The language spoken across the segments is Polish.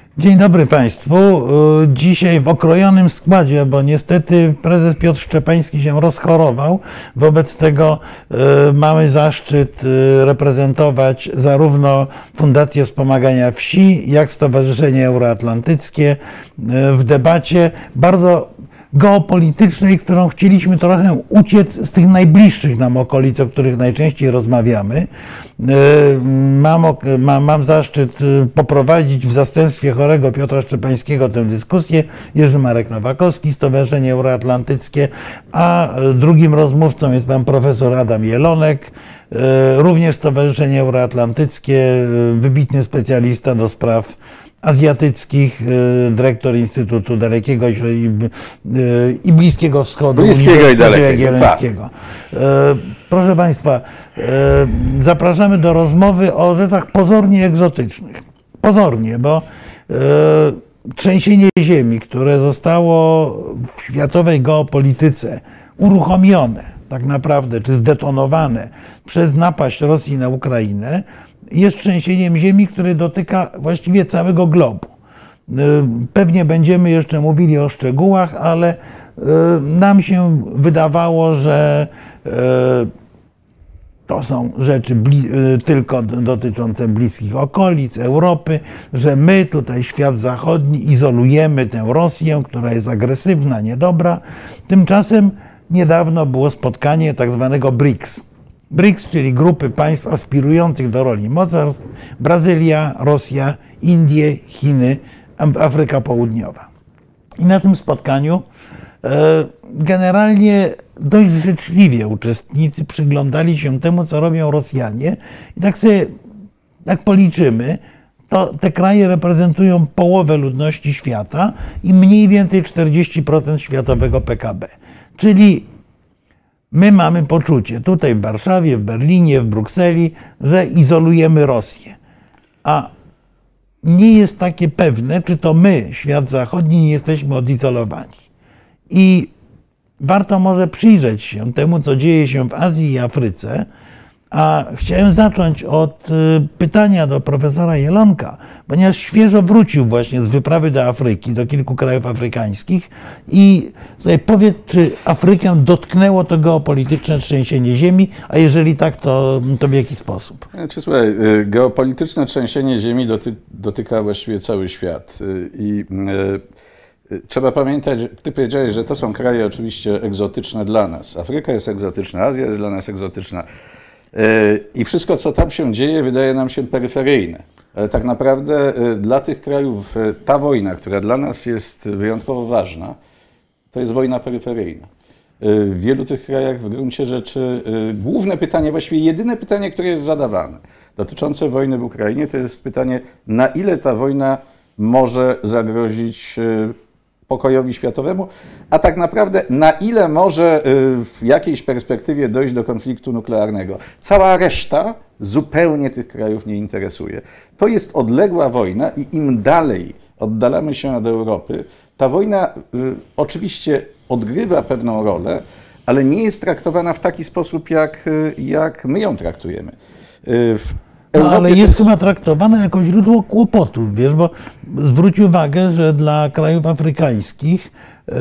Dzień dobry Państwu. Dzisiaj w okrojonym składzie, bo niestety prezes Piotr Szczepański się rozchorował. Wobec tego mamy zaszczyt reprezentować zarówno Fundację Wspomagania Wsi, jak Stowarzyszenie Euroatlantyckie w debacie bardzo geopolitycznej, którą chcieliśmy trochę uciec z tych najbliższych nam okolic, o których najczęściej rozmawiamy. Mam zaszczyt poprowadzić w zastępstwie chorego Piotra Szczepańskiego tę dyskusję. Jerzy Marek Nowakowski, Stowarzyszenie Euroatlantyckie, a drugim rozmówcą jest pan profesor Adam Jelonek, również Stowarzyszenie Euroatlantyckie, wybitny specjalista do spraw azjatyckich, dyrektor Instytutu Dalekiego i Bliskiego Wschodu. Bliskiego i Dalekiego. Tak. Proszę Państwa, zapraszamy do rozmowy o rzeczach pozornie egzotycznych. Pozornie, bo trzęsienie ziemi, które zostało w światowej geopolityce uruchomione tak naprawdę, czy zdetonowane przez napaść Rosji na Ukrainę, jest trzęsieniem ziemi, które dotyka właściwie całego globu. Pewnie będziemy jeszcze mówili o szczegółach, ale nam się wydawało, że to są rzeczy tylko dotyczące bliskich okolic, Europy, że my tutaj, świat zachodni, izolujemy tę Rosję, która jest agresywna, niedobra. Tymczasem niedawno było spotkanie tak zwanego BRICS. BRICS, czyli grupy państw aspirujących do roli mocarstw: Brazylia, Rosja, Indie, Chiny, Afryka Południowa. I na tym spotkaniu generalnie dość życzliwie uczestnicy przyglądali się temu, co robią Rosjanie. I tak sobie, jak policzymy, to te kraje reprezentują połowę ludności świata i mniej więcej 40% światowego PKB. Czyli my mamy poczucie tutaj w Warszawie, w Berlinie, w Brukseli, że izolujemy Rosję. A nie jest takie pewne, czy to my, świat zachodni, nie jesteśmy odizolowani. I warto może przyjrzeć się temu, co dzieje się w Azji i Afryce. A chciałem zacząć od pytania do profesora Jelonka, ponieważ świeżo wrócił właśnie z wyprawy do Afryki, do kilku krajów afrykańskich. I sobie powiedz, czy Afrykę dotknęło to geopolityczne trzęsienie ziemi, a jeżeli tak, to w jaki sposób? Słuchaj, geopolityczne trzęsienie ziemi dotyka właściwie cały świat. I trzeba pamiętać, ty powiedziałeś, że to są kraje oczywiście egzotyczne dla nas. Afryka jest egzotyczna, Azja jest dla nas egzotyczna. I wszystko, co tam się dzieje, wydaje nam się peryferyjne. Ale tak naprawdę dla tych krajów ta wojna, która dla nas jest wyjątkowo ważna, to jest wojna peryferyjna. W wielu tych krajach w gruncie rzeczy główne pytanie, właściwie jedyne pytanie, które jest zadawane dotyczące wojny w Ukrainie, to jest pytanie, na ile ta wojna może zagrozić pokojowi światowemu, a tak naprawdę na ile może w jakiejś perspektywie dojść do konfliktu nuklearnego. Cała reszta zupełnie tych krajów nie interesuje. To jest odległa wojna i im dalej oddalamy się od Europy, ta wojna oczywiście odgrywa pewną rolę, ale nie jest traktowana w taki sposób, jak my ją traktujemy. No, ale jest chyba traktowane jako źródło kłopotów, wiesz, bo zwróć uwagę, że dla krajów afrykańskich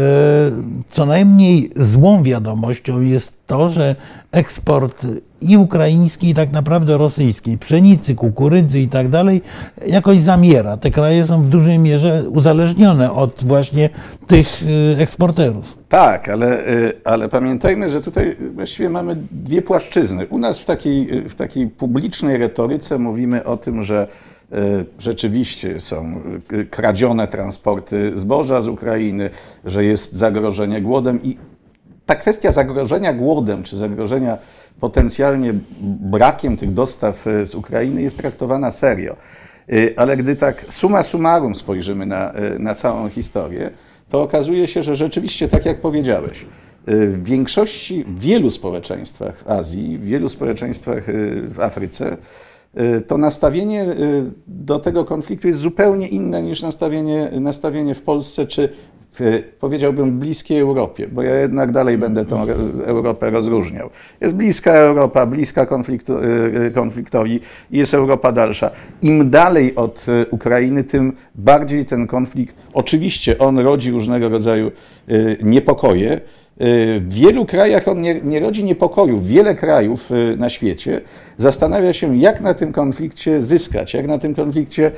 co najmniej złą wiadomością jest to, że eksport i ukraiński, i tak naprawdę rosyjskiej pszenicy, kukurydzy i tak dalej jakoś zamiera. Te kraje są w dużej mierze uzależnione od właśnie tych eksporterów. Tak, ale pamiętajmy, że tutaj właściwie mamy dwie płaszczyzny. U nas w takiej publicznej retoryce mówimy o tym, że rzeczywiście są kradzione transporty zboża z Ukrainy, że jest zagrożenie głodem i ta kwestia zagrożenia głodem, czy zagrożenia potencjalnie brakiem tych dostaw z Ukrainy jest traktowana serio. Ale gdy tak summa summarum spojrzymy na całą historię, to okazuje się, że rzeczywiście, tak jak powiedziałeś, w większości, w wielu społeczeństwach w Azji, w wielu społeczeństwach w Afryce, to nastawienie do tego konfliktu jest zupełnie inne niż nastawienie w Polsce czy powiedziałbym, bliskiej Europie, bo ja jednak dalej będę tą Europę rozróżniał. Jest bliska Europa, bliska konfliktowi i jest Europa dalsza. Im dalej od Ukrainy, tym bardziej ten konflikt, oczywiście on rodzi różnego rodzaju niepokoje. W wielu krajach on nie rodzi niepokoju. Wiele krajów na świecie zastanawia się, jak na tym konflikcie zyskać, jak na tym konflikcie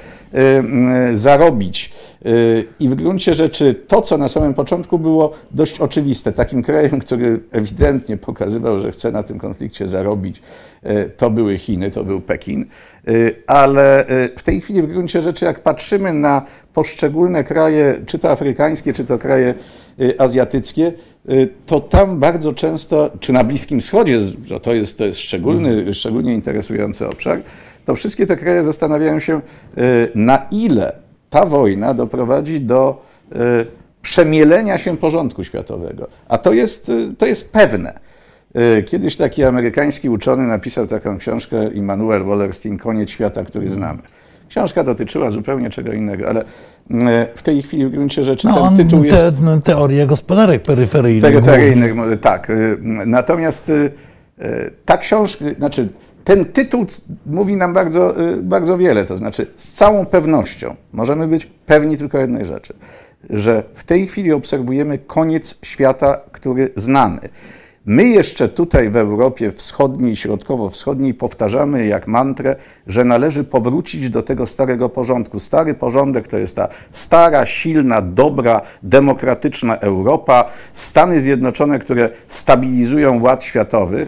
zarobić. I w gruncie rzeczy to, co na samym początku było dość oczywiste, takim krajem, który ewidentnie pokazywał, że chce na tym konflikcie zarobić, to były Chiny, to był Pekin. Ale w tej chwili w gruncie rzeczy, jak patrzymy na poszczególne kraje, czy to afrykańskie, czy to kraje azjatyckie, to tam bardzo często, czy na Bliskim Wschodzie, to jest szczególnie interesujący obszar, to wszystkie te kraje zastanawiają się, na ile ta wojna doprowadzi do przemielenia się porządku światowego. A to jest pewne. Kiedyś taki amerykański uczony napisał taką książkę, Immanuel Wallerstein, Koniec świata, który znamy. Książka dotyczyła zupełnie czego innego, ale w tej chwili w gruncie rzeczy ten tytuł jest... Teoria gospodarek peryferyjnych. Tak. Natomiast ta książka, znaczy ten tytuł mówi nam bardzo, bardzo wiele. To znaczy z całą pewnością możemy być pewni tylko jednej rzeczy, że w tej chwili obserwujemy koniec świata, który znamy. My jeszcze tutaj w Europie Wschodniej, Środkowo-Wschodniej powtarzamy jak mantrę, że należy powrócić do tego starego porządku. Stary porządek to jest ta stara, silna, dobra, demokratyczna Europa, Stany Zjednoczone, które stabilizują ład światowy.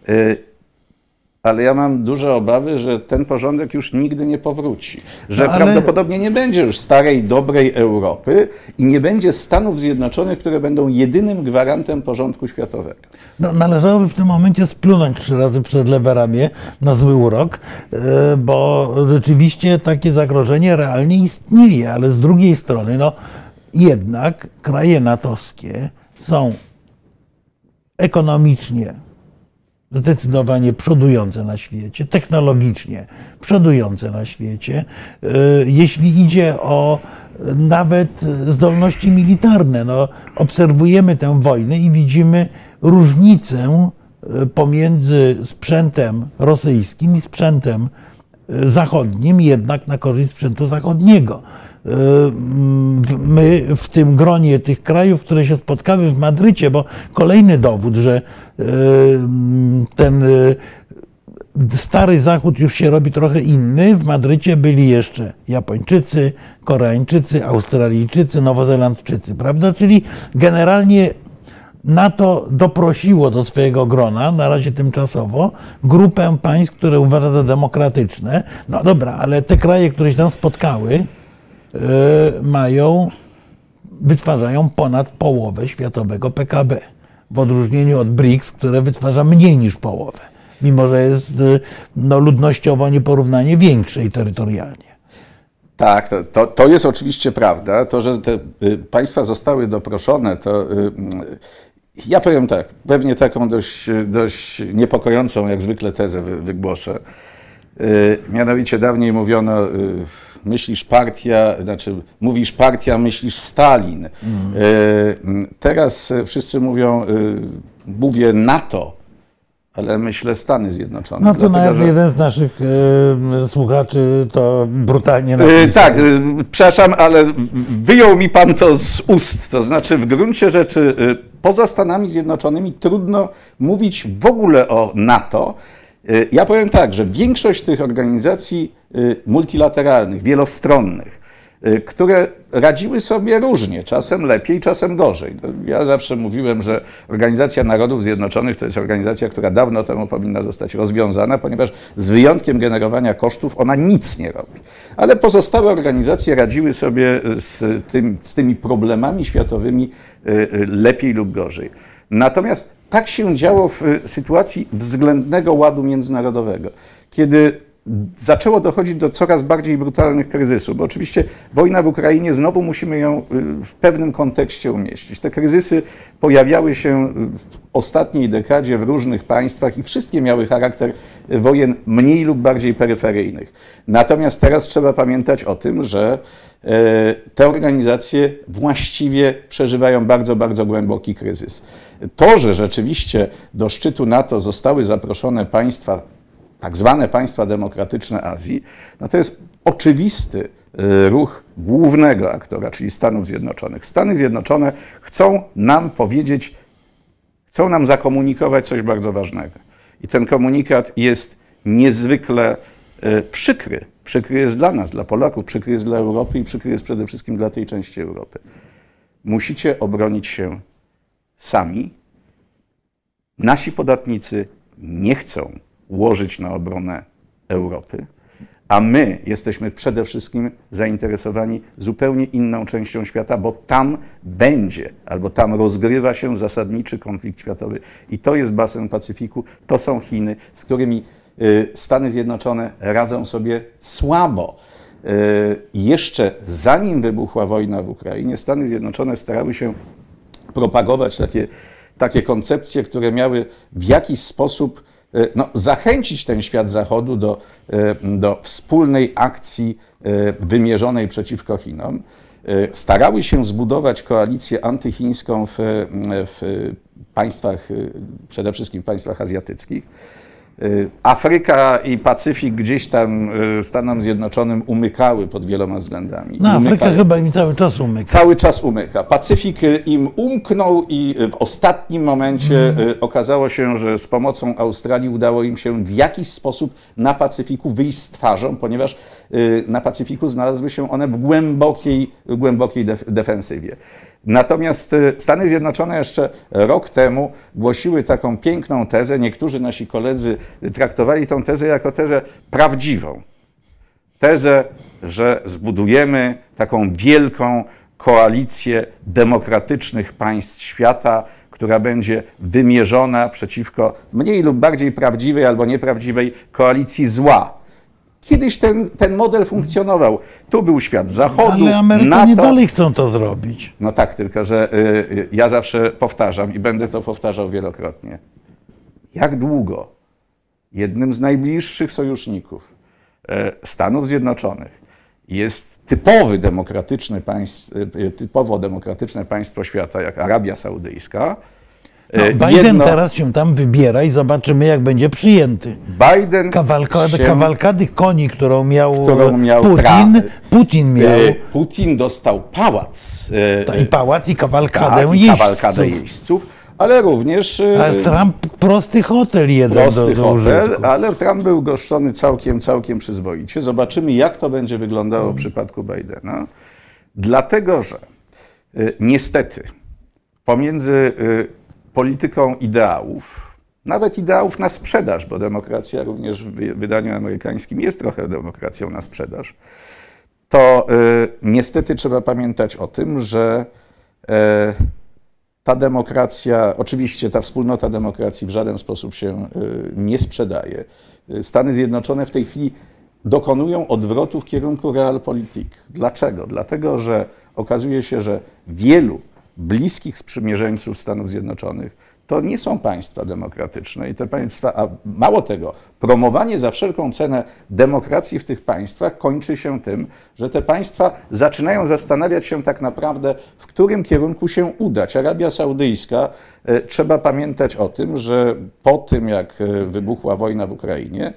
Ale ja mam duże obawy, że ten porządek już nigdy nie powróci. Że prawdopodobnie nie będzie już starej, dobrej Europy i nie będzie Stanów Zjednoczonych, które będą jedynym gwarantem porządku światowego. No, należałoby w tym momencie splunąć 3 razy przed lewe ramię na zły urok, bo rzeczywiście takie zagrożenie realnie istnieje, ale z drugiej strony, no jednak kraje natowskie są ekonomicznie zdecydowanie przodujące na świecie, technologicznie przodujące na świecie, jeśli idzie o nawet zdolności militarne. No, obserwujemy tę wojnę i widzimy różnicę pomiędzy sprzętem rosyjskim i sprzętem zachodnim, jednak na korzyść sprzętu zachodniego. My w tym gronie tych krajów, które się spotkały w Madrycie, bo kolejny dowód, że ten stary Zachód już się robi trochę inny. W Madrycie byli jeszcze Japończycy, Koreańczycy, Australijczycy, Nowozelandczycy, prawda? Czyli generalnie NATO doprosiło do swojego grona, na razie tymczasowo, grupę państw, które uważa za demokratyczne. No dobra, ale te kraje, które się tam spotkały, wytwarzają ponad połowę światowego PKB. W odróżnieniu od BRICS, które wytwarza mniej niż połowę, mimo że jest ludnościowo nieporównanie większe i terytorialnie. Tak, to jest oczywiście prawda. To, że te państwa zostały doproszone, to ja powiem tak, pewnie taką dość niepokojącą jak zwykle tezę wygłoszę. Mianowicie dawniej mówiono, myślisz partia, znaczy mówisz partia, myślisz Stalin. Teraz wszyscy mówią, mówię NATO, ale myślę Stany Zjednoczone. No to nawet jeden z naszych słuchaczy to brutalnie napisał. Tak, przepraszam, ale wyjął mi pan to z ust. To znaczy w gruncie rzeczy poza Stanami Zjednoczonymi trudno mówić w ogóle o NATO. Ja powiem tak, że większość tych organizacji multilateralnych, wielostronnych, które radziły sobie różnie, czasem lepiej, czasem gorzej. Ja zawsze mówiłem, że Organizacja Narodów Zjednoczonych to jest organizacja, która dawno temu powinna zostać rozwiązana, ponieważ z wyjątkiem generowania kosztów ona nic nie robi. Ale pozostałe organizacje radziły sobie z tymi problemami światowymi lepiej lub gorzej. Natomiast tak się działo w sytuacji względnego ładu międzynarodowego, kiedy zaczęło dochodzić do coraz bardziej brutalnych kryzysów, bo oczywiście wojna w Ukrainie, znowu musimy ją w pewnym kontekście umieścić. Te kryzysy pojawiały się w ostatniej dekadzie w różnych państwach i wszystkie miały charakter wojen mniej lub bardziej peryferyjnych. Natomiast teraz trzeba pamiętać o tym, że te organizacje właściwie przeżywają bardzo, bardzo głęboki kryzys. To, że rzeczywiście do szczytu NATO zostały zaproszone państwa, tak zwane państwa demokratyczne Azji, no to jest oczywisty ruch głównego aktora, czyli Stanów Zjednoczonych. Stany Zjednoczone chcą nam powiedzieć, chcą nam zakomunikować coś bardzo ważnego. I ten komunikat jest niezwykle przykry. Przykry jest dla nas, dla Polaków, przykry jest dla Europy i przykry jest przede wszystkim dla tej części Europy. Musicie obronić się sami. Nasi podatnicy nie chcą łożyć na obronę Europy, a my jesteśmy przede wszystkim zainteresowani zupełnie inną częścią świata, bo tam będzie, albo tam rozgrywa się zasadniczy konflikt światowy. I to jest basen Pacyfiku, to są Chiny, z którymi Stany Zjednoczone radzą sobie słabo. Jeszcze zanim wybuchła wojna w Ukrainie, Stany Zjednoczone starały się propagować takie koncepcje, które miały w jakiś sposób zachęcić ten świat Zachodu do wspólnej akcji wymierzonej przeciwko Chinom. Starały się zbudować koalicję antychińską w państwach, przede wszystkim w państwach azjatyckich. Afryka i Pacyfik gdzieś tam Stanom Zjednoczonym umykały pod wieloma względami. No, Afryka chyba im cały czas umyka. Cały czas umyka. Pacyfik im umknął i w ostatnim momencie okazało się, że z pomocą Australii udało im się w jakiś sposób na Pacyfiku wyjść z twarzą, ponieważ na Pacyfiku znalazły się one w głębokiej defensywie. Natomiast Stany Zjednoczone jeszcze rok temu głosiły taką piękną tezę, niektórzy nasi koledzy traktowali tę tezę jako tezę prawdziwą. Tezę, że zbudujemy taką wielką koalicję demokratycznych państw świata, która będzie wymierzona przeciwko mniej lub bardziej prawdziwej albo nieprawdziwej koalicji zła. Kiedyś ten model funkcjonował. Tu był świat Zachodu, ale Amerykanie NATO. dalej chcą to zrobić. No tak, tylko że ja zawsze powtarzam i będę to powtarzał wielokrotnie. Jak długo jednym z najbliższych sojuszników Stanów Zjednoczonych jest typowo demokratyczne państwo świata, jak Arabia Saudyjska. Biden teraz się tam wybiera i zobaczymy, jak będzie przyjęty. Biden Kawalkady koni, którą miał Putin Putin dostał pałac. I pałac, i kawalkadę jeźdźców. Ale również... A Trump prosty hotel do użytku. Ale Trump był goszczony całkiem przyzwoicie. Zobaczymy, jak to będzie wyglądało w przypadku Bidena. Dlatego, że niestety pomiędzy polityką ideałów, nawet ideałów na sprzedaż, bo demokracja również w wydaniu amerykańskim jest trochę demokracją na sprzedaż, to niestety trzeba pamiętać o tym, że ta demokracja, oczywiście ta wspólnota demokracji w żaden sposób się nie sprzedaje. Stany Zjednoczone w tej chwili dokonują odwrotu w kierunku realpolitik. Dlaczego? Dlatego, że okazuje się, że wielu bliskich sprzymierzeńców Stanów Zjednoczonych to nie są państwa demokratyczne i te państwa, a mało tego, promowanie za wszelką cenę demokracji w tych państwach kończy się tym, że te państwa zaczynają zastanawiać się tak naprawdę, w którym kierunku się udać. Arabia Saudyjska, trzeba pamiętać o tym, że po tym, jak wybuchła wojna w Ukrainie,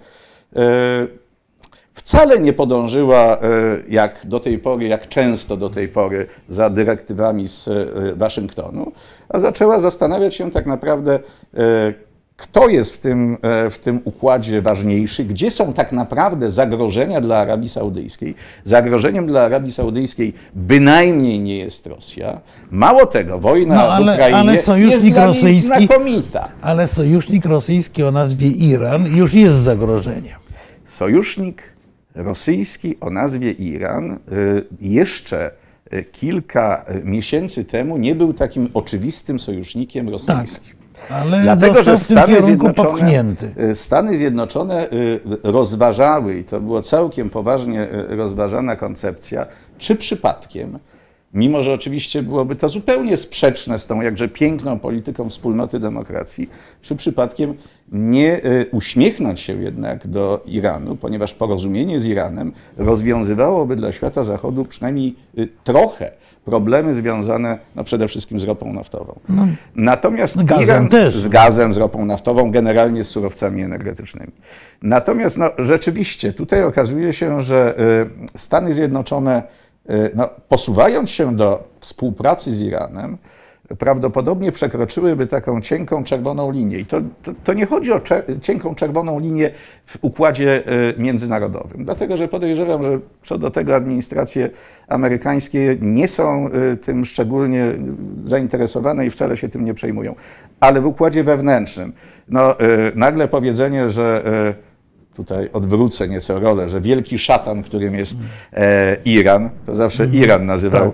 wcale nie podążyła jak często do tej pory za dyrektywami z Waszyngtonu, a zaczęła zastanawiać się tak naprawdę, kto jest w tym układzie ważniejszy, gdzie są tak naprawdę zagrożenia dla Arabii Saudyjskiej. Zagrożeniem dla Arabii Saudyjskiej bynajmniej nie jest Rosja. Mało tego, wojna w Ukrainie jest dla niej znakomita. Ale sojusznik rosyjski o nazwie Iran już jest zagrożeniem. Sojusznik rosyjski o nazwie Iran jeszcze kilka miesięcy temu nie był takim oczywistym sojusznikiem rosyjskim. Ale Dlatego, że został w tym kierunku popchnięty. Stany Zjednoczone rozważały, i to było całkiem poważnie rozważana koncepcja, czy przypadkiem, mimo że oczywiście byłoby to zupełnie sprzeczne z tą jakże piękną polityką wspólnoty demokracji, czy przypadkiem nie uśmiechnąć się jednak do Iranu, ponieważ porozumienie z Iranem rozwiązywałoby dla świata zachodu przynajmniej trochę problemy związane przede wszystkim z ropą naftową. Natomiast Iran z gazem, z ropą naftową, generalnie z surowcami energetycznymi. Natomiast rzeczywiście tutaj okazuje się, że Stany Zjednoczone, posuwając się do współpracy z Iranem, prawdopodobnie przekroczyłyby taką cienką czerwoną linię. I to nie chodzi o cienką czerwoną linię w układzie międzynarodowym, dlatego że podejrzewam, że co do tego administracje amerykańskie nie są tym szczególnie zainteresowane i wcale się tym nie przejmują. Ale w układzie wewnętrznym, nagle powiedzenie, że tutaj odwrócę nieco rolę, że wielki szatan, którym jest Iran, to zawsze Iran nazywał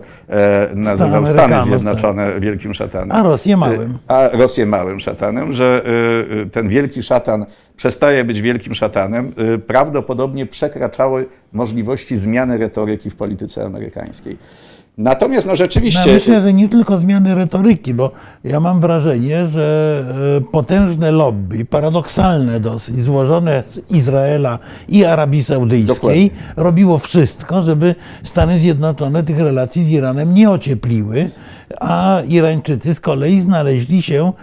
Stany Zjednoczone wielkim szatanem. A Rosję małym. A Rosję małym szatanem, że ten wielki szatan przestaje być wielkim szatanem, prawdopodobnie przekraczały możliwości zmiany retoryki w polityce amerykańskiej. Natomiast rzeczywiście... Ja myślę, że nie tylko zmiany retoryki, bo ja mam wrażenie, że potężne lobby, paradoksalne dosyć, złożone z Izraela i Arabii Saudyjskiej, robiło wszystko, żeby Stany Zjednoczone tych relacji z Iranem nie ociepliły, a Irańczycy z kolei znaleźli się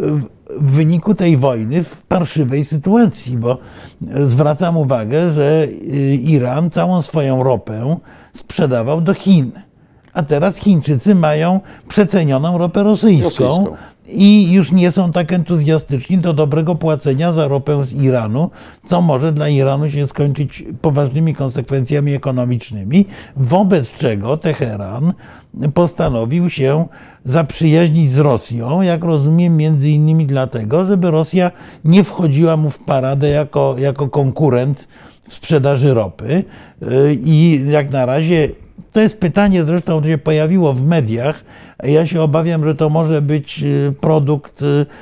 w wyniku tej wojny w parszywej sytuacji, bo zwracam uwagę, że Iran całą swoją ropę sprzedawał do Chin. A teraz Chińczycy mają przecenioną ropę rosyjską i już nie są tak entuzjastyczni do dobrego płacenia za ropę z Iranu, co może dla Iranu się skończyć poważnymi konsekwencjami ekonomicznymi, wobec czego Teheran postanowił się zaprzyjaźnić z Rosją, jak rozumiem, między innymi dlatego, żeby Rosja nie wchodziła mu w paradę jako konkurent w sprzedaży ropy. I jak na razie to jest pytanie, zresztą to się pojawiło w mediach. Ja się obawiam, że to może być produkt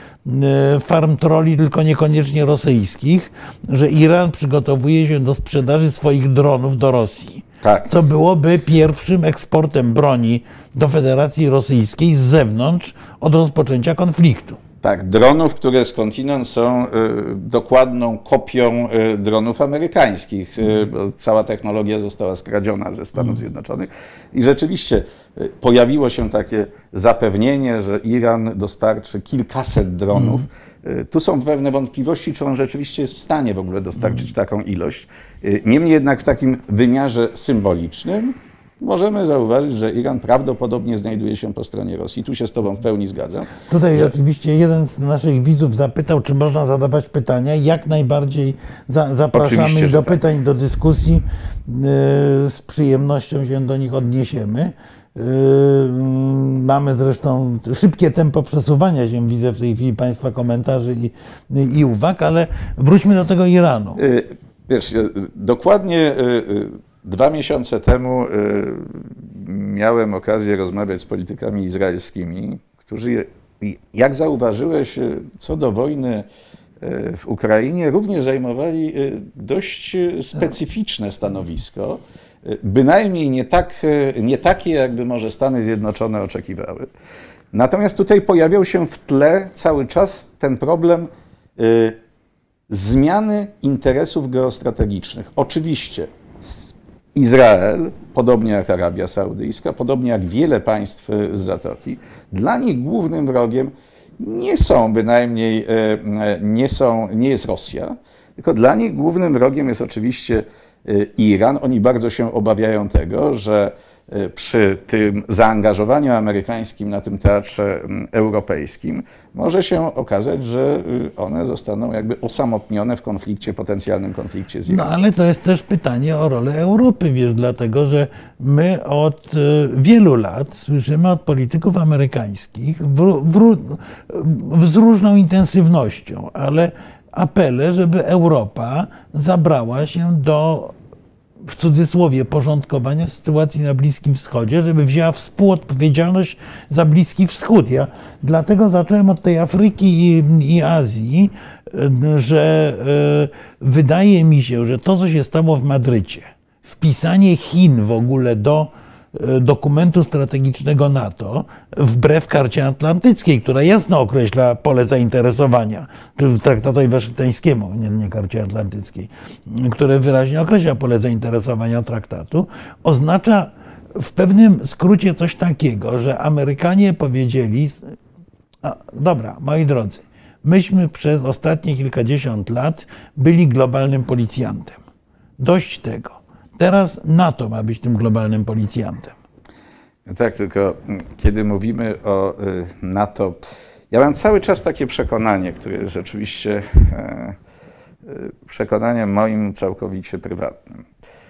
farm trolli, tylko niekoniecznie rosyjskich, że Iran przygotowuje się do sprzedaży swoich dronów do Rosji. Tak. Co byłoby pierwszym eksportem broni do Federacji Rosyjskiej z zewnątrz od rozpoczęcia konfliktu. Tak, dronów, które skądinąd są dokładną kopią dronów amerykańskich. Cała technologia została skradziona ze Stanów Zjednoczonych i rzeczywiście pojawiło się takie zapewnienie, że Iran dostarczy kilkaset dronów. Tu są pewne wątpliwości, czy on rzeczywiście jest w stanie w ogóle dostarczyć taką ilość. Niemniej jednak w takim wymiarze symbolicznym możemy zauważyć, że Iran prawdopodobnie znajduje się po stronie Rosji. Tu się z Tobą w pełni zgadzam. Tutaj oczywiście jeden z naszych widzów zapytał, czy można zadawać pytania. Jak najbardziej zapraszamy oczywiście, do tak. pytań, do dyskusji. Z przyjemnością się do nich odniesiemy. Mamy zresztą szybkie tempo przesuwania się, widzę w tej chwili Państwa komentarzy i uwag, ale wróćmy do tego Iranu. Wiesz, dokładnie 2 miesiące temu miałem okazję rozmawiać z politykami izraelskimi, którzy, jak zauważyłeś, co do wojny w Ukrainie, również zajmowali dość specyficzne stanowisko, bynajmniej nie takie, jakby może Stany Zjednoczone oczekiwały. Natomiast tutaj pojawiał się w tle cały czas ten problem zmiany interesów geostrategicznych. Oczywiście Izrael, podobnie jak Arabia Saudyjska, podobnie jak wiele państw z Zatoki, dla nich głównym wrogiem nie jest Rosja, tylko dla nich głównym wrogiem jest oczywiście Iran. Oni bardzo się obawiają tego, że przy tym zaangażowaniu amerykańskim na tym teatrze europejskim może się okazać, że one zostaną jakby osamotnione w potencjalnym konflikcie z Iranem. No ale to jest też pytanie o rolę Europy, wiesz, dlatego że my od wielu lat słyszymy od polityków amerykańskich z różną intensywnością, ale apele, żeby Europa zabrała się do w cudzysłowie, porządkowania sytuacji na Bliskim Wschodzie, żeby wzięła współodpowiedzialność za Bliski Wschód. Ja dlatego zacząłem od tej Afryki i Azji, że wydaje mi się, że to, co się stało w Madrycie, wpisanie Chin w ogóle do dokumentu strategicznego NATO, wbrew Karcie Atlantyckiej, która jasno określa pole zainteresowania, traktatowi waszyngtońskiemu, nie Karcie Atlantyckiej, które wyraźnie określa pole zainteresowania traktatu, oznacza w pewnym skrócie coś takiego, że Amerykanie powiedzieli, dobra, moi drodzy, myśmy przez ostatnie kilkadziesiąt lat byli globalnym policjantem. Dość tego. Teraz NATO ma być tym globalnym policjantem. Tak, tylko kiedy mówimy o NATO, ja mam cały czas takie przekonanie, które jest rzeczywiście przekonaniem moim całkowicie prywatnym.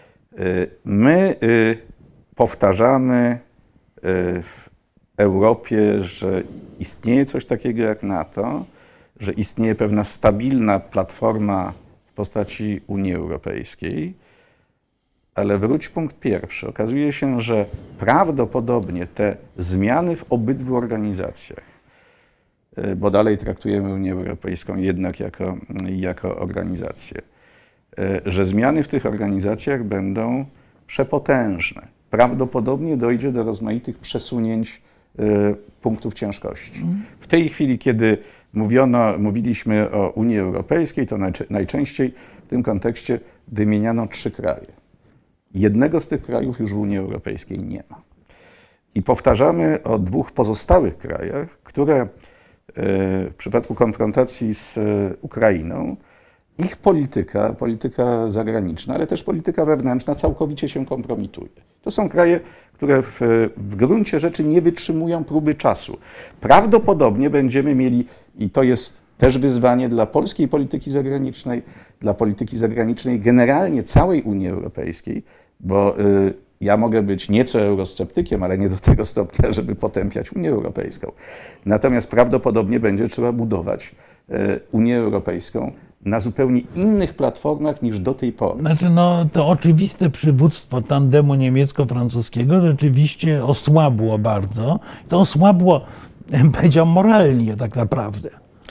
My powtarzamy w Europie, że istnieje coś takiego jak NATO, że istnieje pewna stabilna platforma w postaci Unii Europejskiej. Ale wróć punkt pierwszy. Okazuje się, że prawdopodobnie te zmiany w obydwu organizacjach, bo dalej traktujemy Unię Europejską jednak jako organizację, że zmiany w tych organizacjach będą przepotężne. Prawdopodobnie dojdzie do rozmaitych przesunięć punktów ciężkości. W tej chwili, kiedy mówiliśmy o Unii Europejskiej, to najczęściej w tym kontekście wymieniano 3 kraje. Jednego z tych krajów już w Unii Europejskiej nie ma. I powtarzamy o 2 pozostałych krajach, które w przypadku konfrontacji z Ukrainą, ich polityka zagraniczna, ale też polityka wewnętrzna całkowicie się kompromituje. To są kraje, które w gruncie rzeczy nie wytrzymują próby czasu. Prawdopodobnie będziemy mieli, i to jest też wyzwanie dla polskiej polityki zagranicznej, dla polityki zagranicznej generalnie całej Unii Europejskiej, bo ja mogę być nieco eurosceptykiem, ale nie do tego stopnia, żeby potępiać Unię Europejską. Natomiast prawdopodobnie będzie trzeba budować Unię Europejską na zupełnie innych platformach niż do tej pory. Znaczy, to oczywiste przywództwo tandemu niemiecko-francuskiego rzeczywiście osłabło bardzo. To osłabło, powiedział, moralnie tak naprawdę.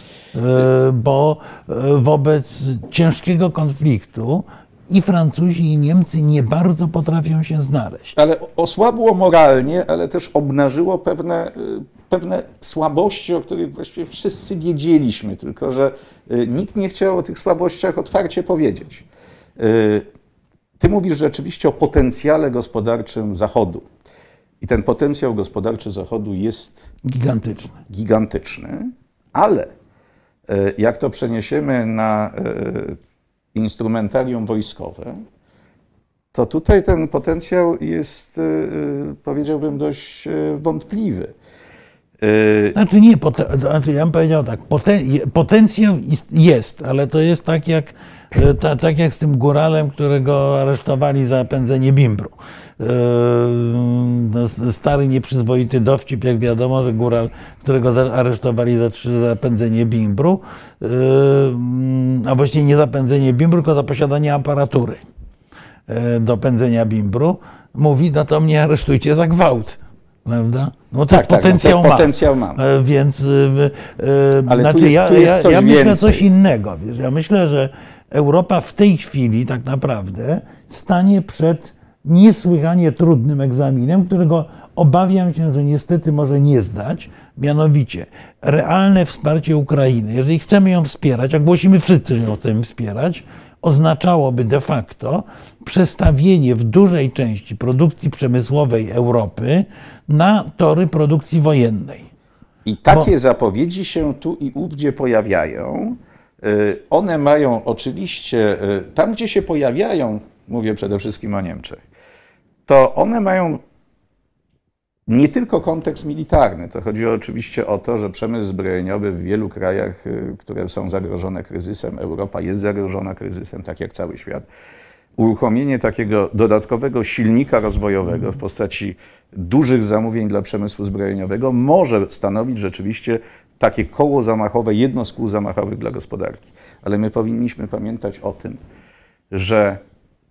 Bo wobec ciężkiego konfliktu i Francuzi, i Niemcy nie bardzo potrafią się znaleźć. Ale osłabło moralnie, ale też obnażyło pewne słabości, o których właściwie wszyscy wiedzieliśmy, tylko że nikt nie chciał o tych słabościach otwarcie powiedzieć. Ty mówisz rzeczywiście o potencjale gospodarczym Zachodu. I ten potencjał gospodarczy Zachodu jest gigantyczny, ale jak to przeniesiemy na instrumentarium wojskowe, to tutaj ten potencjał jest, powiedziałbym, dość wątpliwy. Znaczy nie, ja bym powiedział tak, potencjał jest, ale to jest tak jak z tym góralem, którego aresztowali za pędzenie bimbru. Stary, nieprzyzwoity dowcip, jak wiadomo, że góral, którego aresztowali za pędzenie bimbru, a właściwie nie za pędzenie bimbru, tylko za posiadanie aparatury do pędzenia bimbru, mówi, no to mnie aresztujcie za gwałt. Prawda? No tak, potencjał mam. Więc ale znaczy, tu jest coś ja myślę więcej. coś innego. Wiesz? Ja myślę, że Europa w tej chwili tak naprawdę stanie przed niesłychanie trudnym egzaminem, którego obawiam się, że niestety może nie zdać, mianowicie realne wsparcie Ukrainy. Jeżeli chcemy ją wspierać, a głosimy wszyscy, że ją chcemy wspierać, oznaczałoby de facto przestawienie w dużej części produkcji przemysłowej Europy na tory produkcji wojennej. I takie zapowiedzi się tu i ówdzie pojawiają. One mają oczywiście, tam gdzie się pojawiają, mówię przede wszystkim o Niemczech, to one mają nie tylko kontekst militarny. To chodzi oczywiście o to, że przemysł zbrojeniowy w wielu krajach, które są zagrożone kryzysem, Europa jest zagrożona kryzysem, tak jak cały świat. Uruchomienie takiego dodatkowego silnika rozwojowego w postaci dużych zamówień dla przemysłu zbrojeniowego może stanowić rzeczywiście takie koło zamachowe, jedno z kół zamachowych dla gospodarki. Ale my powinniśmy pamiętać o tym, że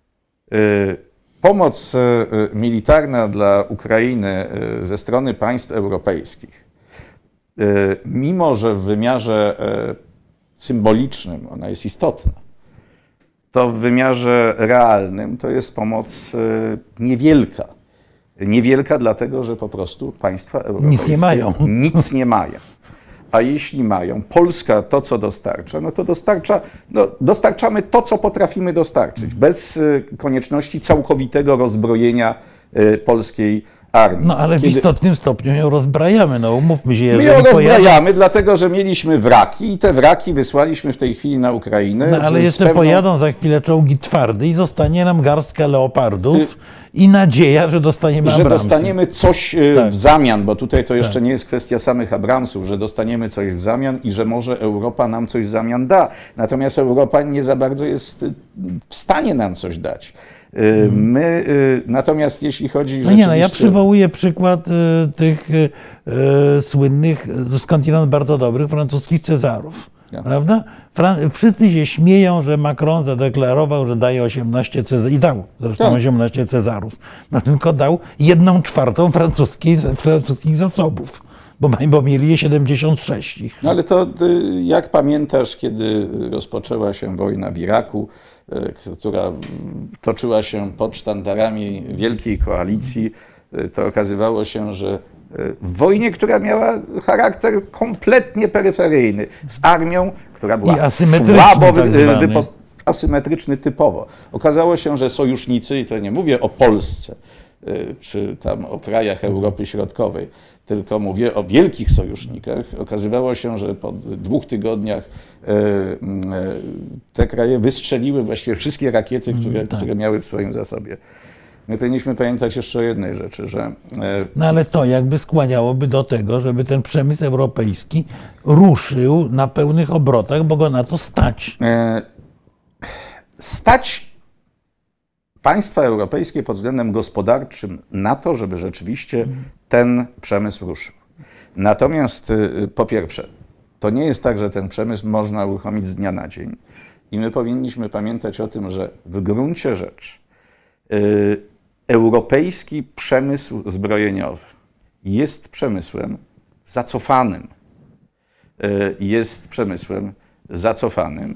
Pomoc militarna dla Ukrainy ze strony państw europejskich, mimo że w wymiarze symbolicznym ona jest istotna, to w wymiarze realnym to jest pomoc niewielka. Niewielka dlatego, że po prostu państwa europejskie nic nie mają. A jeśli mają, Polska to, co dostarcza, no to dostarczamy to, co potrafimy dostarczyć, bez konieczności całkowitego rozbrojenia polskiej armii. No ale w istotnym stopniu ją rozbrajamy, no umówmy się. My ją rozbrajamy, dlatego że mieliśmy wraki i te wraki wysłaliśmy w tej chwili na Ukrainę. No ale jeszcze pojadą za chwilę czołgi twarde i zostanie nam garstka leopardów i nadzieja, że dostaniemy Abramsy. Że dostaniemy coś w zamian, bo tutaj to jeszcze nie jest kwestia samych Abramsów, że dostaniemy coś w zamian i że może Europa nam coś w zamian da. Natomiast Europa nie za bardzo jest w stanie nam coś dać. My, natomiast jeśli chodzi... No nie, no ja przywołuję przykład tych słynnych, skądinąd bardzo dobrych francuskich Cezarów. Ja. Prawda? Wszyscy się śmieją, że Macron zadeklarował, że daje 18 Cezarów i dał zresztą 18 Cezarów. No tylko dał 1/4 francuskich zasobów, bo mieli je 76. No ale to jak pamiętasz, kiedy rozpoczęła się wojna w Iraku, która toczyła się pod sztandarami Wielkiej Koalicji, to okazywało się, że w wojnie, która miała charakter kompletnie peryferyjny, z armią, która była słabo asymetryczny typowo. Okazało się, że sojusznicy, i to nie mówię o Polsce, czy tam o krajach Europy Środkowej, tylko mówię o wielkich sojusznikach. Okazywało się, że po 2 tygodniach te kraje wystrzeliły właściwie wszystkie rakiety, które miały w swoim zasobie. My powinniśmy pamiętać jeszcze o jednej rzeczy, że... No ale to jakby skłaniałoby do tego, żeby ten przemysł europejski ruszył na pełnych obrotach, bo go na to stać. Stać państwa europejskie pod względem gospodarczym na to, żeby rzeczywiście ten przemysł ruszył. Natomiast po pierwsze, to nie jest tak, że ten przemysł można uruchomić z dnia na dzień. I my powinniśmy pamiętać o tym, że w gruncie rzeczy europejski przemysł zbrojeniowy jest przemysłem zacofanym. Jest przemysłem zacofanym.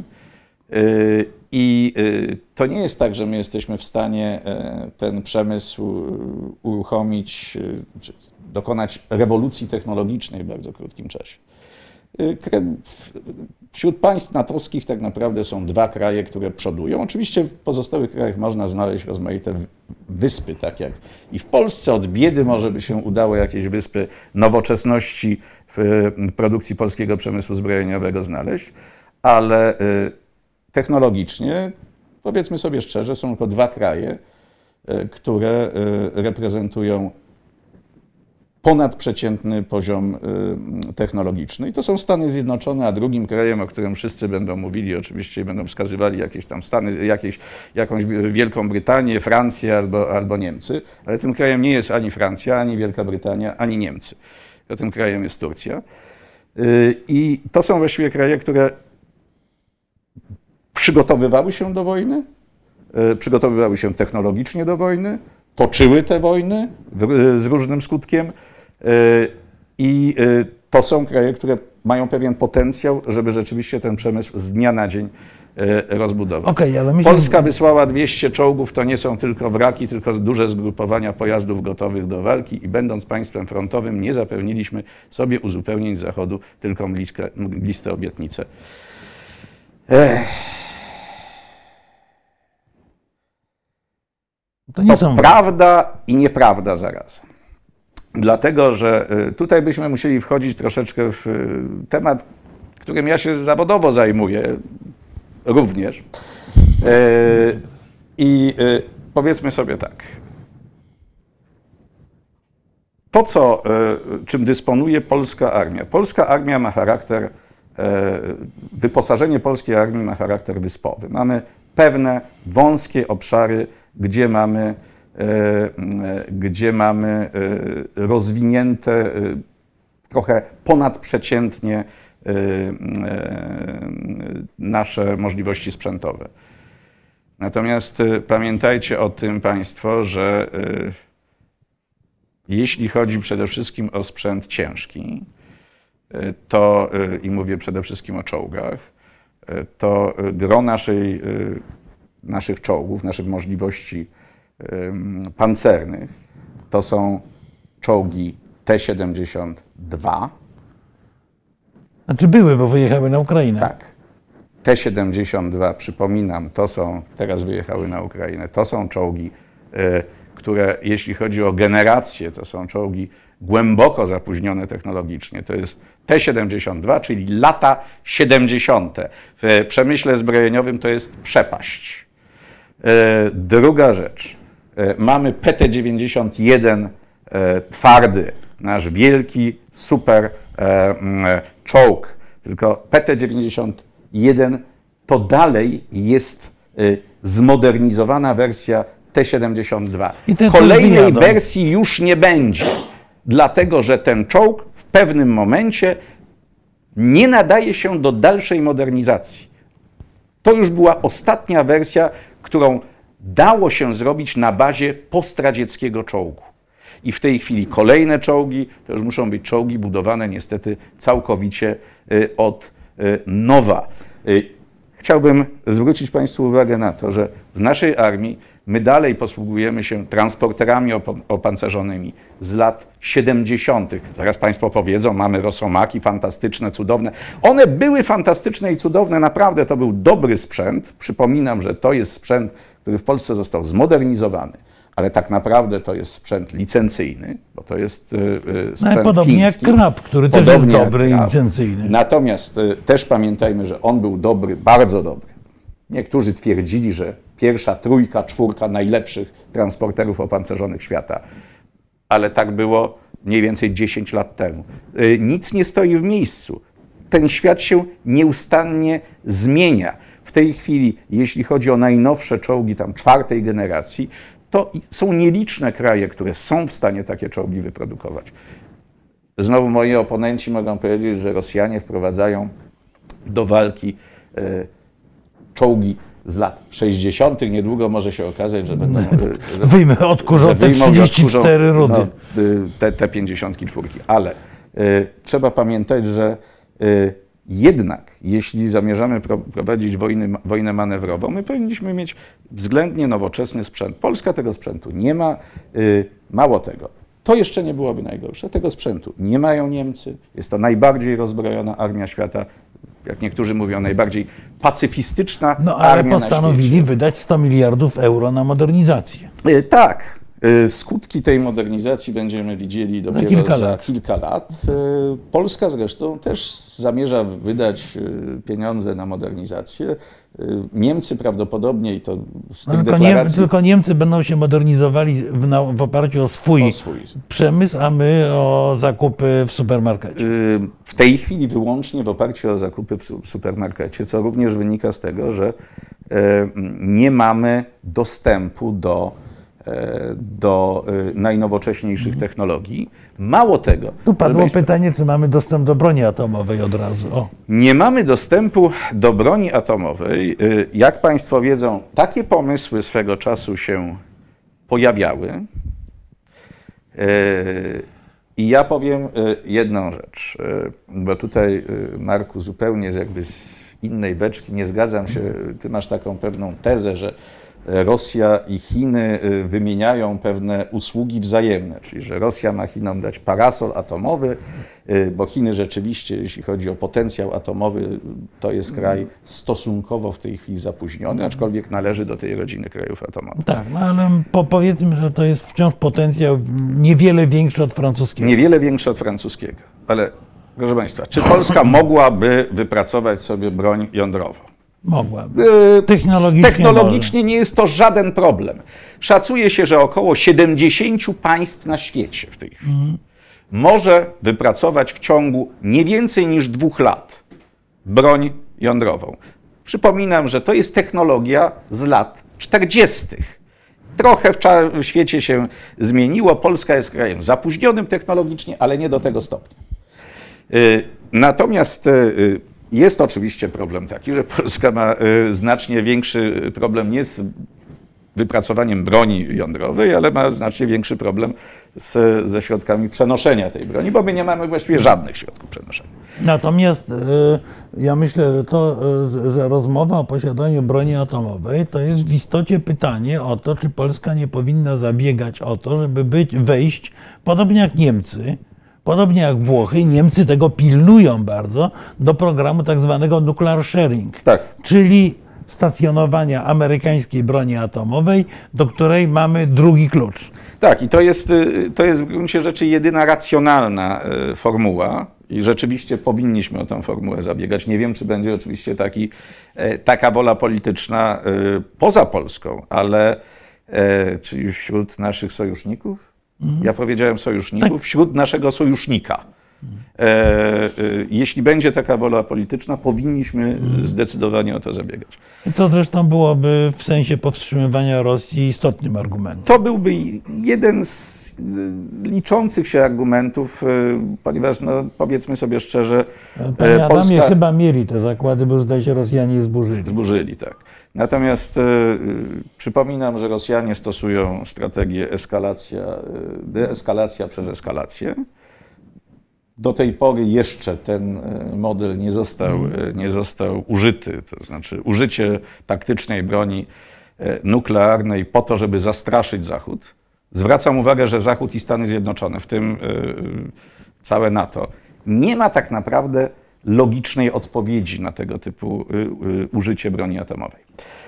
I to nie jest tak, że my jesteśmy w stanie ten przemysł uruchomić, czy dokonać rewolucji technologicznej w bardzo krótkim czasie. Wśród państw natowskich tak naprawdę są 2 kraje, które przodują. Oczywiście w pozostałych krajach można znaleźć rozmaite wyspy, tak jak i w Polsce. Od biedy może by się udało jakieś wyspy nowoczesności w produkcji polskiego przemysłu zbrojeniowego znaleźć, ale technologicznie, powiedzmy sobie szczerze, są tylko 2 kraje, które reprezentują ponadprzeciętny poziom technologiczny. I to są Stany Zjednoczone, a drugim krajem, o którym wszyscy będą mówili oczywiście i będą wskazywali jakieś tam Stany, jakąś Wielką Brytanię, Francję albo Niemcy, ale tym krajem nie jest ani Francja, ani Wielka Brytania, ani Niemcy. To tym krajem jest Turcja. I to są właściwie kraje, które przygotowywały się do wojny, przygotowywały się technologicznie do wojny, toczyły te wojny z różnym skutkiem i to są kraje, które mają pewien potencjał, żeby rzeczywiście ten przemysł z dnia na dzień rozbudować. Polska wysłała 200 czołgów, to nie są tylko wraki, tylko duże zgrupowania pojazdów gotowych do walki i będąc państwem frontowym nie zapewniliśmy sobie uzupełnień z Zachodu, tylko mgliste obietnice. To prawda i nieprawda zarazem. Dlatego, że tutaj byśmy musieli wchodzić troszeczkę w temat, którym ja się zawodowo zajmuję również. I powiedzmy sobie tak. To, czym dysponuje polska armia. Polska armia ma charakter, wyposażenie polskiej armii ma charakter wyspowy. Mamy pewne wąskie obszary, gdzie mamy rozwinięte trochę ponadprzeciętnie nasze możliwości sprzętowe. Natomiast pamiętajcie o tym państwo, że jeśli chodzi przede wszystkim o sprzęt ciężki, to, i mówię przede wszystkim o czołgach, to gro naszych czołgów, naszych możliwości pancernych, to są czołgi T-72. Znaczy były, bo wyjechały na Ukrainę. Tak. T-72, przypominam, teraz wyjechały na Ukrainę, to są czołgi, które jeśli chodzi o generację, to są czołgi głęboko zapóźnione technologicznie. To jest T-72, czyli lata 70. W przemyśle zbrojeniowym to jest przepaść. Druga rzecz. Mamy PT-91 twardy, nasz wielki, super czołg. Tylko PT-91 to dalej jest zmodernizowana wersja T-72. Kolejnej wersji już nie będzie, dlatego że ten czołg w pewnym momencie nie nadaje się do dalszej modernizacji. To już była ostatnia wersja, którą dało się zrobić na bazie postradzieckiego czołgu. I w tej chwili kolejne czołgi to już muszą być czołgi budowane niestety całkowicie od nowa. Chciałbym zwrócić Państwu uwagę na to, że w naszej armii my dalej posługujemy się transporterami opancerzonymi z lat 70. Zaraz Państwo powiedzą, mamy Rosomaki fantastyczne, cudowne. One były fantastyczne i cudowne, naprawdę to był dobry sprzęt. Przypominam, że to jest sprzęt, który w Polsce został zmodernizowany, ale tak naprawdę to jest sprzęt licencyjny, bo to jest sprzęt podobnie fiński. Jak Krab, który też jest dobry i licencyjny. Natomiast też pamiętajmy, że on był dobry, bardzo dobry. Niektórzy twierdzili, że pierwsza trójka, czwórka najlepszych transporterów opancerzonych świata. Ale tak było mniej więcej 10 lat temu. Nic nie stoi w miejscu. Ten świat się nieustannie zmienia. W tej chwili, jeśli chodzi o najnowsze czołgi tam 4. generacji, to są nieliczne kraje, które są w stanie takie czołgi wyprodukować. Znowu moi oponenci mogą powiedzieć, że Rosjanie wprowadzają do walki czołgi z lat 60. Niedługo może się okazać, że będą... Wyjmę odkurzą te 34 rudy. No, te 54. Ale trzeba pamiętać, że jednak jeśli zamierzamy prowadzić wojnę manewrową, my powinniśmy mieć względnie nowoczesny sprzęt. Polska tego sprzętu nie ma. Mało tego, to jeszcze nie byłoby najgorsze. Tego sprzętu nie mają Niemcy. Jest to najbardziej rozbrojona armia świata. Jak niektórzy mówią, najbardziej pacyfistyczna armia na świecie. Ale postanowili wydać 100 miliardów euro na modernizację. Tak. Skutki tej modernizacji będziemy widzieli dopiero za kilka lat. Polska zresztą też zamierza wydać pieniądze na modernizację. Niemcy prawdopodobnie i to z tych deklaracji... Tylko Niemcy będą się modernizowali w oparciu o swój przemysł, a my o zakupy w supermarkecie. W tej chwili wyłącznie w oparciu o zakupy w supermarkecie, co również wynika z tego, że nie mamy dostępu do najnowocześniejszych technologii. Mało tego. Tu padło pytanie, czy mamy dostęp do broni atomowej od razu. O. Nie mamy dostępu do broni atomowej. Jak Państwo wiedzą, takie pomysły swego czasu się pojawiały. I ja powiem jedną rzecz, bo tutaj, Marku, zupełnie jakby z innej beczki nie zgadzam się. Ty masz taką pewną tezę, że Rosja i Chiny wymieniają pewne usługi wzajemne, czyli że Rosja ma Chinom dać parasol atomowy, bo Chiny rzeczywiście, jeśli chodzi o potencjał atomowy, to jest kraj stosunkowo w tej chwili zapóźniony, aczkolwiek należy do tej rodziny krajów atomowych. Tak, no ale powiedzmy, że to jest wciąż potencjał niewiele większy od francuskiego. Niewiele większy od francuskiego, ale proszę Państwa, czy Polska mogłaby wypracować sobie broń jądrową? Mogłaby. Technologicznie nie jest to żaden problem. Szacuje się, że około 70 państw na świecie w tej chwili może wypracować w ciągu nie więcej niż 2 lat broń jądrową. Przypominam, że to jest technologia z lat 40. Trochę w świecie się zmieniło. Polska jest krajem zapóźnionym technologicznie, ale nie do tego stopnia. Natomiast Jest oczywiście problem taki, że Polska ma znacznie większy problem nie z wypracowaniem broni jądrowej, ale ma znacznie większy problem ze środkami przenoszenia tej broni, bo my nie mamy właściwie żadnych środków przenoszenia. Natomiast ja myślę, że rozmowa o posiadaniu broni atomowej to jest w istocie pytanie o to, czy Polska nie powinna zabiegać o to, żeby wejść, podobnie jak Niemcy, podobnie jak Włochy, Niemcy tego pilnują bardzo, do programu tak zwanego nuclear sharing, Tak. czyli stacjonowania amerykańskiej broni atomowej, do której mamy drugi klucz. Tak, i to jest w gruncie rzeczy jedyna racjonalna formuła i rzeczywiście powinniśmy o tę formułę zabiegać. Nie wiem, czy będzie oczywiście taka wola polityczna poza Polską, ale czyli wśród naszych sojuszników? Ja powiedziałem sojuszników, Tak. wśród naszego sojusznika. Jeśli będzie taka wola polityczna, powinniśmy zdecydowanie o to zabiegać. I to zresztą byłoby w sensie powstrzymywania Rosji istotnym argumentem. To byłby jeden z liczących się argumentów, ponieważ no, powiedzmy sobie szczerze, Panie Adamie, Polska chyba mieli te zakłady, bo już zdaje się Rosjanie je zburzyli. zburzyli, tak. Natomiast przypominam, że Rosjanie stosują strategię deeskalacja przez eskalację. Do tej pory jeszcze ten model nie został użyty, to znaczy użycie taktycznej broni nuklearnej po to, żeby zastraszyć Zachód. Zwracam uwagę, że Zachód i Stany Zjednoczone, w tym całe NATO, nie ma tak naprawdę logicznej odpowiedzi na tego typu użycie broni atomowej.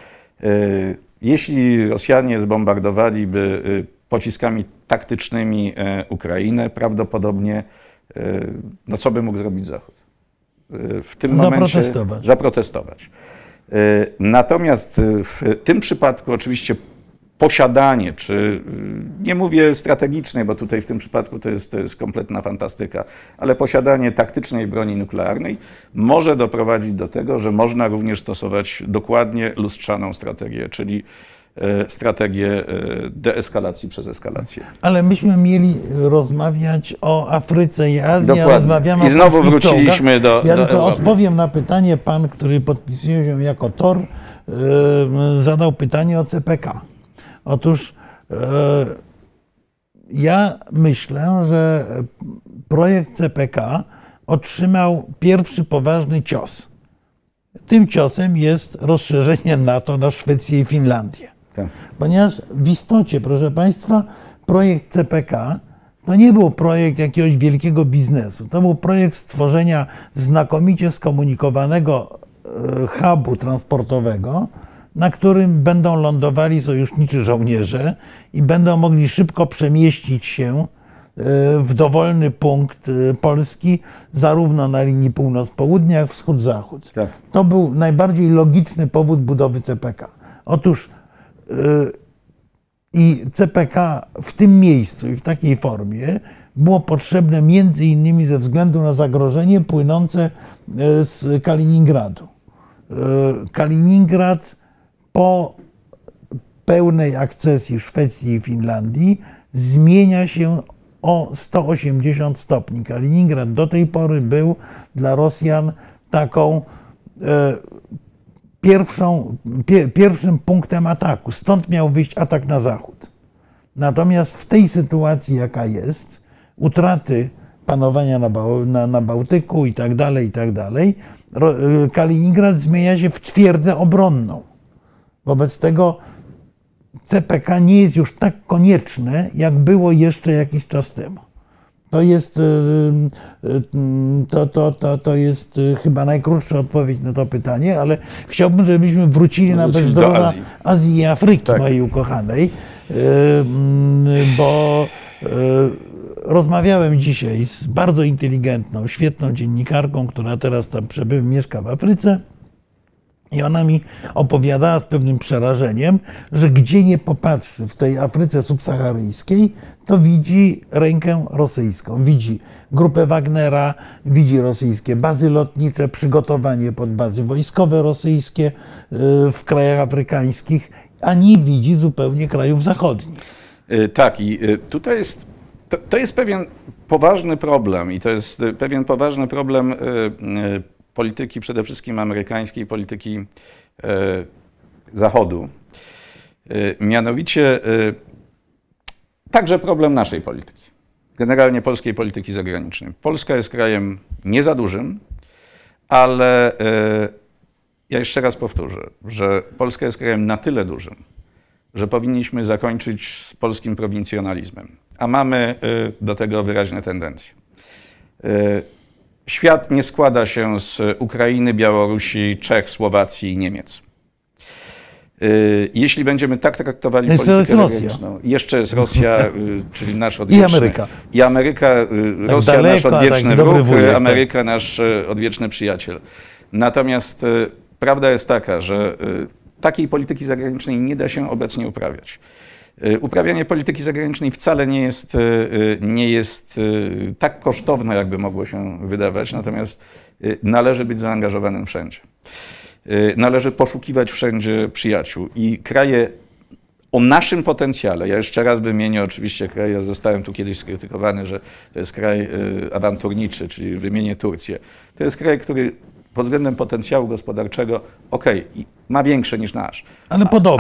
Jeśli Rosjanie zbombardowaliby pociskami taktycznymi Ukrainę, prawdopodobnie no co by mógł zrobić Zachód? W tym momencie zaprotestować. Natomiast w tym przypadku oczywiście posiadanie, czy nie mówię strategicznej, bo tutaj w tym przypadku to jest kompletna fantastyka, ale posiadanie taktycznej broni nuklearnej może doprowadzić do tego, że można również stosować dokładnie lustrzaną strategię, czyli strategię deeskalacji przez eskalację. Ale myśmy mieli rozmawiać o Afryce i Azji, Dokładnie. a rozmawiamy I znowu o polskich wróciliśmy czołgach. do Ja tylko Europy. odpowiem na pytanie. Pan, który podpisuje się jako Tor, zadał pytanie o CPK. Otóż ja myślę, że projekt CPK otrzymał pierwszy poważny cios. Tym ciosem jest rozszerzenie NATO na Szwecję i Finlandię. Tak. Ponieważ w istocie, proszę Państwa, projekt CPK to nie był projekt jakiegoś wielkiego biznesu. To był projekt stworzenia znakomicie skomunikowanego hubu transportowego, na którym będą lądowali sojuszniczy żołnierze i będą mogli szybko przemieścić się w dowolny punkt Polski, zarówno na linii północ-południe, jak wschód-zachód. Tak. To był najbardziej logiczny powód budowy CPK. Otóż i CPK w tym miejscu i w takiej formie było potrzebne między innymi ze względu na zagrożenie płynące z Kaliningradu. Kaliningrad po pełnej akcesji Szwecji i Finlandii zmienia się o 180 stopni. Kaliningrad do tej pory był dla Rosjan taką pierwszym punktem ataku. Stąd miał wyjść atak na zachód. Natomiast w tej sytuacji, jaka jest, utraty panowania na Bałtyku i tak dalej, Kaliningrad zmienia się w twierdzę obronną. Wobec tego CPK nie jest już tak konieczne, jak było jeszcze jakiś czas temu. To jest chyba najkrótsza odpowiedź na to pytanie, ale chciałbym, żebyśmy wrócili na bezdroża Azji i Afryki, tak, mojej ukochanej, bo rozmawiałem dzisiaj z bardzo inteligentną, świetną dziennikarką, która teraz tam mieszka w Afryce. I ona mi opowiadała z pewnym przerażeniem, że gdzie nie popatrzy w tej Afryce subsaharyjskiej, to widzi rękę rosyjską. Widzi grupę Wagnera, widzi rosyjskie bazy lotnicze, przygotowanie pod bazy wojskowe rosyjskie w krajach afrykańskich, a nie widzi zupełnie krajów zachodnich. Tak, i tutaj to jest pewien poważny problem i to jest pewien poważny problem polityki przede wszystkim amerykańskiej, polityki Zachodu. Mianowicie także problem naszej polityki, generalnie polskiej polityki zagranicznej. Polska jest krajem nie za dużym, ale ja jeszcze raz powtórzę, że Polska jest krajem na tyle dużym, że powinniśmy zakończyć z polskim prowincjonalizmem, a mamy do tego wyraźne tendencje. Świat nie składa się z Ukrainy, Białorusi, Czech, Słowacji i Niemiec. Jeśli będziemy tak traktowali politykę zagraniczną, jeszcze jest Rosja, czyli nasz odwieczny... I Ameryka. Rosja daleko, nasz odwieczny wróg, Ameryka nasz odwieczny przyjaciel. Natomiast prawda jest taka, że takiej polityki zagranicznej nie da się obecnie uprawiać. Uprawianie polityki zagranicznej wcale nie jest tak kosztowne, jakby mogło się wydawać, natomiast należy być zaangażowanym wszędzie. Należy poszukiwać wszędzie przyjaciół i kraje o naszym potencjale, ja jeszcze raz wymienię oczywiście kraj, ja zostałem tu kiedyś skrytykowany, że to jest kraj awanturniczy, czyli wymienię Turcję. To jest kraj, który pod względem potencjału gospodarczego, ma większe niż nasz. Ale podobny.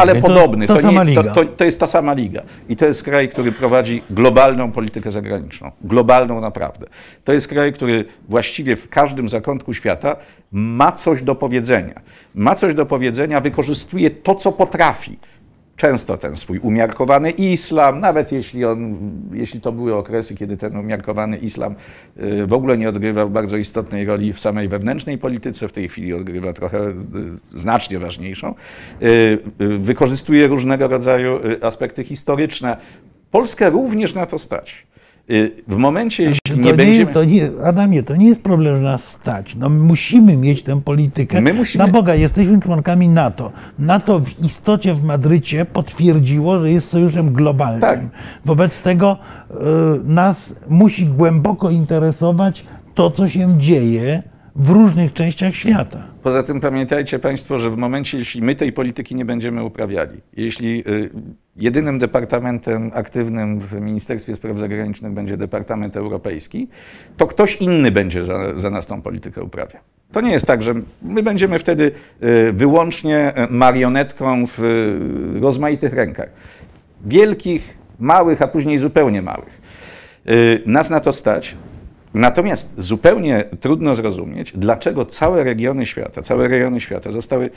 To jest ta sama liga. I to jest kraj, który prowadzi globalną politykę zagraniczną. Globalną naprawdę. To jest kraj, który właściwie w każdym zakątku świata ma coś do powiedzenia. Ma coś do powiedzenia, wykorzystuje to, co potrafi. Często ten swój umiarkowany islam, nawet jeśli to były okresy, kiedy ten umiarkowany islam w ogóle nie odgrywał bardzo istotnej roli w samej wewnętrznej polityce, w tej chwili odgrywa trochę znacznie ważniejszą, wykorzystuje różnego rodzaju aspekty historyczne. Polskę również na to stać. W momencie, jeśli nie będziemy... Adamie, to nie jest problem, że nas stać. No, musimy mieć tę politykę. Na Boga, jesteśmy członkami NATO. NATO w istocie w Madrycie potwierdziło, że jest sojuszem globalnym. Tak. Wobec tego nas musi głęboko interesować to, co się dzieje w różnych częściach świata. Poza tym pamiętajcie Państwo, że w momencie, jeśli my tej polityki nie będziemy uprawiali, jeśli jedynym departamentem aktywnym w Ministerstwie Spraw Zagranicznych będzie Departament Europejski, to ktoś inny będzie za nas tą politykę uprawiał. To nie jest tak, że my będziemy wtedy wyłącznie marionetką w rozmaitych rękach. Wielkich, małych, a później zupełnie małych. Nas na to stać. Natomiast zupełnie trudno zrozumieć, dlaczego całe rejony świata zostały,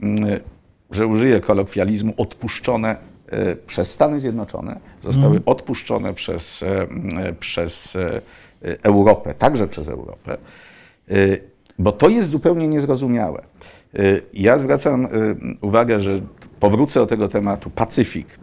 że użyję kolokwializmu, odpuszczone przez Stany Zjednoczone, zostały odpuszczone przez Europę, także przez Europę, bo to jest zupełnie niezrozumiałe. Ja zwracam uwagę, że powrócę do tego tematu, Pacyfik.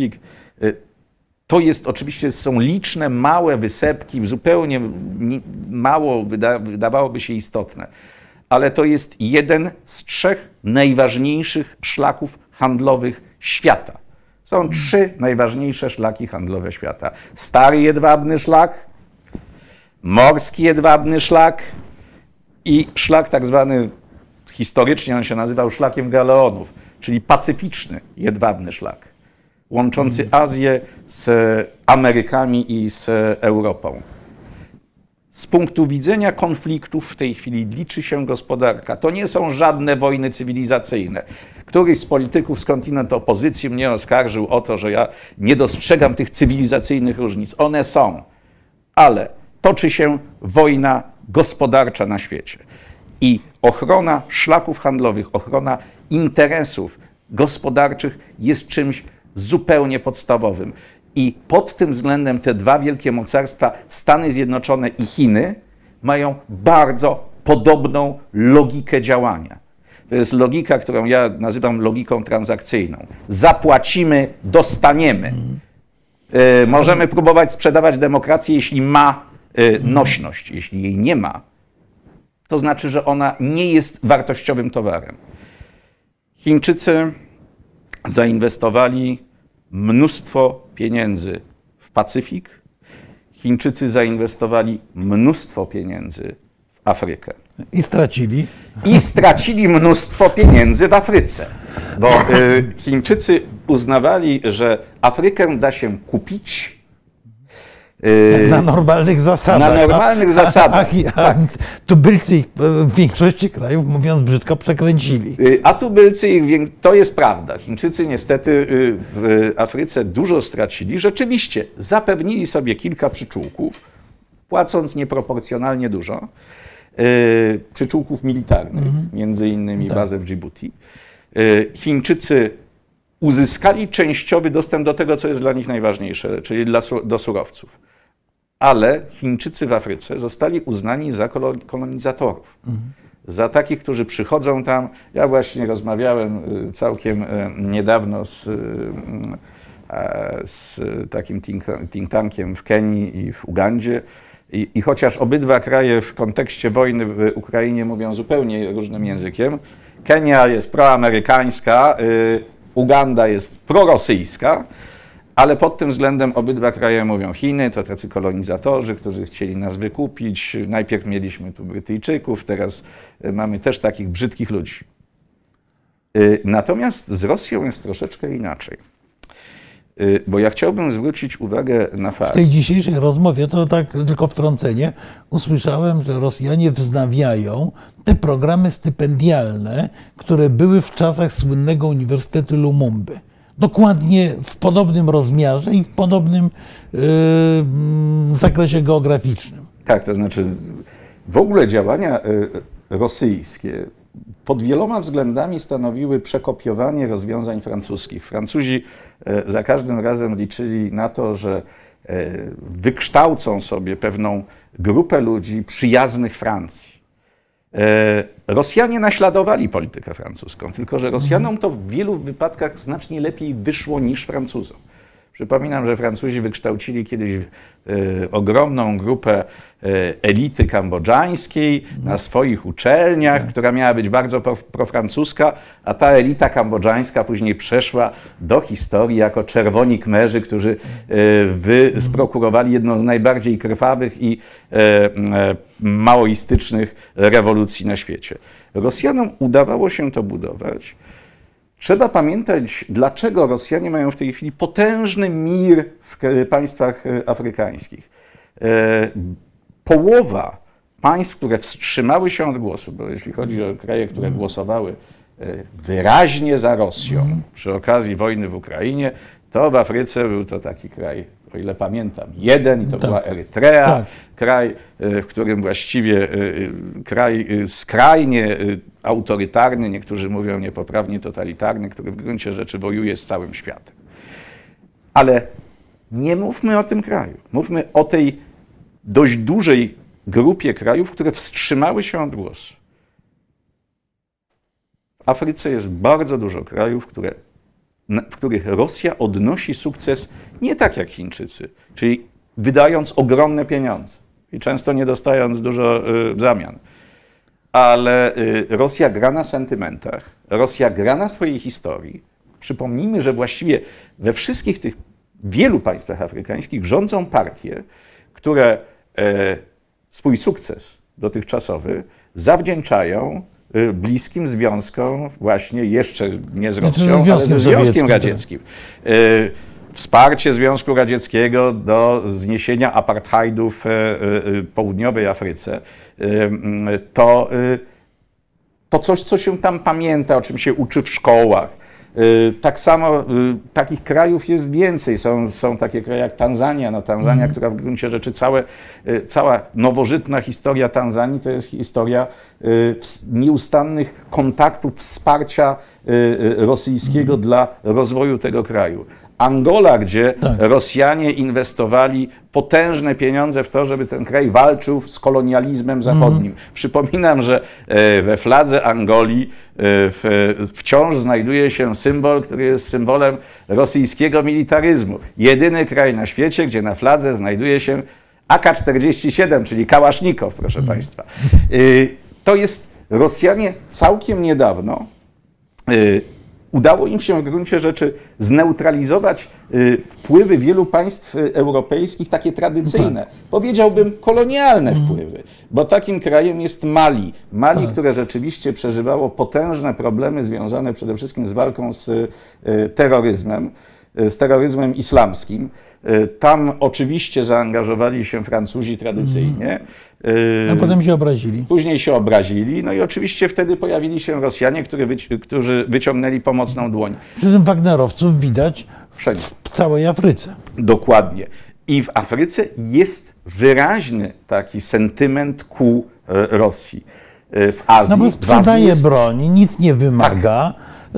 To jest oczywiście, są liczne, małe wysepki, zupełnie mało wydawałoby się istotne, ale to jest jeden z 3 najważniejszych szlaków handlowych świata. Są 3 najważniejsze szlaki handlowe świata. Stary Jedwabny Szlak, Morski Jedwabny Szlak i szlak tak zwany, historycznie on się nazywał Szlakiem Galeonów, czyli Pacyficzny Jedwabny Szlak, łączący Azję z Amerykami i z Europą. Z punktu widzenia konfliktów w tej chwili liczy się gospodarka. To nie są żadne wojny cywilizacyjne. Któryś z polityków z kontynentu opozycji mnie oskarżył o to, że ja nie dostrzegam tych cywilizacyjnych różnic. One są, ale toczy się wojna gospodarcza na świecie. I ochrona szlaków handlowych, ochrona interesów gospodarczych jest czymś zupełnie podstawowym. I pod tym względem te 2 wielkie mocarstwa, Stany Zjednoczone i Chiny, mają bardzo podobną logikę działania. To jest logika, którą ja nazywam logiką transakcyjną. Zapłacimy, dostaniemy. Możemy próbować sprzedawać demokrację, jeśli ma nośność. Jeśli jej nie ma, to znaczy, że ona nie jest wartościowym towarem. Chińczycy zainwestowali mnóstwo pieniędzy w Pacyfik. Chińczycy zainwestowali mnóstwo pieniędzy w Afrykę. I stracili. I stracili mnóstwo pieniędzy w Afryce. Bo Chińczycy uznawali, że Afrykę da się kupić, Na normalnych zasadach. Na normalnych zasadach. A tubylcy ich w większości krajów, mówiąc brzydko, przekręcili. A tubylcy, to jest prawda. Chińczycy niestety w Afryce dużo stracili. Rzeczywiście zapewnili sobie kilka przyczółków, płacąc nieproporcjonalnie dużo. Przyczółków militarnych, między innymi bazę w Dżibuti. Chińczycy uzyskali częściowy dostęp do tego, co jest dla nich najważniejsze, czyli do surowców. Ale Chińczycy w Afryce zostali uznani za kolonizatorów. Za takich, którzy przychodzą tam. Ja właśnie rozmawiałem całkiem niedawno z takim think tankiem w Kenii i w Ugandzie. I chociaż obydwa kraje w kontekście wojny w Ukrainie mówią zupełnie różnym językiem, Kenia jest proamerykańska, Uganda jest prorosyjska, ale pod tym względem obydwa kraje mówią: Chiny to tacy kolonizatorzy, którzy chcieli nas wykupić. Najpierw mieliśmy tu Brytyjczyków, teraz mamy też takich brzydkich ludzi. Natomiast z Rosją jest troszeczkę inaczej. Bo ja chciałbym zwrócić uwagę na fakt. W tej dzisiejszej rozmowie, to tak tylko wtrącenie, usłyszałem, że Rosjanie wznawiają te programy stypendialne, które były w czasach słynnego Uniwersytetu Lumumby. Dokładnie w podobnym rozmiarze i w podobnym zakresie geograficznym. Tak, to znaczy w ogóle działania rosyjskie pod wieloma względami stanowiły przekopiowanie rozwiązań francuskich. Francuzi za każdym razem liczyli na to, że wykształcą sobie pewną grupę ludzi przyjaznych Francji. Rosjanie naśladowali politykę francuską, tylko że Rosjanom to w wielu wypadkach znacznie lepiej wyszło niż Francuzom. Przypominam, że Francuzi wykształcili kiedyś ogromną grupę elity kambodżańskiej na swoich uczelniach, która miała być bardzo profrancuska, a ta elita kambodżańska później przeszła do historii jako czerwoni kmerzy, którzy sprokurowali jedną z najbardziej krwawych i maoistycznych rewolucji na świecie. Rosjanom udawało się to budować. Trzeba pamiętać, dlaczego Rosjanie mają w tej chwili potężny mir w państwach afrykańskich. Połowa państw, które wstrzymały się od głosu, bo jeśli chodzi o kraje, które głosowały wyraźnie za Rosją przy okazji wojny w Ukrainie, to w Afryce był to taki kraj, o ile pamiętam, jeden, i to była Erytrea, kraj, w którym właściwie kraj skrajnie autorytarny, niektórzy mówią niepoprawnie totalitarny, który w gruncie rzeczy wojuje z całym światem. Ale nie mówmy o tym kraju. Mówmy o tej dość dużej grupie krajów, które wstrzymały się od głosu. W Afryce jest bardzo dużo krajów, w których Rosja odnosi sukces nie tak jak Chińczycy, czyli wydając ogromne pieniądze i często nie dostając dużo w zamian. Ale Rosja gra na sentymentach, Rosja gra na swojej historii. Przypomnijmy, że właściwie we wszystkich tych wielu państwach afrykańskich rządzą partie, które swój sukces dotychczasowy zawdzięczają bliskim związkom właśnie jeszcze nie z Rosją, ale ze Związkiem Radzieckim. Wsparcie Związku Radzieckiego do zniesienia apartheidu w południowej Afryce, to coś, co się tam pamięta, o czym się uczy w szkołach. Tak samo takich krajów jest więcej. Są takie kraje jak Tanzania. No, Tanzania, która w gruncie rzeczy cała nowożytna historia Tanzanii to jest historia nieustannych kontaktów, wsparcia rosyjskiego dla rozwoju tego kraju. Angola, gdzie Rosjanie inwestowali potężne pieniądze w to, żeby ten kraj walczył z kolonializmem zachodnim. Przypominam, że we fladze Angolii wciąż znajduje się symbol, który jest symbolem rosyjskiego militaryzmu. Jedyny kraj na świecie, gdzie na fladze znajduje się AK-47, czyli kałasznikow, proszę Państwa. To jest Rosjanie całkiem niedawno udało im się w gruncie rzeczy zneutralizować wpływy wielu państw europejskich, takie tradycyjne, powiedziałbym kolonialne wpływy, bo takim krajem jest Mali. Mali, które rzeczywiście przeżywało potężne problemy związane przede wszystkim z walką z terroryzmem. z terroryzmem islamskim. Tam oczywiście zaangażowali się Francuzi tradycyjnie. A potem się obrazili. Później się obrazili, no i oczywiście wtedy pojawili się Rosjanie, którzy wyciągnęli pomocną dłoń. Przy tym Wagnerowców widać Wszędzie. w całej Afryce. Dokładnie. I w Afryce jest wyraźny taki sentyment ku Rosji. W Azji. No bo sprzedaje jest... broń, nic nie wymaga.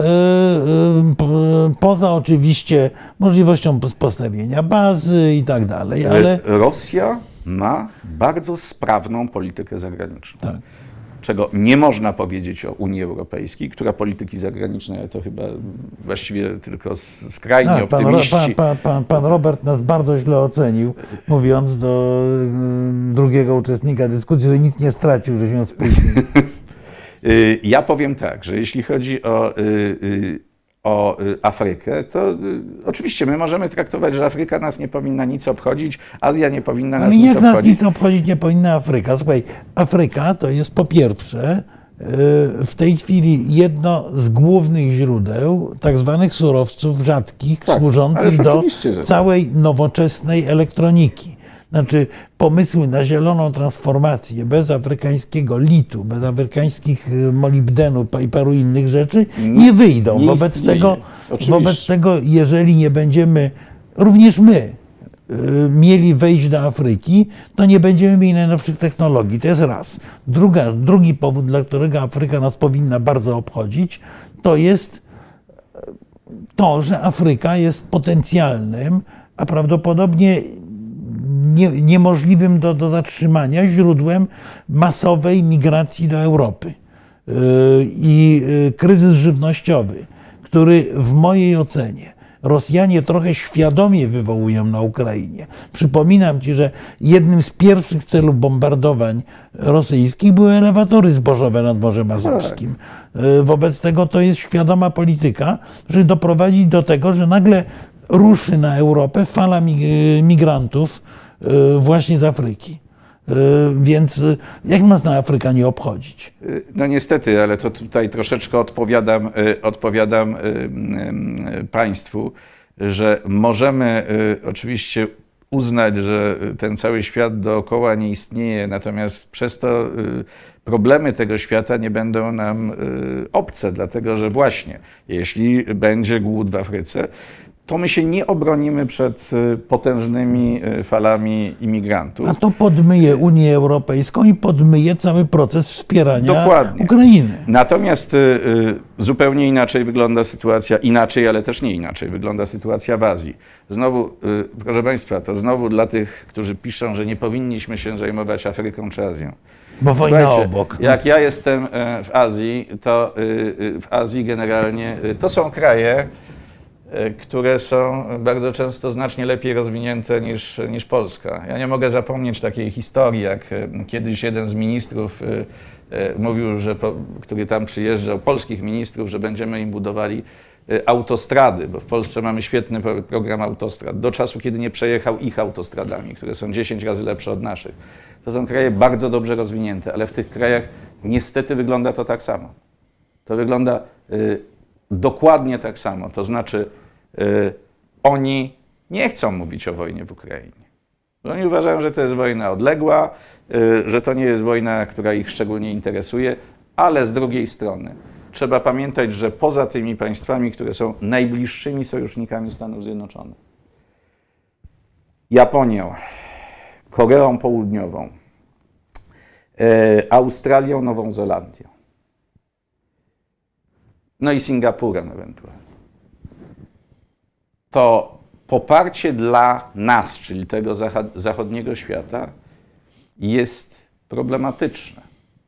Poza oczywiście możliwością postawienia bazy i tak dalej, ale... Rosja ma bardzo sprawną politykę zagraniczną. Tak. Czego nie można powiedzieć o Unii Europejskiej, która polityki zagranicznej to chyba właściwie tylko skrajnie optymiści. Pan Robert nas bardzo źle ocenił, mówiąc do drugiego uczestnika dyskusji, że nic nie stracił, że się spóźnił. Ja powiem tak, że jeśli chodzi o Afrykę, to oczywiście my możemy traktować, że Afryka nas nie powinna nic obchodzić, Azja nie powinna nas nic obchodzić. Ale jak nas nic obchodzić nie powinna Afryka? Słuchaj, Afryka to jest po pierwsze w tej chwili jedno z głównych źródeł tak zwanych surowców rzadkich, służących do całej nowoczesnej elektroniki. Znaczy pomysły na zieloną transformację bez afrykańskiego litu, bez afrykańskich molibdenu i paru innych rzeczy nie wyjdą. Wobec tego, jeżeli nie będziemy, również my, mieli wejść do Afryki, to nie będziemy mieli najnowszych technologii. To jest raz. Drugi powód, dla którego Afryka nas powinna bardzo obchodzić, to jest to, że Afryka jest potencjalnym, a prawdopodobnie niemożliwym do zatrzymania źródłem masowej migracji do Europy. I kryzys żywnościowy, który w mojej ocenie Rosjanie trochę świadomie wywołują na Ukrainie. Przypominam ci, że jednym z pierwszych celów bombardowań rosyjskich były elewatory zbożowe nad Morzem Azowskim. Wobec tego to jest świadoma polityka, żeby doprowadzić do tego, że nagle ruszy na Europę fala migrantów właśnie z Afryki. Więc jak nas na Afryka nie obchodzić? No niestety, ale to tutaj troszeczkę odpowiadam Państwu, że możemy oczywiście uznać, że ten cały świat dookoła nie istnieje, natomiast przez to problemy tego świata nie będą nam obce, dlatego że właśnie jeśli będzie głód w Afryce, to my się nie obronimy przed potężnymi falami imigrantów. A to podmyje Unię Europejską i podmyje cały proces wspierania Ukrainy. Natomiast zupełnie inaczej wygląda sytuacja, ale też nie inaczej wygląda sytuacja w Azji. Znowu, proszę Państwa, to znowu dla tych, którzy piszą, że nie powinniśmy się zajmować Afryką czy Azją. Bo wojna obok. Jak ja jestem w Azji, to w Azji generalnie to są kraje, które są bardzo często znacznie lepiej rozwinięte niż Polska. Ja nie mogę zapomnieć takiej historii, jak kiedyś jeden z ministrów mówił, który tam przyjeżdżał, polskich ministrów, że będziemy im budowali autostrady, bo w Polsce mamy świetny program autostrad, do czasu, kiedy nie przejechał ich autostradami, które są 10 razy lepsze od naszych. To są kraje bardzo dobrze rozwinięte, ale w tych krajach niestety wygląda to tak samo. To wygląda dokładnie tak samo. To znaczy oni nie chcą mówić o wojnie w Ukrainie. Oni uważają, że to jest wojna odległa, że to nie jest wojna, która ich szczególnie interesuje, ale z drugiej strony trzeba pamiętać, że poza tymi państwami, które są najbliższymi sojusznikami Stanów Zjednoczonych, Japonią, Koreą Południową, Australią, Nową Zelandią, no i Singapurem ewentualnie, to poparcie dla nas, czyli tego zachodniego świata, jest problematyczne.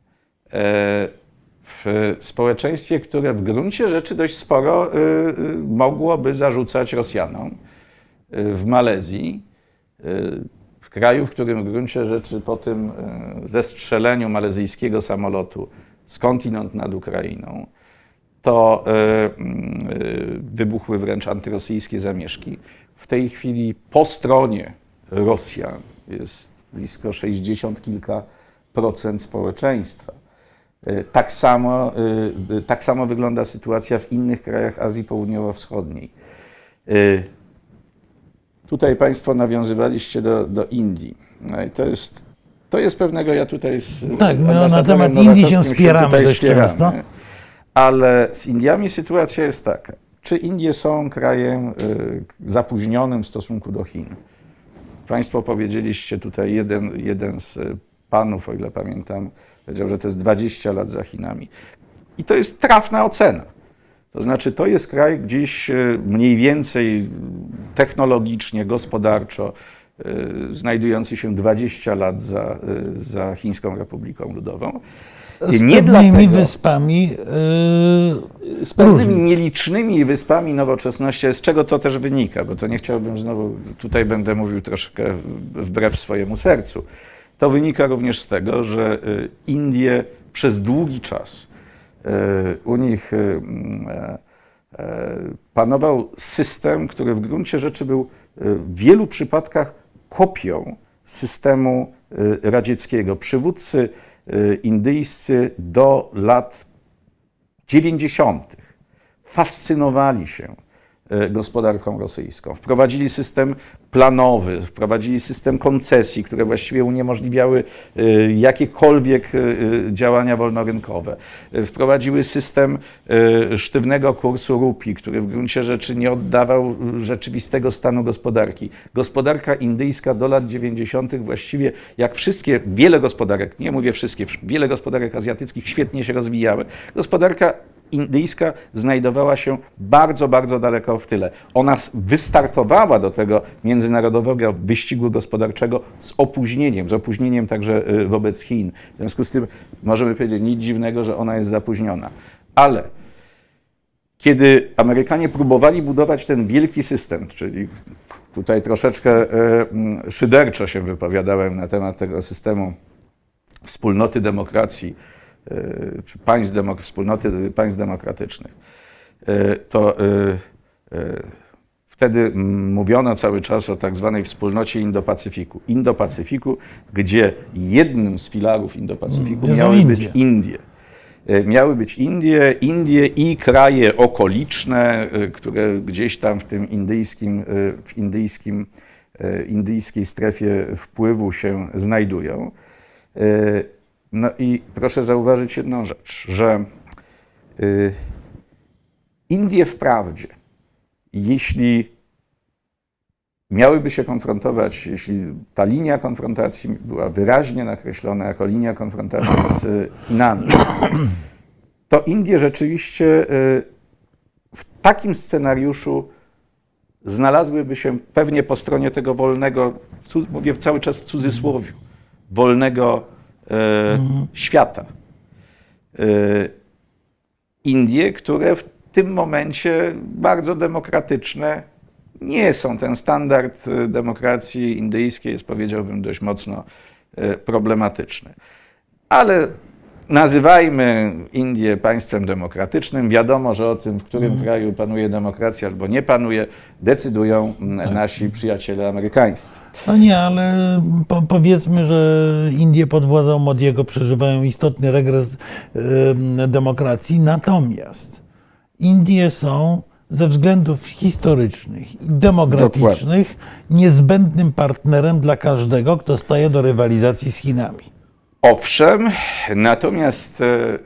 W społeczeństwie, które w gruncie rzeczy dość sporo mogłoby zarzucać Rosjanom, w Malezji, w kraju, w którym w gruncie rzeczy po tym zestrzeleniu malezyjskiego samolotu skądinąd nad Ukrainą, to wybuchły wręcz antyrosyjskie zamieszki. W tej chwili po stronie Rosjan jest blisko 60 kilka procent społeczeństwa. Tak samo wygląda sytuacja w innych krajach Azji Południowo-Wschodniej. Tutaj Państwo nawiązywaliście do Indii. No i to jest pewnego, ja tutaj z Tak, my na ambasadorem temat Indii się Nowakowskim spieramy tutaj dość często. Ale z Indiami sytuacja jest taka. Czy Indie są krajem zapóźnionym w stosunku do Chin? Państwo powiedzieliście tutaj, jeden z panów, o ile pamiętam, powiedział, że to jest 20 lat za Chinami. I to jest trafna ocena. To znaczy, to jest kraj gdzieś mniej więcej technologicznie, gospodarczo znajdujący się 20 lat za Chińską Republiką Ludową. Z pewnymi wyspami z pewnymi różnic. nielicznymi wyspami nowoczesności, z czego to też wynika, bo to nie chciałbym znowu, tutaj będę mówił troszkę wbrew swojemu sercu. To wynika również z tego, że Indie przez długi czas u nich panował system, który w gruncie rzeczy był w wielu przypadkach kopią systemu radzieckiego. Przywódcy indyjscy do lat 90. fascynowali się gospodarką rosyjską. Wprowadzili system planowy, wprowadzili system koncesji, które właściwie uniemożliwiały jakiekolwiek działania wolnorynkowe. Wprowadziły system sztywnego kursu rupii, który w gruncie rzeczy nie oddawał rzeczywistego stanu gospodarki. Gospodarka indyjska do lat 90. właściwie, jak wszystkie, wiele gospodarek, nie mówię wszystkie, wiele gospodarek azjatyckich świetnie się rozwijały. Gospodarka indyjska znajdowała się bardzo, bardzo daleko w tyle. Ona wystartowała do tego międzynarodowego wyścigu gospodarczego z opóźnieniem także wobec Chin. W związku z tym możemy powiedzieć, nic dziwnego, że ona jest zapóźniona. Ale kiedy Amerykanie próbowali budować ten wielki system, czyli tutaj troszeczkę szyderczo się wypowiadałem na temat tego systemu wspólnoty demokracji, czy wspólnoty państw demokratycznych, to wtedy mówiono cały czas o tak zwanej wspólnocie Indo-Pacyfiku, gdzie jednym z filarów Indo-Pacyfiku miały być Indie. Miały być Indie i kraje okoliczne, które gdzieś tam w tym indyjskiej strefie wpływu się znajdują. No i proszę zauważyć jedną rzecz, że Indie wprawdzie, jeśli miałyby się konfrontować, jeśli ta linia konfrontacji była wyraźnie nakreślona jako linia konfrontacji z Chinami, to Indie rzeczywiście w takim scenariuszu znalazłyby się pewnie po stronie tego wolnego, mówię cały czas w cudzysłowiu, wolnego świata. Indie, które w tym momencie bardzo demokratyczne nie są. Ten standard demokracji indyjskiej jest, powiedziałbym, dość mocno problematyczny. Ale nazywajmy Indię państwem demokratycznym. Wiadomo, że o tym, w którym kraju panuje demokracja albo nie panuje, decydują nasi przyjaciele amerykańscy. No nie, ale powiedzmy, że Indie pod władzą Modiego przeżywają istotny regres demokracji. Natomiast Indie są ze względów historycznych i demograficznych niezbędnym partnerem dla każdego, kto staje do rywalizacji z Chinami. Owszem, natomiast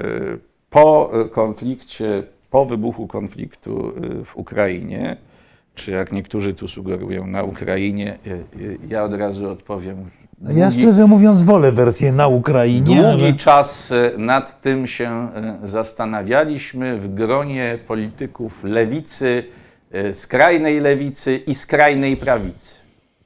po wybuchu konfliktu w Ukrainie, czy jak niektórzy tu sugerują na Ukrainie, ja od razu odpowiem. Ja szczerze mówiąc wolę wersję na Ukrainie. Długi czas nad tym się zastanawialiśmy w gronie polityków lewicy, skrajnej lewicy i skrajnej prawicy.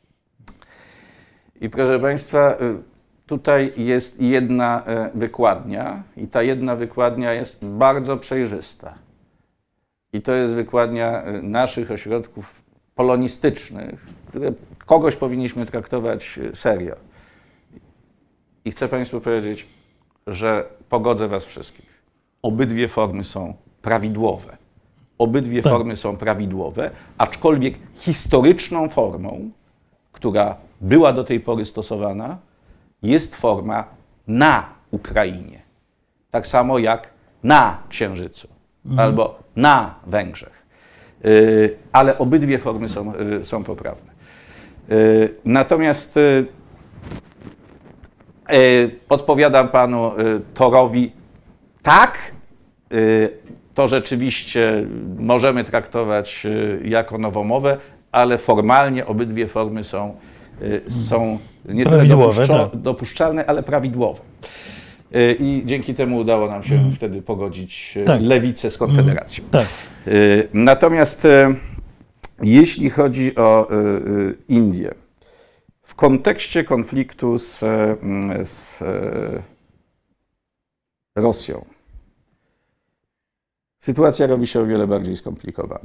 I proszę Państwa, tutaj jest jedna wykładnia i ta jedna wykładnia jest bardzo przejrzysta. I to jest wykładnia naszych ośrodków polonistycznych, które kogoś powinniśmy traktować serio. I chcę Państwu powiedzieć, że pogodzę Was wszystkich. Obydwie formy są prawidłowe. Obydwie formy są prawidłowe, aczkolwiek historyczną formą, która była do tej pory stosowana, jest forma na Ukrainie. Tak samo jak na Księżycu albo na Węgrzech. Ale obydwie formy są poprawne. Natomiast odpowiadam panu Thorowi, tak, to rzeczywiście możemy traktować jako nowomowę, ale formalnie obydwie formy są nie tyle dopuszczalne, ale prawidłowe. I dzięki temu udało nam się wtedy pogodzić lewicę z Konfederacją. Tak. Natomiast jeśli chodzi o Indię, w kontekście konfliktu z Rosją, sytuacja robi się o wiele bardziej skomplikowana.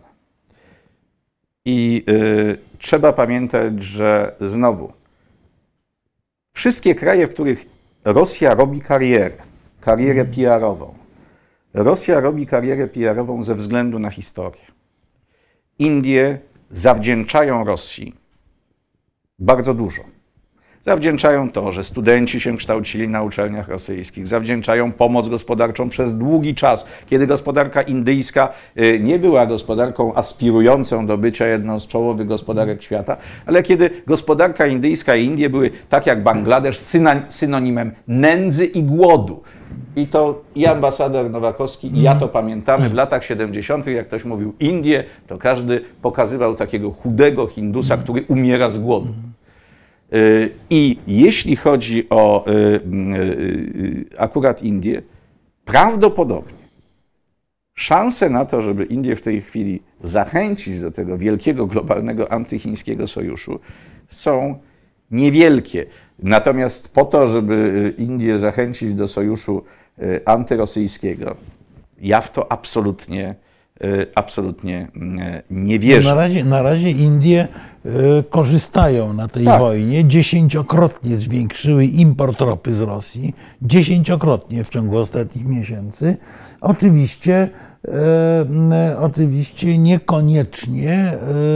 I trzeba pamiętać, że znowu wszystkie kraje, w których Rosja robi karierę PR-ową, Rosja robi karierę PR-ową ze względu na historię. Indie zawdzięczają Rosji bardzo dużo. Zawdzięczają to, że studenci się kształcili na uczelniach rosyjskich, zawdzięczają pomoc gospodarczą przez długi czas, kiedy gospodarka indyjska nie była gospodarką aspirującą do bycia jedną z czołowych gospodarek świata, ale kiedy gospodarka indyjska i Indie były, tak jak Bangladesz, synonimem nędzy i głodu. I to i ambasador Nowakowski, i ja to pamiętamy w latach 70., jak ktoś mówił Indie, to każdy pokazywał takiego chudego Hindusa, który umiera z głodu. I jeśli chodzi o akurat Indię, prawdopodobnie szanse na to, żeby Indię w tej chwili zachęcić do tego wielkiego globalnego antychińskiego sojuszu są niewielkie. Natomiast po to, żeby Indię zachęcić do sojuszu antyrosyjskiego, ja w to absolutnie nie wierzę. Na razie Indie korzystają na tej wojnie. 10-krotnie zwiększyły import ropy z Rosji. 10-krotnie w ciągu ostatnich miesięcy. Oczywiście niekoniecznie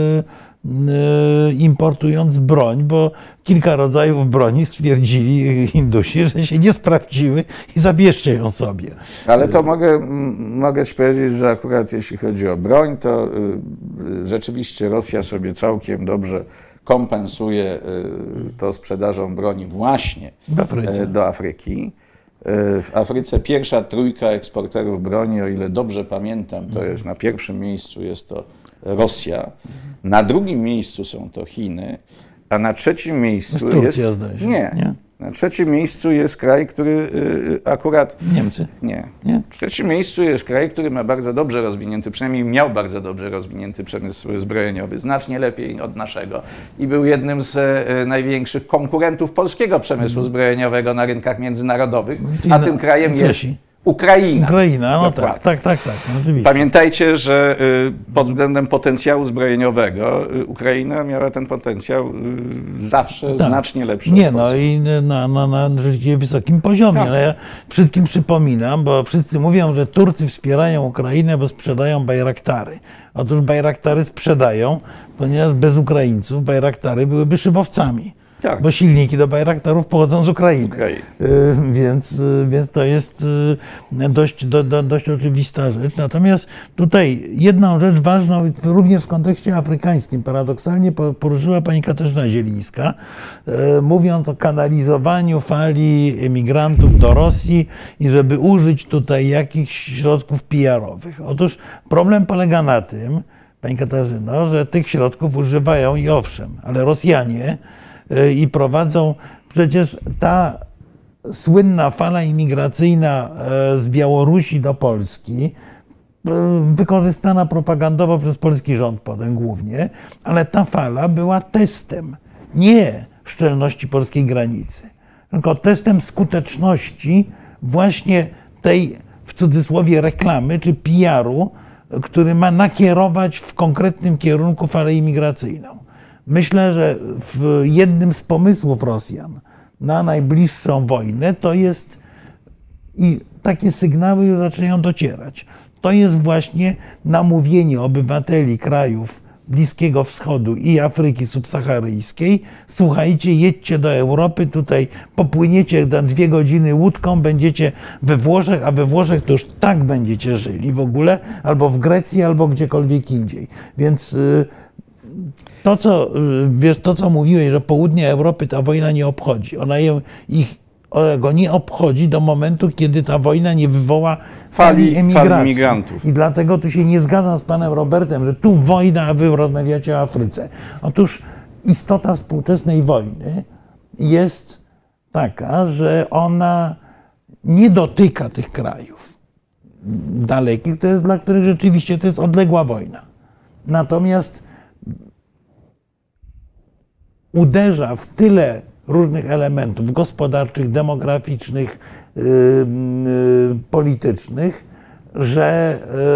importując broń, bo kilka rodzajów broni stwierdzili Hindusi, że się nie sprawdziły i zabierzcie ją sobie. Ale to mogę ci powiedzieć, że akurat jeśli chodzi o broń, to rzeczywiście Rosja sobie całkiem dobrze kompensuje to sprzedażą broni właśnie do Afryki. W Afryce pierwsza trójka eksporterów broni, o ile dobrze pamiętam, to jest na pierwszym miejscu jest to Rosja, na drugim miejscu są to Chiny, a na trzecim miejscu Turcja, jest... zdaje się. Nie. Na trzecim miejscu jest kraj, który akurat... Niemcy? Nie. W trzecim miejscu jest kraj, który ma bardzo dobrze rozwinięty, przynajmniej miał bardzo dobrze rozwinięty przemysł zbrojeniowy, znacznie lepiej od naszego i był jednym z największych konkurentów polskiego przemysłu zbrojeniowego na rynkach międzynarodowych, a tym krajem jest Ukraina. No tak, no oczywiście. Pamiętajcie, że pod względem potencjału zbrojeniowego Ukraina miała ten potencjał zawsze znacznie lepszy. I na rzeczywiście wysokim poziomie. No ja wszystkim przypominam, bo wszyscy mówią, że Turcy wspierają Ukrainę, bo sprzedają bajraktary. Otóż bajraktary sprzedają, ponieważ bez Ukraińców bajraktary byłyby szybowcami. Bo silniki do bajraktarów pochodzą z Ukrainy. Więc to jest dość oczywista rzecz. Natomiast tutaj jedną rzecz ważną, również w kontekście afrykańskim, paradoksalnie poruszyła pani Katarzyna Zielińska, mówiąc o kanalizowaniu fali emigrantów do Rosji i żeby użyć tutaj jakichś środków PR-owych. Otóż problem polega na tym, pani Katarzyno, że tych środków używają i owszem, ale Rosjanie i prowadzą, przecież ta słynna fala imigracyjna z Białorusi do Polski, wykorzystana propagandowo przez polski rząd potem głównie, ale ta fala była testem nie szczelności polskiej granicy, tylko testem skuteczności właśnie tej, w cudzysłowie, reklamy czy PR-u, który ma nakierować w konkretnym kierunku falę imigracyjną. Myślę, że jednym z pomysłów Rosjan na najbliższą wojnę to jest, i takie sygnały już zaczynają docierać, to jest właśnie namówienie obywateli krajów Bliskiego Wschodu i Afryki subsaharyjskiej. Słuchajcie, jedźcie do Europy, tutaj popłyniecie na 2 godziny łódką, będziecie we Włoszech, a we Włoszech to już tak będziecie żyli w ogóle, albo w Grecji, albo gdziekolwiek indziej. Więc to, co mówiłeś, że południe Europy ta wojna nie obchodzi. Ona go nie obchodzi do momentu, kiedy ta wojna nie wywoła fali emigracji. Migrantów. I dlatego tu się nie zgadzam z panem Robertem, że tu wojna, a wy rozmawiacie o Afryce. Otóż istota współczesnej wojny jest taka, że ona nie dotyka tych krajów dalekich, dla których rzeczywiście to jest odległa wojna. Natomiast uderza w tyle różnych elementów gospodarczych, demograficznych, politycznych, że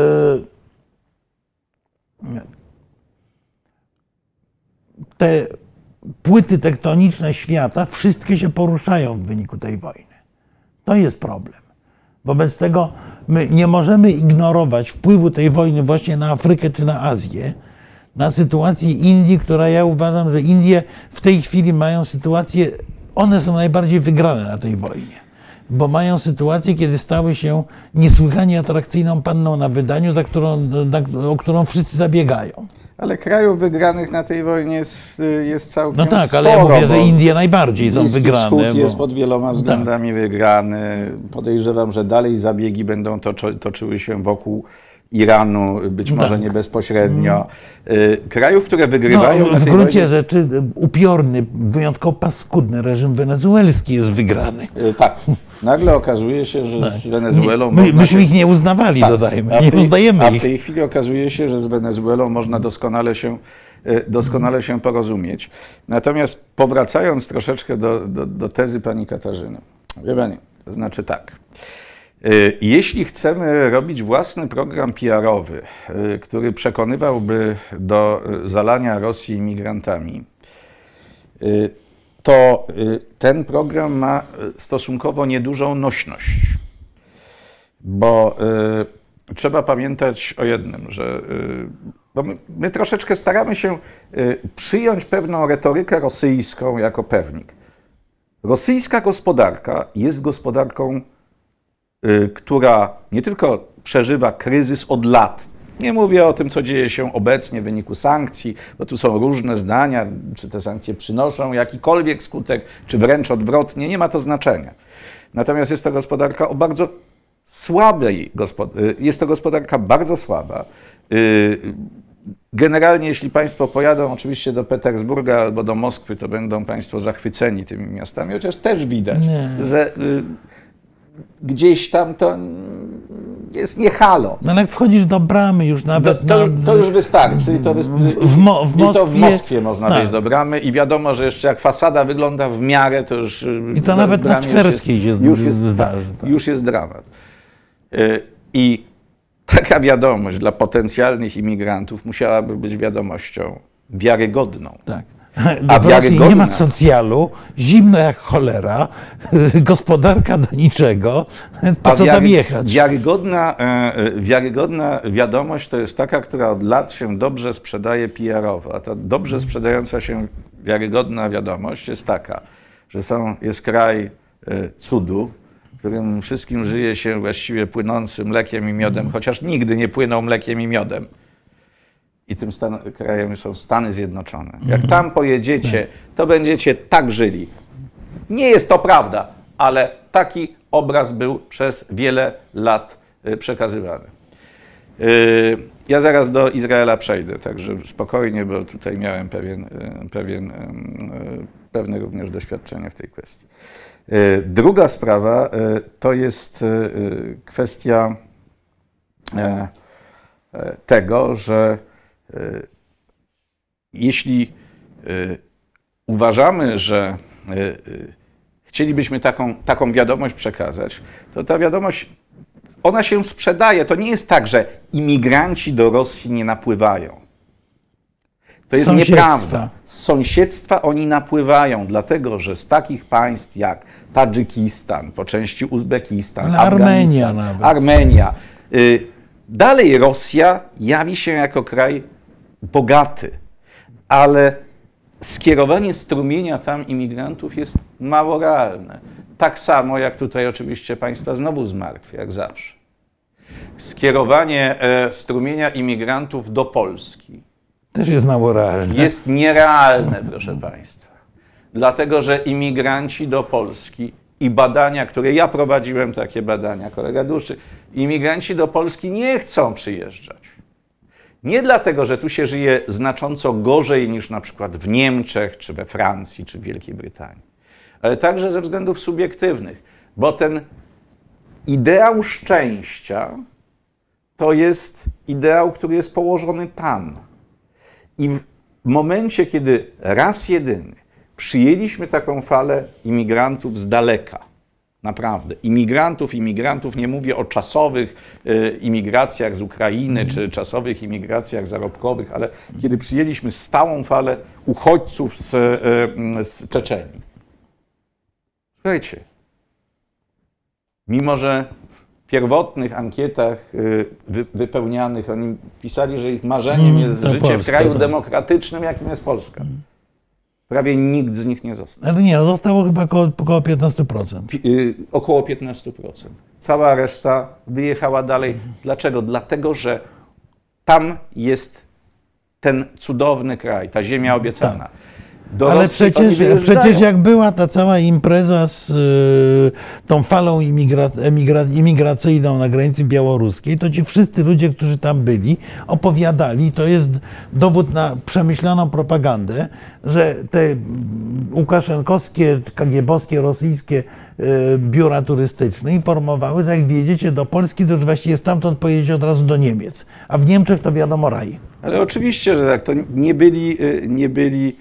te płyty tektoniczne świata wszystkie się poruszają w wyniku tej wojny. To jest problem. Wobec tego my nie możemy ignorować wpływu tej wojny właśnie na Afrykę czy na Azję, na sytuację Indii, która ja uważam, że Indie w tej chwili mają sytuację, one są najbardziej wygrane na tej wojnie, bo mają sytuację, kiedy stały się niesłychanie atrakcyjną panną na wydaniu, o którą wszyscy zabiegają. Ale krajów wygranych na tej wojnie jest całkiem sporo. No tak, ale ja mówię, że Indie najbardziej są wygrane. Wschód jest pod wieloma względami wygrany. Podejrzewam, że dalej zabiegi będą toczyły się wokół Iranu, być może nie bezpośrednio. Krajów, które wygrywają na tej w gruncie wojnie... rzeczy upiorny, wyjątkowo paskudny reżim wenezuelski jest wygrany. Tak. Nagle okazuje się, że z Wenezuelą myśmy ich nie uznawali, dodajmy. Nie uznajemy ich. A w tej chwili okazuje się, że z Wenezuelą można doskonale się porozumieć. Natomiast powracając troszeczkę do tezy pani Katarzyny. Wie pani, to znaczy tak. Jeśli chcemy robić własny program PR-owy, który przekonywałby do zalania Rosji imigrantami, to ten program ma stosunkowo niedużą nośność. Bo trzeba pamiętać o jednym, że bo my troszeczkę staramy się przyjąć pewną retorykę rosyjską jako pewnik. Rosyjska gospodarka jest gospodarką, która nie tylko przeżywa kryzys od lat. Nie mówię o tym, co dzieje się obecnie w wyniku sankcji, bo tu są różne zdania, czy te sankcje przynoszą jakikolwiek skutek, czy wręcz odwrotnie, nie ma to znaczenia. Natomiast jest to gospodarka o bardzo słabej, jest to gospodarka bardzo słaba. Generalnie, jeśli Państwo pojadą oczywiście do Petersburga albo do Moskwy, to będą Państwo zachwyceni tymi miastami, chociaż też widać, że gdzieś tam to jest nie halo. No ale jak wchodzisz do bramy już nawet... To już wystarczy. W Moskwie można wejść do bramy i wiadomo, że jeszcze jak fasada wygląda w miarę, to już... I to nawet na Twerskiej się zdarzy. Już jest dramat. I taka wiadomość dla potencjalnych imigrantów musiałaby być wiadomością wiarygodną. Tak. W Rosji nie ma socjalu, zimno jak cholera, gospodarka do niczego, po co tam jechać? Wiarygodna wiadomość to jest taka, która od lat się dobrze sprzedaje PR-owo, a ta dobrze sprzedająca się wiarygodna wiadomość jest taka, że jest kraj cudu, w którym wszystkim żyje się właściwie płynącym mlekiem i miodem, chociaż nigdy nie płyną mlekiem i miodem. I tym krajem są Stany Zjednoczone. Jak tam pojedziecie, to będziecie tak żyli. Nie jest to prawda, ale taki obraz był przez wiele lat przekazywany. Ja zaraz do Izraela przejdę, także spokojnie, bo tutaj miałem pewne również doświadczenie w tej kwestii. Druga sprawa to jest kwestia tego, że jeśli uważamy, że chcielibyśmy taką wiadomość przekazać, to ta wiadomość, ona się sprzedaje. To nie jest tak, że imigranci do Rosji nie napływają. To jest nieprawda. Z sąsiedztwa oni napływają, dlatego że z takich państw jak Tadżykistan, po części Uzbekistan, Armenia, dalej Rosja jawi się jako kraj bogaty, ale skierowanie strumienia tam imigrantów jest mało realne. Tak samo jak tutaj oczywiście Państwa znowu zmartwi, jak zawsze. Skierowanie strumienia imigrantów do Polski Też jest mało realne. Jest nierealne, proszę Państwa. Dlatego, że imigranci do Polski i badania, które ja prowadziłem, takie badania, kolega Dłuszczyk, imigranci do Polski nie chcą przyjeżdżać. Nie dlatego, że tu się żyje znacząco gorzej niż na przykład w Niemczech, czy we Francji, czy w Wielkiej Brytanii, ale także ze względów subiektywnych, bo ten ideał szczęścia to jest ideał, który jest położony tam. I w momencie, kiedy raz jedyny przyjęliśmy taką falę imigrantów z daleka, naprawdę, imigrantów, nie mówię o czasowych imigracjach z Ukrainy, czy czasowych imigracjach zarobkowych, ale kiedy przyjęliśmy stałą falę uchodźców z Czeczenii. Słuchajcie, mimo że w pierwotnych ankietach wypełnianych oni pisali, że ich marzeniem jest życie Polska, w kraju tak. demokratycznym, jakim jest Polska. Prawie nikt z nich nie został. Ale nie, zostało chyba około 15%. Około 15%. Cała reszta wyjechała dalej. Dlaczego? Dlatego, że tam jest ten cudowny kraj, ta ziemia obiecana. Do Ale Rosji to nie przecież wyjeżdżają. jak była ta cała impreza z tą falą imigracyjną na granicy białoruskiej, to ci wszyscy ludzie, którzy tam byli, opowiadali, to jest dowód na przemyślaną propagandę, że te łukaszenkowskie, KGB-owskie, rosyjskie biura turystyczne informowały, że jak wjedziecie do Polski, to już właściwie stamtąd pojedziecie od razu do Niemiec. A w Niemczech to wiadomo raj. Ale oczywiście, że tak, to nie byli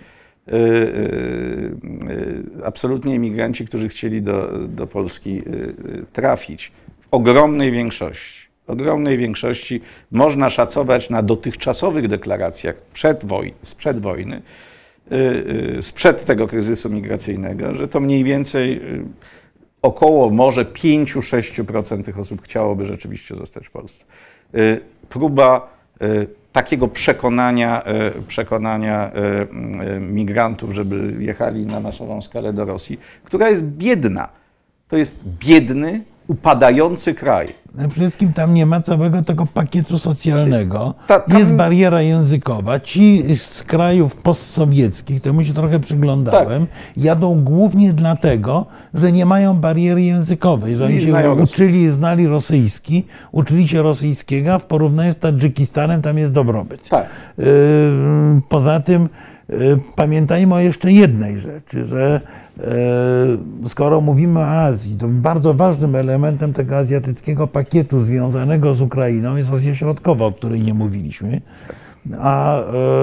absolutnie emigranci, którzy chcieli do Polski trafić. W ogromnej większości można szacować na dotychczasowych deklaracjach sprzed wojny, sprzed tego kryzysu migracyjnego, że to mniej więcej około może 5-6% tych osób chciałoby rzeczywiście zostać w Polsce. Próba takiego przekonania migrantów, żeby jechali na masową skalę do Rosji, która jest biedna. To jest biedny, upadający kraj. Przede wszystkim tam nie ma całego tego pakietu socjalnego. Tam jest bariera językowa. Ci z krajów postsowieckich, temu się trochę przyglądałem, jadą głównie dlatego, że nie mają bariery językowej, że oni się znali rosyjski, uczyli się rosyjskiego, a w porównaniu z Tadżykistanem tam jest dobrobyt. Tak. Poza tym pamiętajmy o jeszcze jednej rzeczy, że skoro mówimy o Azji, to bardzo ważnym elementem tego azjatyckiego pakietu związanego z Ukrainą jest Azja Środkowa, o której nie mówiliśmy. A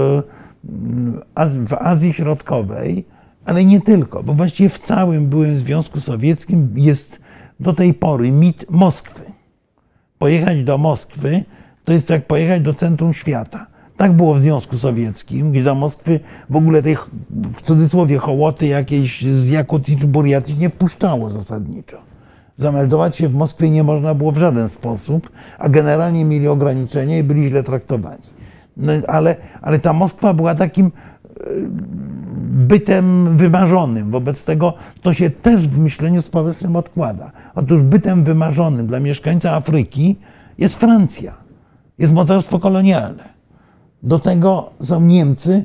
w Azji Środkowej, ale nie tylko, bo właściwie w całym byłym Związku Sowieckim jest do tej pory mit Moskwy. Pojechać do Moskwy to jest jak pojechać do centrum świata. Tak było w Związku Sowieckim, gdzie do Moskwy w ogóle tej, w cudzysłowie, hołoty jakiejś z Jakucji czy Buriatii nie wpuszczało zasadniczo. Zameldować się w Moskwie nie można było w żaden sposób, a generalnie mieli ograniczenia i byli źle traktowani. No, ale ta Moskwa była takim bytem wymarzonym. Wobec tego to się też w myśleniu społecznym odkłada. Otóż bytem wymarzonym dla mieszkańca Afryki jest Francja, jest mocarstwo kolonialne. Do tego są Niemcy,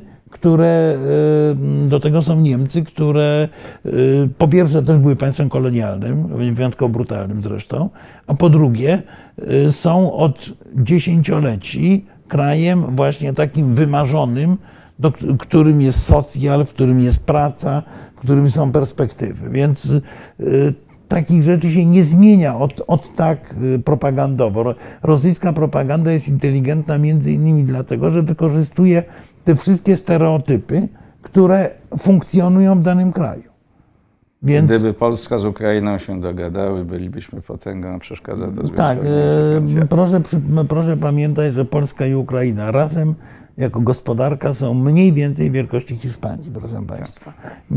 które po pierwsze też były państwem kolonialnym, wyjątkowo brutalnym zresztą, a po drugie są od dziesięcioleci krajem właśnie takim wymarzonym, w którym jest socjal, w którym jest praca, w którym są perspektywy. Więc takich rzeczy się nie zmienia od tak propagandowo. Rosyjska propaganda jest inteligentna między innymi dlatego, że wykorzystuje te wszystkie stereotypy, które funkcjonują w danym kraju. Więc, gdyby Polska z Ukrainą się dogadały, bylibyśmy potęgą, a przeszkadza to związkowi. Tak, proszę pamiętać, że Polska i Ukraina razem jako gospodarka są mniej więcej wielkości Hiszpanii, proszę Państwa.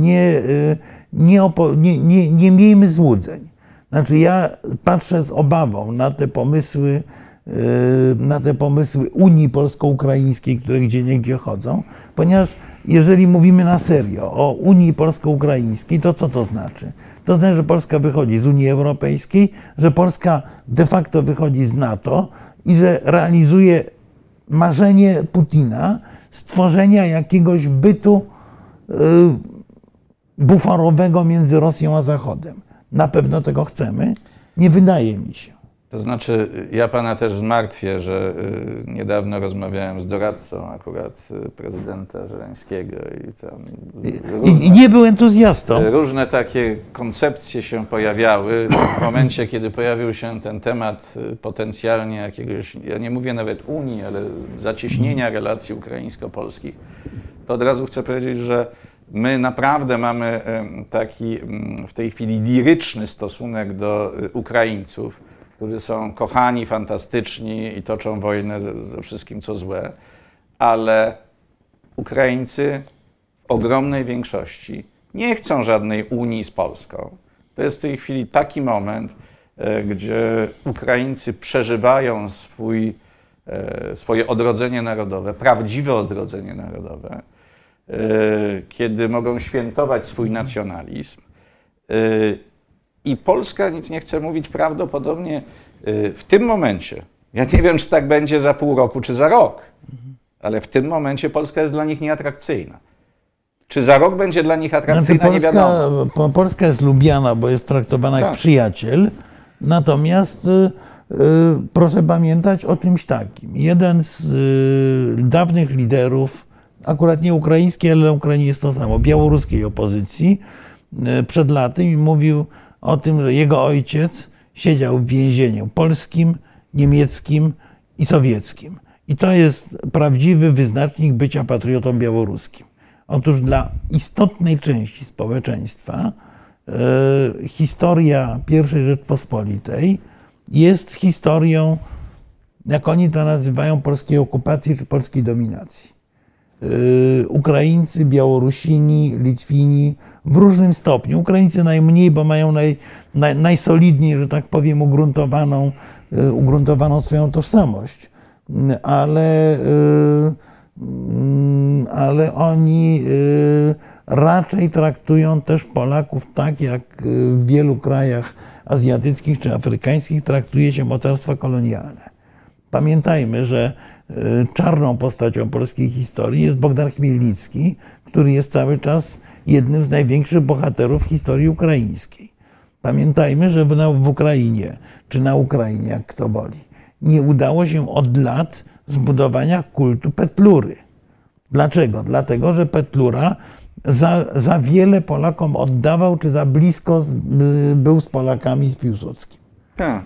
Nie miejmy złudzeń. Znaczy ja patrzę z obawą na te pomysły Unii Polsko-Ukraińskiej, które gdzieniegdzie chodzą, ponieważ jeżeli mówimy na serio o Unii Polsko-Ukraińskiej, to co to znaczy? To znaczy, że Polska wychodzi z Unii Europejskiej, że Polska de facto wychodzi z NATO i że realizuje marzenie Putina, stworzenia jakiegoś bytu buforowego między Rosją a Zachodem. Na pewno tego chcemy? Nie wydaje mi się. To znaczy, ja pana też zmartwię, że niedawno rozmawiałem z doradcą akurat prezydenta Żeleńskiego i tam I nie był entuzjastą. różne takie koncepcje się pojawiały. W momencie, kiedy pojawił się ten temat potencjalnie jakiegoś, ja nie mówię nawet Unii, ale zacieśnienia relacji ukraińsko-polskich, to od razu chcę powiedzieć, że my naprawdę mamy taki w tej chwili liryczny stosunek do Ukraińców, którzy są kochani, fantastyczni i toczą wojnę ze wszystkim, co złe, ale Ukraińcy w ogromnej większości nie chcą żadnej Unii z Polską. To jest w tej chwili taki moment, gdzie Ukraińcy przeżywają swoje odrodzenie narodowe, prawdziwe odrodzenie narodowe, kiedy mogą świętować swój nacjonalizm. I Polska, nic nie chcę mówić, prawdopodobnie w tym momencie, ja nie wiem, czy tak będzie za pół roku, czy za rok, ale w tym momencie Polska jest dla nich nieatrakcyjna. Czy za rok będzie dla nich atrakcyjna, nie wiadomo. Polska jest lubiana, bo jest traktowana jak przyjaciel, natomiast proszę pamiętać o czymś takim. Jeden z dawnych liderów, akurat nie ukraińskiej, ale na Ukrainie jest to samo, białoruskiej opozycji, przed laty mi mówił o tym, że jego ojciec siedział w więzieniu polskim, niemieckim i sowieckim. I to jest prawdziwy wyznacznik bycia patriotą białoruskim. Otóż dla istotnej części społeczeństwa historia I Rzeczpospolitej jest historią, jak oni to nazywają, polskiej okupacji czy polskiej dominacji. Ukraińcy, Białorusini, Litwini w różnym stopniu. Ukraińcy najmniej, bo mają najsolidniej, że tak powiem, ugruntowaną swoją tożsamość. Ale oni raczej traktują też Polaków tak, jak w wielu krajach azjatyckich czy afrykańskich traktuje się mocarstwa kolonialne. Pamiętajmy, że czarną postacią polskiej historii jest Bogdan Chmielnicki, który jest cały czas jednym z największych bohaterów historii ukraińskiej. Pamiętajmy, że w Ukrainie, czy na Ukrainie, jak kto woli, nie udało się od lat zbudowania kultu Petlury. Dlaczego? Dlatego, że Petlura za wiele Polakom oddawał, czy za blisko był z Polakami, z Piłsudskim. Tak.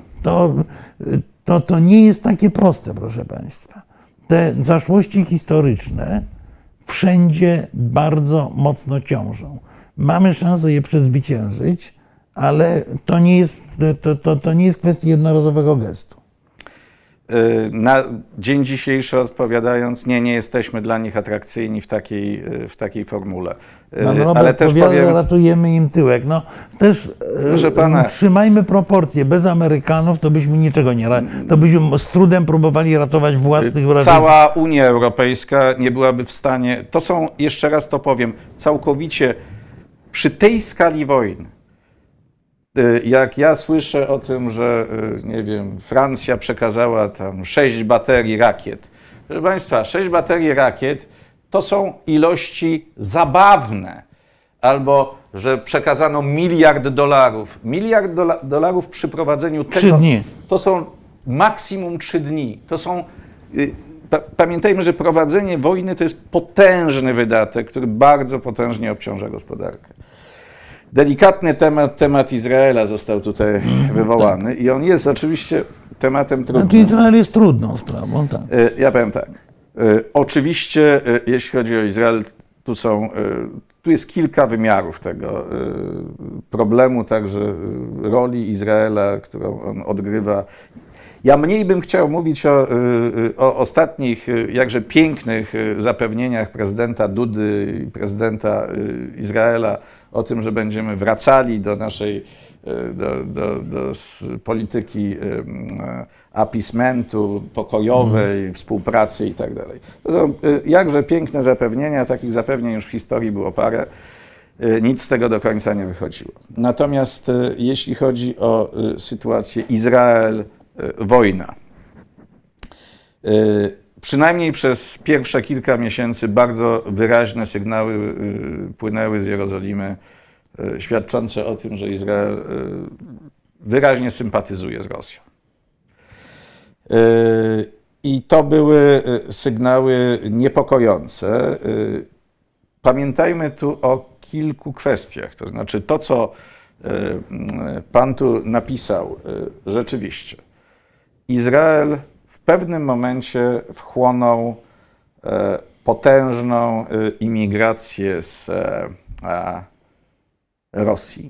To nie jest takie proste, proszę Państwa. Te zaszłości historyczne wszędzie bardzo mocno ciążą. Mamy szansę je przezwyciężyć, ale to nie jest kwestia jednorazowego gestu. Na dzień dzisiejszy odpowiadając, nie jesteśmy dla nich atrakcyjni w takiej formule. Ale też powiem, ratujemy im tyłek. No, też trzymajmy proporcje. Bez Amerykanów to byśmy niczego nie ratowali. To byśmy z trudem próbowali ratować własnych wrogów. Cała Unia Europejska nie byłaby w stanie, to są, jeszcze raz to powiem, całkowicie przy tej skali wojny. Jak ja słyszę o tym, że nie wiem, Francja przekazała tam 6 baterii rakiet. Proszę Państwa, 6 baterii rakiet to są ilości zabawne. Albo, że przekazano $1 miliard. $1 miliard przy prowadzeniu tego, 3 dni. To są maksimum 3 dni. To są, pamiętajmy, że prowadzenie wojny to jest potężny wydatek, który bardzo potężnie obciąża gospodarkę. Delikatny temat Izraela został tutaj wywołany i on jest oczywiście tematem trudnym. Znaczy Izrael jest trudną sprawą, tak. Ja powiem tak. Oczywiście, jeśli chodzi o Izrael, tu jest kilka wymiarów tego problemu, także roli Izraela, którą on odgrywa. Ja mniej bym chciał mówić o ostatnich, jakże pięknych zapewnieniach prezydenta Dudy i prezydenta Izraela o tym, że będziemy wracali do naszej do polityki appeasementu, pokojowej, współpracy i tak dalej. To są jakże piękne zapewnienia, takich zapewnień już w historii było parę. Nic z tego do końca nie wychodziło. Natomiast jeśli chodzi o sytuację Izrael, wojna. przynajmniej przez pierwsze kilka miesięcy bardzo wyraźne sygnały płynęły z Jerozolimy, świadczące o tym, że Izrael wyraźnie sympatyzuje z Rosją. I to były sygnały niepokojące. Pamiętajmy tu o kilku kwestiach. To znaczy to, co pan tu napisał, rzeczywiście. Izrael w pewnym momencie wchłonął potężną imigrację z Rosji.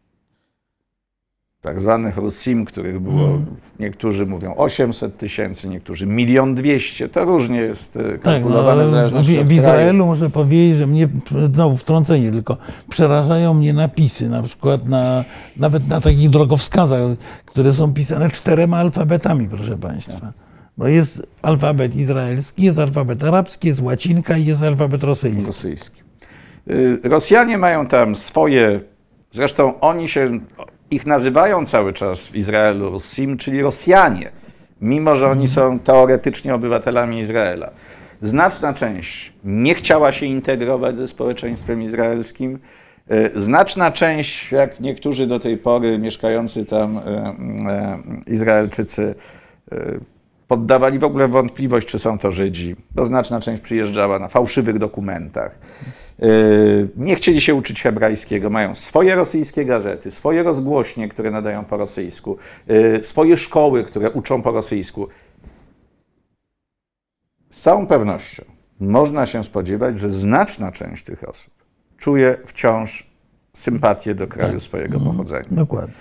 Tak zwanych Rusim, których było, niektórzy mówią 800 tysięcy, niektórzy 1 200 000. To różnie jest kalkulowane w zależności od w Izraelu muszę powiedzieć, że mnie, znowu wtrącenie tylko, przerażają mnie napisy, na przykład nawet na takich drogowskazach, które są pisane 4 alfabetami, proszę państwa. Bo jest alfabet izraelski, jest alfabet arabski, jest łacinka i jest alfabet rosyjski. Rosjanie mają tam swoje, zresztą ich nazywają cały czas w Izraelu Rusim, czyli Rosjanie, mimo że oni są teoretycznie obywatelami Izraela. Znaczna część nie chciała się integrować ze społeczeństwem izraelskim. Znaczna część, jak niektórzy do tej pory mieszkający tam Izraelczycy, poddawali w ogóle wątpliwość, czy są to Żydzi, bo znaczna część przyjeżdżała na fałszywych dokumentach. Nie chcieli się uczyć hebrajskiego, mają swoje rosyjskie gazety, swoje rozgłośnie, które nadają po rosyjsku, swoje szkoły, które uczą po rosyjsku. Z całą pewnością można się spodziewać, że znaczna część tych osób czuje wciąż sympatię do kraju swojego pochodzenia. Dokładnie.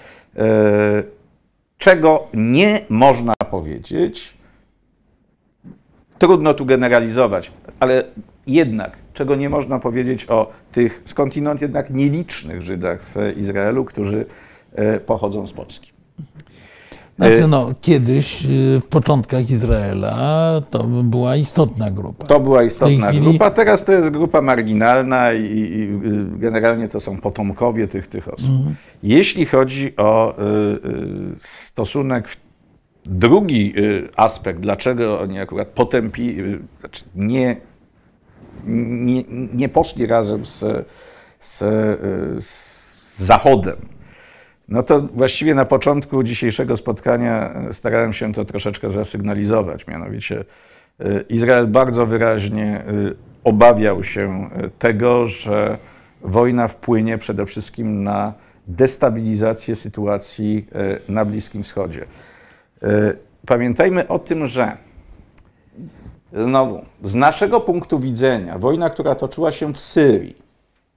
Czego nie można powiedzieć, trudno tu generalizować, ale jednak, czego nie można powiedzieć o tych skądinąd jednak nielicznych Żydach w Izraelu, którzy pochodzą z Polski. Znaczy, kiedyś, w początkach Izraela, to była istotna grupa. To była istotna grupa, teraz to jest grupa marginalna i generalnie to są potomkowie tych osób. Jeśli chodzi o stosunek, drugi aspekt, dlaczego oni akurat znaczy nie poszli razem z Zachodem, no to właściwie na początku dzisiejszego spotkania starałem się to troszeczkę zasygnalizować. Mianowicie Izrael bardzo wyraźnie obawiał się tego, że wojna wpłynie przede wszystkim na destabilizację sytuacji na Bliskim Wschodzie. Pamiętajmy o tym, że znowu, z naszego punktu widzenia, wojna, która toczyła się w Syrii,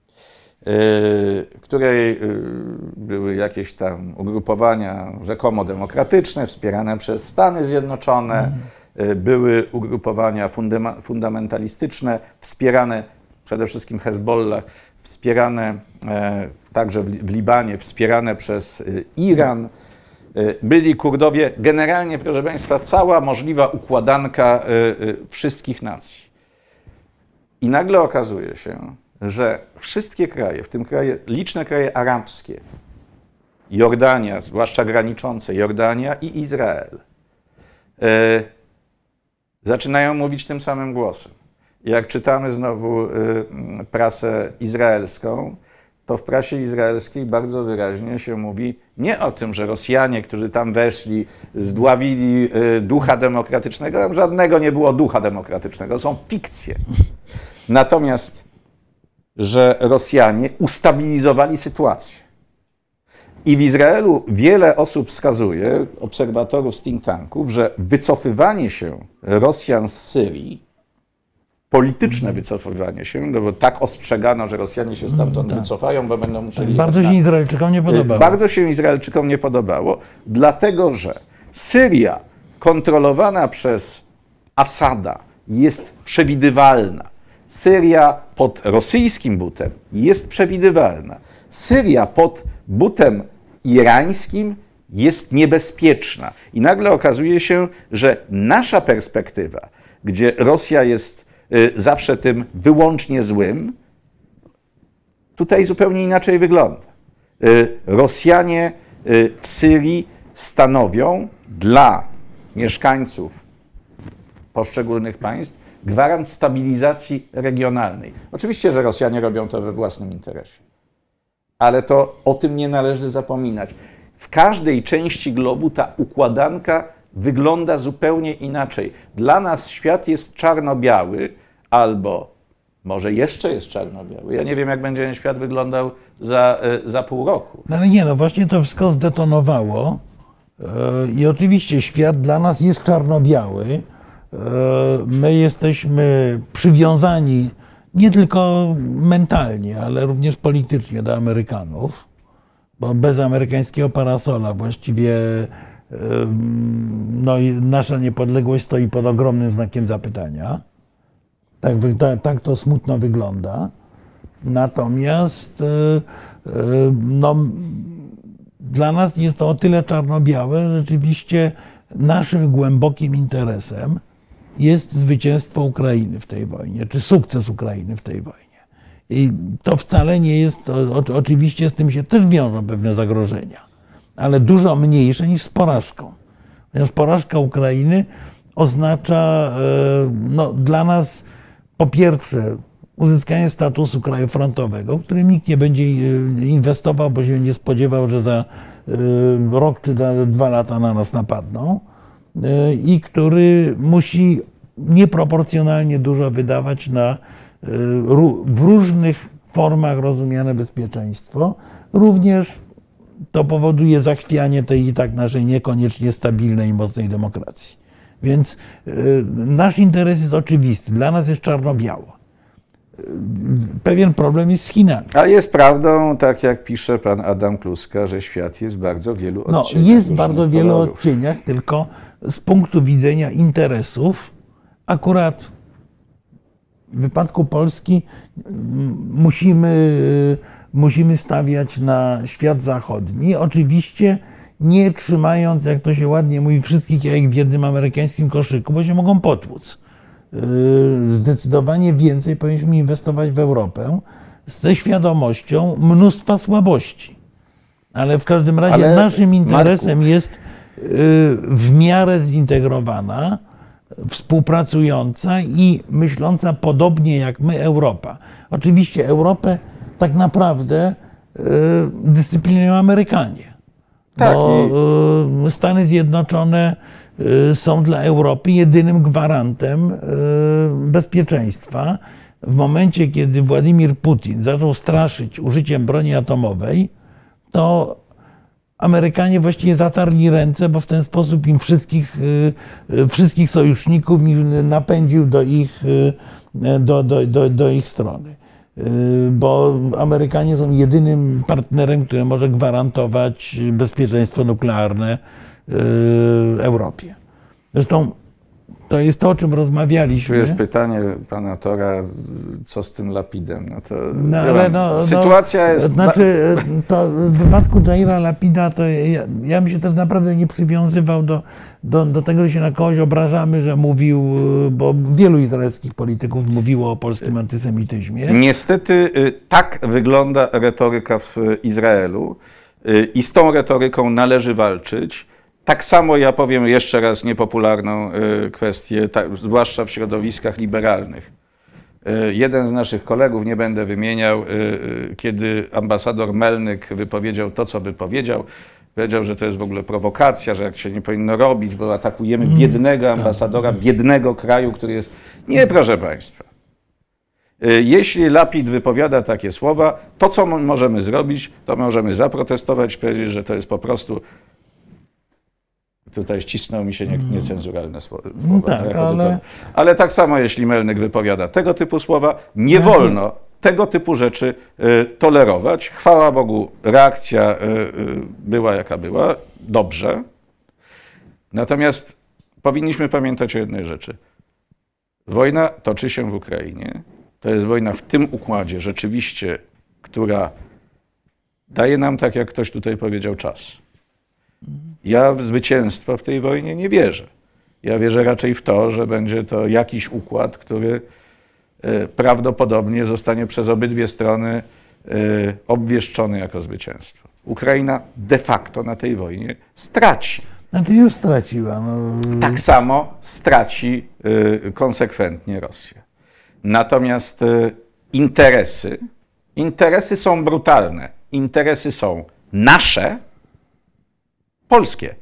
w której były jakieś tam ugrupowania rzekomo demokratyczne, wspierane przez Stany Zjednoczone, były ugrupowania fundamentalistyczne, wspierane przede wszystkim Hezbollah, wspierane także w Libanie, wspierane przez Iran, byli Kurdowie, generalnie, proszę Państwa, cała możliwa układanka wszystkich nacji. I nagle okazuje się, że wszystkie kraje, w tym liczne kraje arabskie, Jordania, zwłaszcza graniczące, Jordania i Izrael, zaczynają mówić tym samym głosem. Jak czytamy znowu prasę izraelską, to w prasie izraelskiej bardzo wyraźnie się mówi nie o tym, że Rosjanie, którzy tam weszli, zdławili ducha demokratycznego, tam żadnego nie było ducha demokratycznego, są fikcje. Natomiast, że Rosjanie ustabilizowali sytuację. I w Izraelu wiele osób wskazuje, obserwatorów z think tanków, że wycofywanie się Rosjan z Syrii, polityczne wycofywanie się, no bo tak ostrzegano, że Rosjanie się stamtąd wycofają, bo będą musieli... Bardzo się Izraelczykom nie podobało. Bardzo się Izraelczykom nie podobało, dlatego że Syria kontrolowana przez Asada jest przewidywalna. Syria pod rosyjskim butem jest przewidywalna. Syria pod butem irańskim jest niebezpieczna. I nagle okazuje się, że nasza perspektywa, gdzie Rosja jest zawsze tym wyłącznie złym, tutaj zupełnie inaczej wygląda. Rosjanie w Syrii stanowią dla mieszkańców poszczególnych państw, gwarant stabilizacji regionalnej. Oczywiście, że Rosjanie robią to we własnym interesie, ale to o tym nie należy zapominać. W każdej części globu ta układanka wygląda zupełnie inaczej. Dla nas świat jest czarno-biały, albo może jeszcze jest czarno-biały. Ja nie wiem, jak będzie świat wyglądał za pół roku. No ale nie, no właśnie to wszystko zdetonowało i oczywiście świat dla nas jest czarno-biały. My jesteśmy przywiązani nie tylko mentalnie, ale również politycznie do Amerykanów, bo bez amerykańskiego parasola właściwie no, nasza niepodległość stoi pod ogromnym znakiem zapytania. Tak to smutno wygląda. Natomiast no, dla nas jest to o tyle czarno-białe, że rzeczywiście naszym głębokim interesem jest zwycięstwo Ukrainy w tej wojnie, czy sukces Ukrainy w tej wojnie. I to wcale nie jest, oczywiście z tym się też wiążą pewne zagrożenia, ale dużo mniejsze niż z porażką. Ponieważ porażka Ukrainy oznacza no, dla nas po pierwsze uzyskanie statusu kraju frontowego, w którym nikt nie będzie inwestował, bo się nie spodziewał, że za rok czy za 2 lata na nas napadną i który musi nieproporcjonalnie dużo wydawać na w różnych formach rozumiane bezpieczeństwo. Również to powoduje zachwianie tej i tak naszej niekoniecznie stabilnej i mocnej demokracji. Więc nasz interes jest oczywisty. Dla nas jest czarno-biało. Pewien problem jest z Chinami. A jest prawdą, tak jak pisze pan Adam Kluska, że świat jest bardzo wielu odcieniach. No, jest bardzo wielu odcieniach, tylko z punktu widzenia interesów akurat w wypadku Polski musimy stawiać na świat zachodni. Oczywiście nie trzymając, jak to się ładnie mówi, wszystkich jajek w jednym amerykańskim koszyku, bo się mogą potłuc. Zdecydowanie więcej powinniśmy inwestować w Europę ze świadomością mnóstwa słabości. Ale w każdym razie naszym interesem jest w miarę zintegrowana, współpracująca i myśląca podobnie jak my Europa. Oczywiście Europę tak naprawdę dyscyplinują Amerykanie. Tak, bo Stany Zjednoczone są dla Europy jedynym gwarantem bezpieczeństwa. W momencie, kiedy Władimir Putin zaczął straszyć użyciem broni atomowej, to Amerykanie właściwie zatarli ręce, bo w ten sposób im wszystkich sojuszników napędził do ich strony. Bo Amerykanie są jedynym partnerem, który może gwarantować bezpieczeństwo nuklearne Europie. Zresztą to jest to, o czym rozmawialiśmy. Tu jest pytanie pana Tora, co z tym Lapidem? No to ale sytuacja jest... Znaczy, to w wypadku Jaira Lapida, to ja bym się też naprawdę nie przywiązywał do tego, że się na kogoś obrażamy, że mówił, bo wielu izraelskich polityków mówiło o polskim antysemityzmie. Niestety tak wygląda retoryka w Izraelu i z tą retoryką należy walczyć. Tak samo ja powiem jeszcze raz niepopularną kwestię, zwłaszcza w środowiskach liberalnych. Jeden z naszych kolegów, nie będę wymieniał, kiedy ambasador Melnyk wypowiedział to, co wypowiedział, powiedział, że to jest w ogóle prowokacja, że jak się nie powinno robić, bo atakujemy biednego ambasadora, biednego kraju, który jest... Nie, proszę państwa. Jeśli Lapid wypowiada takie słowa, to co możemy zrobić, to możemy zaprotestować, powiedzieć, że to jest po prostu... Tutaj ścisnął mi się niecenzuralne słowa. Tak, ale tak samo, jeśli Melnyk wypowiada tego typu słowa, nie wolno tego typu rzeczy tolerować. Chwała Bogu, reakcja była jaka była, dobrze. Natomiast powinniśmy pamiętać o jednej rzeczy. Wojna toczy się w Ukrainie. To jest wojna w tym układzie rzeczywiście, która daje nam, tak jak ktoś tutaj powiedział, czas. Ja w zwycięstwo w tej wojnie nie wierzę. Ja wierzę raczej w to, że będzie to jakiś układ, który prawdopodobnie zostanie przez obydwie strony obwieszczony jako zwycięstwo. Ukraina de facto na tej wojnie straci. Znaczy już straciła. No. Tak samo straci konsekwentnie Rosja. Natomiast interesy są brutalne. Interesy są nasze, polskie.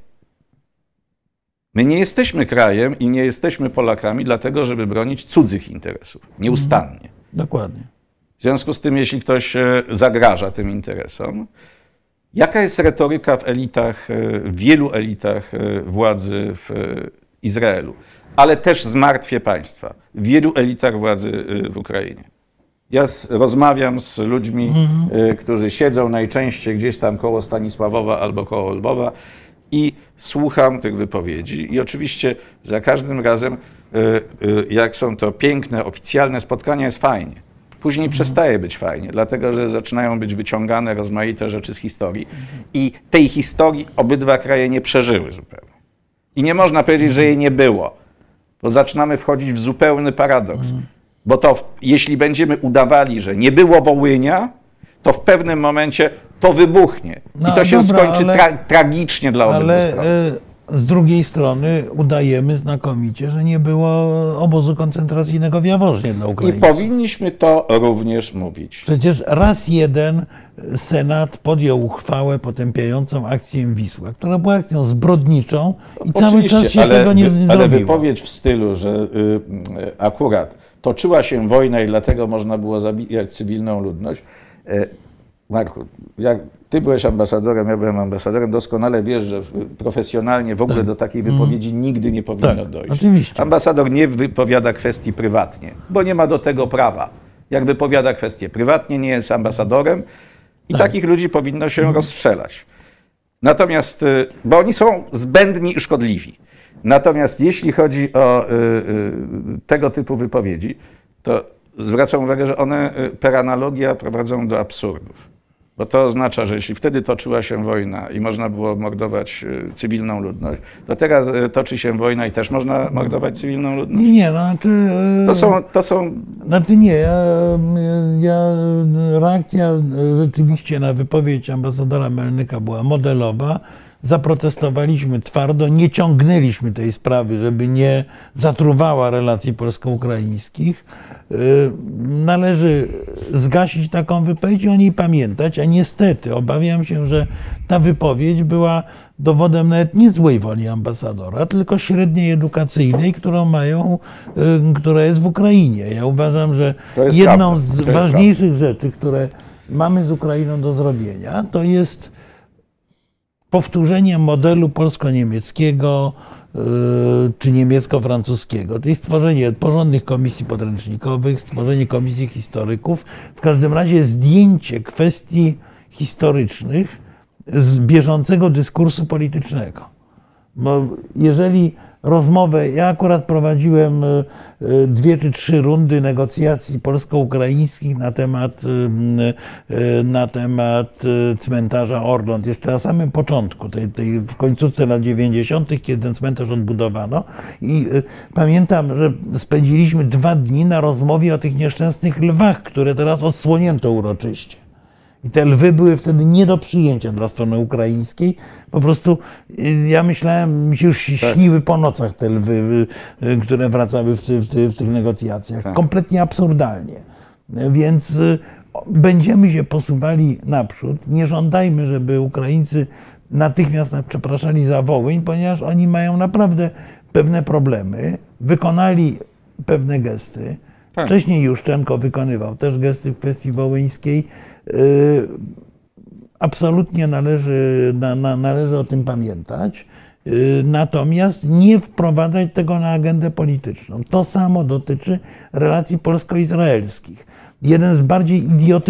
My nie jesteśmy krajem i nie jesteśmy Polakami dlatego, żeby bronić cudzych interesów. Nieustannie. Dokładnie. W związku z tym, jeśli ktoś zagraża tym interesom, jaka jest retoryka w elitach, w wielu elitach władzy w Izraelu, ale też zmartwie państwa, w wielu elitach władzy w Ukrainie. Ja rozmawiam z ludźmi, którzy siedzą najczęściej gdzieś tam koło Stanisławowa albo koło Lwowa i słucham tych wypowiedzi. I oczywiście za każdym razem, jak są to piękne, oficjalne spotkania, jest fajnie. Później przestaje być fajnie, dlatego że zaczynają być wyciągane rozmaite rzeczy z historii i tej historii obydwa kraje nie przeżyły zupełnie. I nie można powiedzieć, że jej nie było, bo zaczynamy wchodzić w zupełny paradoks. Bo to, jeśli będziemy udawali, że nie było Wołynia, to w pewnym momencie to wybuchnie. I to się skończy tragicznie dla obydwu stron. Z drugiej strony udajemy znakomicie, że nie było obozu koncentracyjnego w Jaworznie dla Ukraińców. I powinniśmy to również mówić. Przecież raz jeden Senat podjął uchwałę potępiającą akcję Wisła, która była akcją zbrodniczą i cały czas się tego nie zrobiło. Ale wypowiedź w stylu, że akurat toczyła się wojna i dlatego można było zabijać cywilną ludność. Marku, jak ty byłeś ambasadorem, ja byłem ambasadorem, doskonale wiesz, że profesjonalnie w ogóle do takiej wypowiedzi nigdy nie powinno dojść. Oczywiście. Ambasador nie wypowiada kwestii prywatnie, bo nie ma do tego prawa. Jak wypowiada kwestie prywatnie, nie jest ambasadorem i takich ludzi powinno się rozstrzelać. Natomiast, bo oni są zbędni i szkodliwi. Natomiast jeśli chodzi o tego typu wypowiedzi, to zwracam uwagę, że one per analogia prowadzą do absurdów. Bo to oznacza, że jeśli wtedy toczyła się wojna i można było mordować cywilną ludność, to teraz toczy się wojna i też można mordować cywilną ludność? Nie, no znaczy... To są... Znaczy nie, reakcja rzeczywiście na wypowiedź ambasadora Melnyka była modelowa. Zaprotestowaliśmy twardo, nie ciągnęliśmy tej sprawy, żeby nie zatruwała relacji polsko-ukraińskich. Należy zgasić taką wypowiedź i o niej pamiętać, a niestety obawiam się, że ta wypowiedź była dowodem nawet nie złej woli ambasadora, tylko średniej edukacyjnej, która jest w Ukrainie. Ja uważam, że jedną z ważniejszych rzeczy, które mamy z Ukrainą do zrobienia, to jest powtórzenie modelu polsko-niemieckiego czy niemiecko-francuskiego, czyli stworzenie porządnych komisji podręcznikowych, stworzenie komisji historyków, w każdym razie zdjęcie kwestii historycznych z bieżącego dyskursu politycznego. Bo jeżeli rozmowę, ja akurat prowadziłem 2 czy 3 rundy negocjacji polsko-ukraińskich na temat cmentarza Orląt, jeszcze na samym początku, w końcówce lat 90., kiedy ten cmentarz odbudowano. I pamiętam, że spędziliśmy 2 dni na rozmowie o tych nieszczęsnych lwach, które teraz odsłonięto uroczyście. I te lwy były wtedy nie do przyjęcia dla strony ukraińskiej. Po prostu ja myślałem, mi się już śniły po nocach te lwy, które wracały w tych negocjacjach. Tak. Kompletnie absurdalnie. Więc będziemy się posuwali naprzód. Nie żądajmy, żeby Ukraińcy natychmiast przepraszali za Wołyń, ponieważ oni mają naprawdę pewne problemy. Wykonali pewne gesty. Tak. Wcześniej Juszczenko wykonywał też gesty w kwestii wołyńskiej. Absolutnie należy o tym pamiętać, natomiast nie wprowadzać tego na agendę polityczną. To samo dotyczy relacji polsko-izraelskich. Jedno z bardziej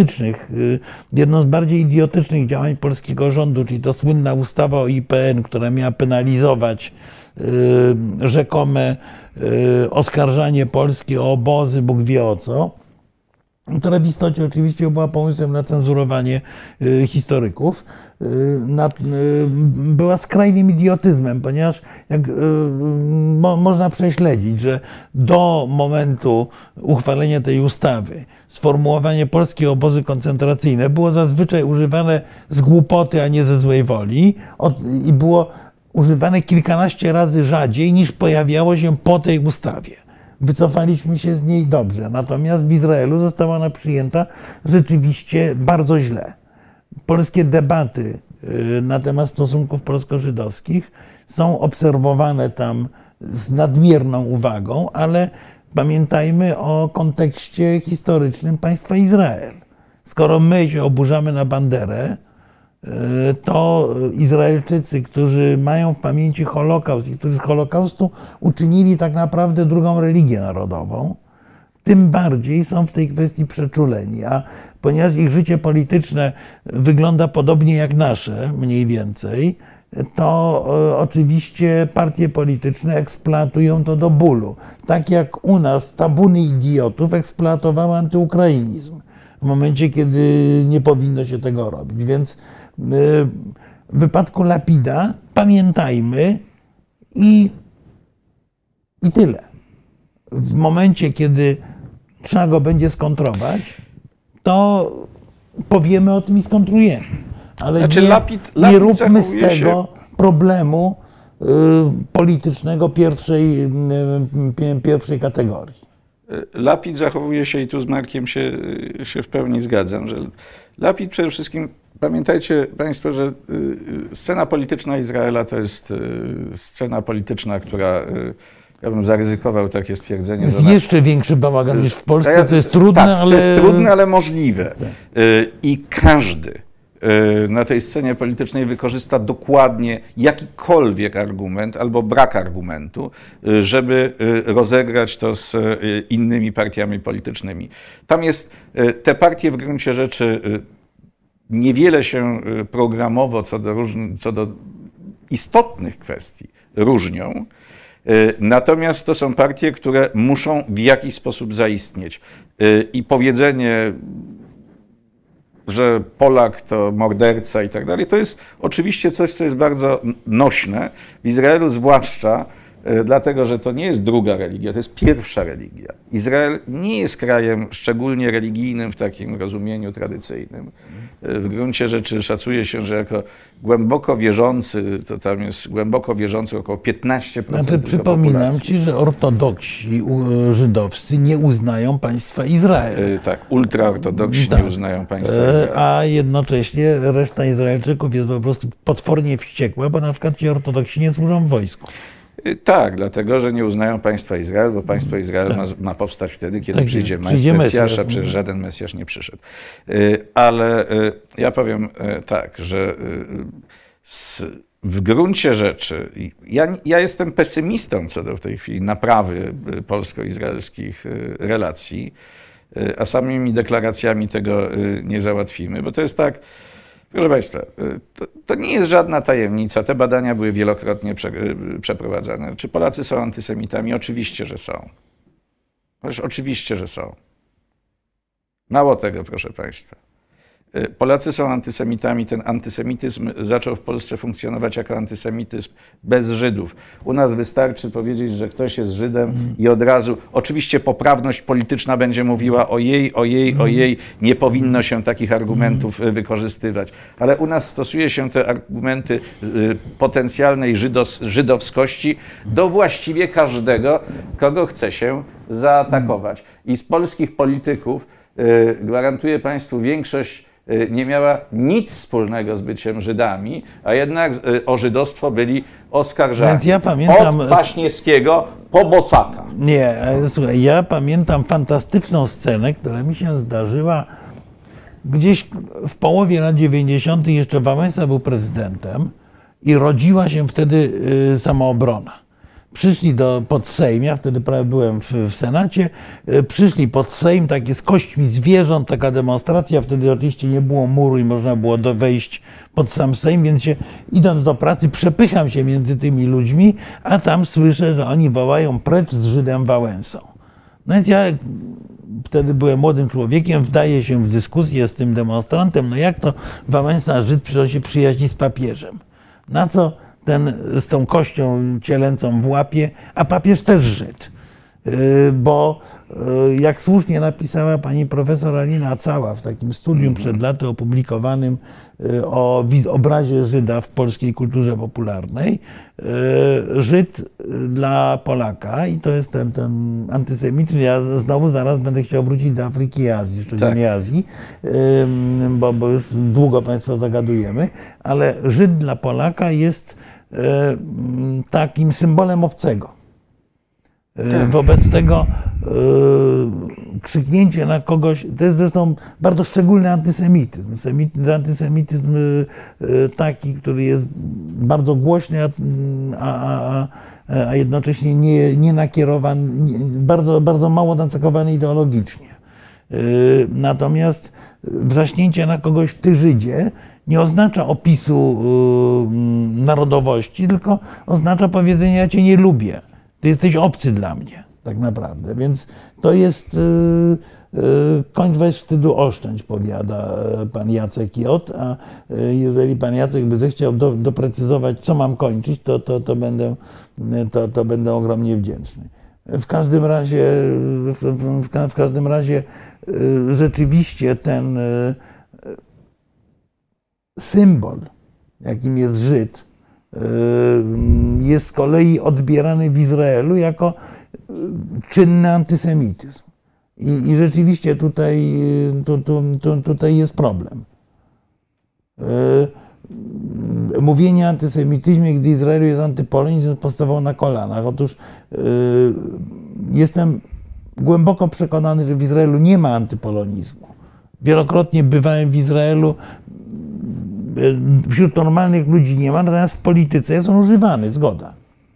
idiotycznych działań polskiego rządu, czyli ta słynna ustawa o IPN, która miała penalizować rzekome oskarżanie Polski o obozy, Bóg wie o co, która w istocie oczywiście była pomysłem na cenzurowanie historyków, była skrajnym idiotyzmem, ponieważ można prześledzić, że do momentu uchwalenia tej ustawy sformułowanie polskie obozy koncentracyjne było zazwyczaj używane z głupoty, a nie ze złej woli i było używane kilkanaście razy rzadziej niż pojawiało się po tej ustawie. Wycofaliśmy się z niej dobrze, natomiast w Izraelu została ona przyjęta rzeczywiście bardzo źle. Polskie debaty na temat stosunków polsko-żydowskich są obserwowane tam z nadmierną uwagą, ale pamiętajmy o kontekście historycznym państwa Izrael. Skoro my się oburzamy na Banderę, to Izraelczycy, którzy mają w pamięci Holokaust i którzy z Holokaustu uczynili tak naprawdę drugą religię narodową, tym bardziej są w tej kwestii przeczuleni. A ponieważ ich życie polityczne wygląda podobnie jak nasze, mniej więcej, to oczywiście partie polityczne eksploatują to do bólu. Tak jak u nas tabuny idiotów eksploatowały antyukrainizm w momencie, kiedy nie powinno się tego robić. Więc w wypadku Lapida pamiętajmy i tyle. W momencie, kiedy trzeba go będzie skontrować, to powiemy o tym i skontrujemy. Ale Znaczy, Lapid nie róbmy zachowuje z tego problemu politycznego pierwszej kategorii. Lapid zachowuje się, i tu z Markiem się w pełni zgadzam, że Lapid przede wszystkim, pamiętajcie Państwo, że scena polityczna Izraela to jest scena polityczna, która, ja bym zaryzykował takie stwierdzenie. Jest jeszcze większy bałagan niż w Polsce, co jest trudne, tak, ale... to jest trudne, ale możliwe. I każdy na tej scenie politycznej wykorzysta dokładnie jakikolwiek argument albo brak argumentu, żeby rozegrać to z innymi partiami politycznymi. Tam jest, te partie w gruncie rzeczy niewiele się programowo co do istotnych kwestii różnią, natomiast to są partie, które muszą w jakiś sposób zaistnieć. I powiedzenie, że Polak to morderca i tak dalej, to jest oczywiście coś, co jest bardzo nośne. W Izraelu zwłaszcza, dlatego że to nie jest druga religia, to jest pierwsza religia. Izrael nie jest krajem szczególnie religijnym w takim rozumieniu tradycyjnym. W gruncie rzeczy szacuje się, że jako głęboko wierzący, to tam jest głęboko wierzący około 15% Znaczy, przypominam ci, że ortodoksi żydowscy nie uznają państwa Izrael. Tak, ultraortodoksi nie uznają państwa Izrael. A jednocześnie reszta Izraelczyków jest po prostu potwornie wściekła, bo na przykład ci ortodoksi nie służą w wojsku. Tak, dlatego, że nie uznają państwa Izrael, bo państwo Izrael ma powstać wtedy, kiedy przyjdzie Mesjasz, a przecież żaden Mesjasz nie przyszedł. Ale ja powiem tak, że w gruncie rzeczy ja jestem pesymistą co do w tej chwili naprawy polsko-izraelskich relacji, a samymi deklaracjami tego nie załatwimy, bo to jest tak. Proszę Państwa, to nie jest żadna tajemnica. Te badania były wielokrotnie przeprowadzane. Czy Polacy są antysemitami? Oczywiście, że są. Oczywiście, że są. Mało tego, proszę Państwa. Polacy są antysemitami. Ten antysemityzm zaczął w Polsce funkcjonować jako antysemityzm bez Żydów. U nas wystarczy powiedzieć, że ktoś jest Żydem i od razu, oczywiście poprawność polityczna będzie mówiła ojej, nie powinno się takich argumentów wykorzystywać. Ale u nas stosuje się te argumenty potencjalnej żydowskości do właściwie każdego, kogo chce się zaatakować. I z polskich polityków, gwarantuję Państwu, większość nie miała nic wspólnego z byciem Żydami, a jednak o żydostwo byli oskarżani. Więc ja pamiętam... Od Kwaśniewskiego po Bosaka. Nie, słuchaj, ja pamiętam fantastyczną scenę, która mi się zdarzyła gdzieś w połowie lat 90. Jeszcze Wałęsa był prezydentem i rodziła się wtedy Samoobrona. Przyszli pod Sejm, ja wtedy prawie byłem w Senacie, przyszli pod Sejm, takie z kośćmi zwierząt, taka demonstracja, wtedy oczywiście nie było muru i można było wejść pod sam Sejm, więc idąc do pracy przepycham się między tymi ludźmi, a tam słyszę, że oni wołają precz z Żydem Wałęsą. No więc ja wtedy byłem młodym człowiekiem, wdaję się w dyskusję z tym demonstrantem, no jak to Wałęsa Żyd przecież się przyjaźni z papieżem. Na co ten z tą kością cielęcą w łapie, a papież też Żyd. Bo jak słusznie napisała pani profesor Alina Cała w takim studium przed laty opublikowanym o obrazie Żyda w polskiej kulturze popularnej, Żyd dla Polaka, i to jest ten antysemityzm, ja znowu zaraz będę chciał wrócić do Afryki i Azji, szczególnie Tak. Azji, bo już długo państwo zagadujemy, ale Żyd dla Polaka jest takim symbolem obcego. Wobec tego krzyknięcie na kogoś, to jest zresztą bardzo szczególny antysemityzm. Antysemityzm taki, który jest bardzo głośny, a jednocześnie nie nakierowany, bardzo, bardzo mało nacechowany ideologicznie. Natomiast wrzaśnięcie na kogoś ty Żydzie nie oznacza opisu narodowości, tylko oznacza powiedzenie: ja cię nie lubię. Ty jesteś obcy dla mnie, tak naprawdę. Więc to jest kończ weź wstydu oszczędź, powiada pan Jacek J. A jeżeli pan Jacek by zechciał doprecyzować, co mam kończyć, to będę ogromnie wdzięczny. W każdym razie rzeczywiście ten symbol, jakim jest Żyd, jest z kolei odbierany w Izraelu jako czynny antysemityzm. I rzeczywiście tutaj jest problem. Mówienie o antysemityzmie, gdy Izraelu jest antypolonizm, jest postawione na kolanach. Otóż jestem głęboko przekonany, że w Izraelu nie ma antypolonizmu. Wielokrotnie bywałem w Izraelu. Wśród normalnych ludzi nie ma, natomiast w polityce jest on używany, zgoda.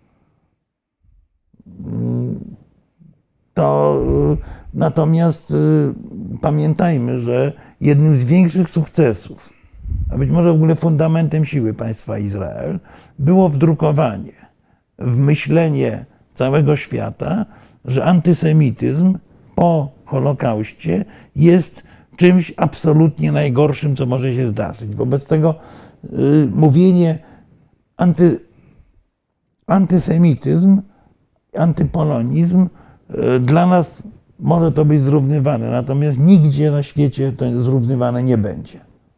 Natomiast pamiętajmy, że jednym z większych sukcesów, a być może w ogóle fundamentem siły państwa Izrael, było wdrukowanie w myślenie całego świata, że antysemityzm po Holokauście jest czymś absolutnie najgorszym, co może się zdarzyć. Wobec tego mówienie antysemityzm, antypolonizm dla nas może to być zrównywane, natomiast nigdzie na świecie to zrównywane nie będzie.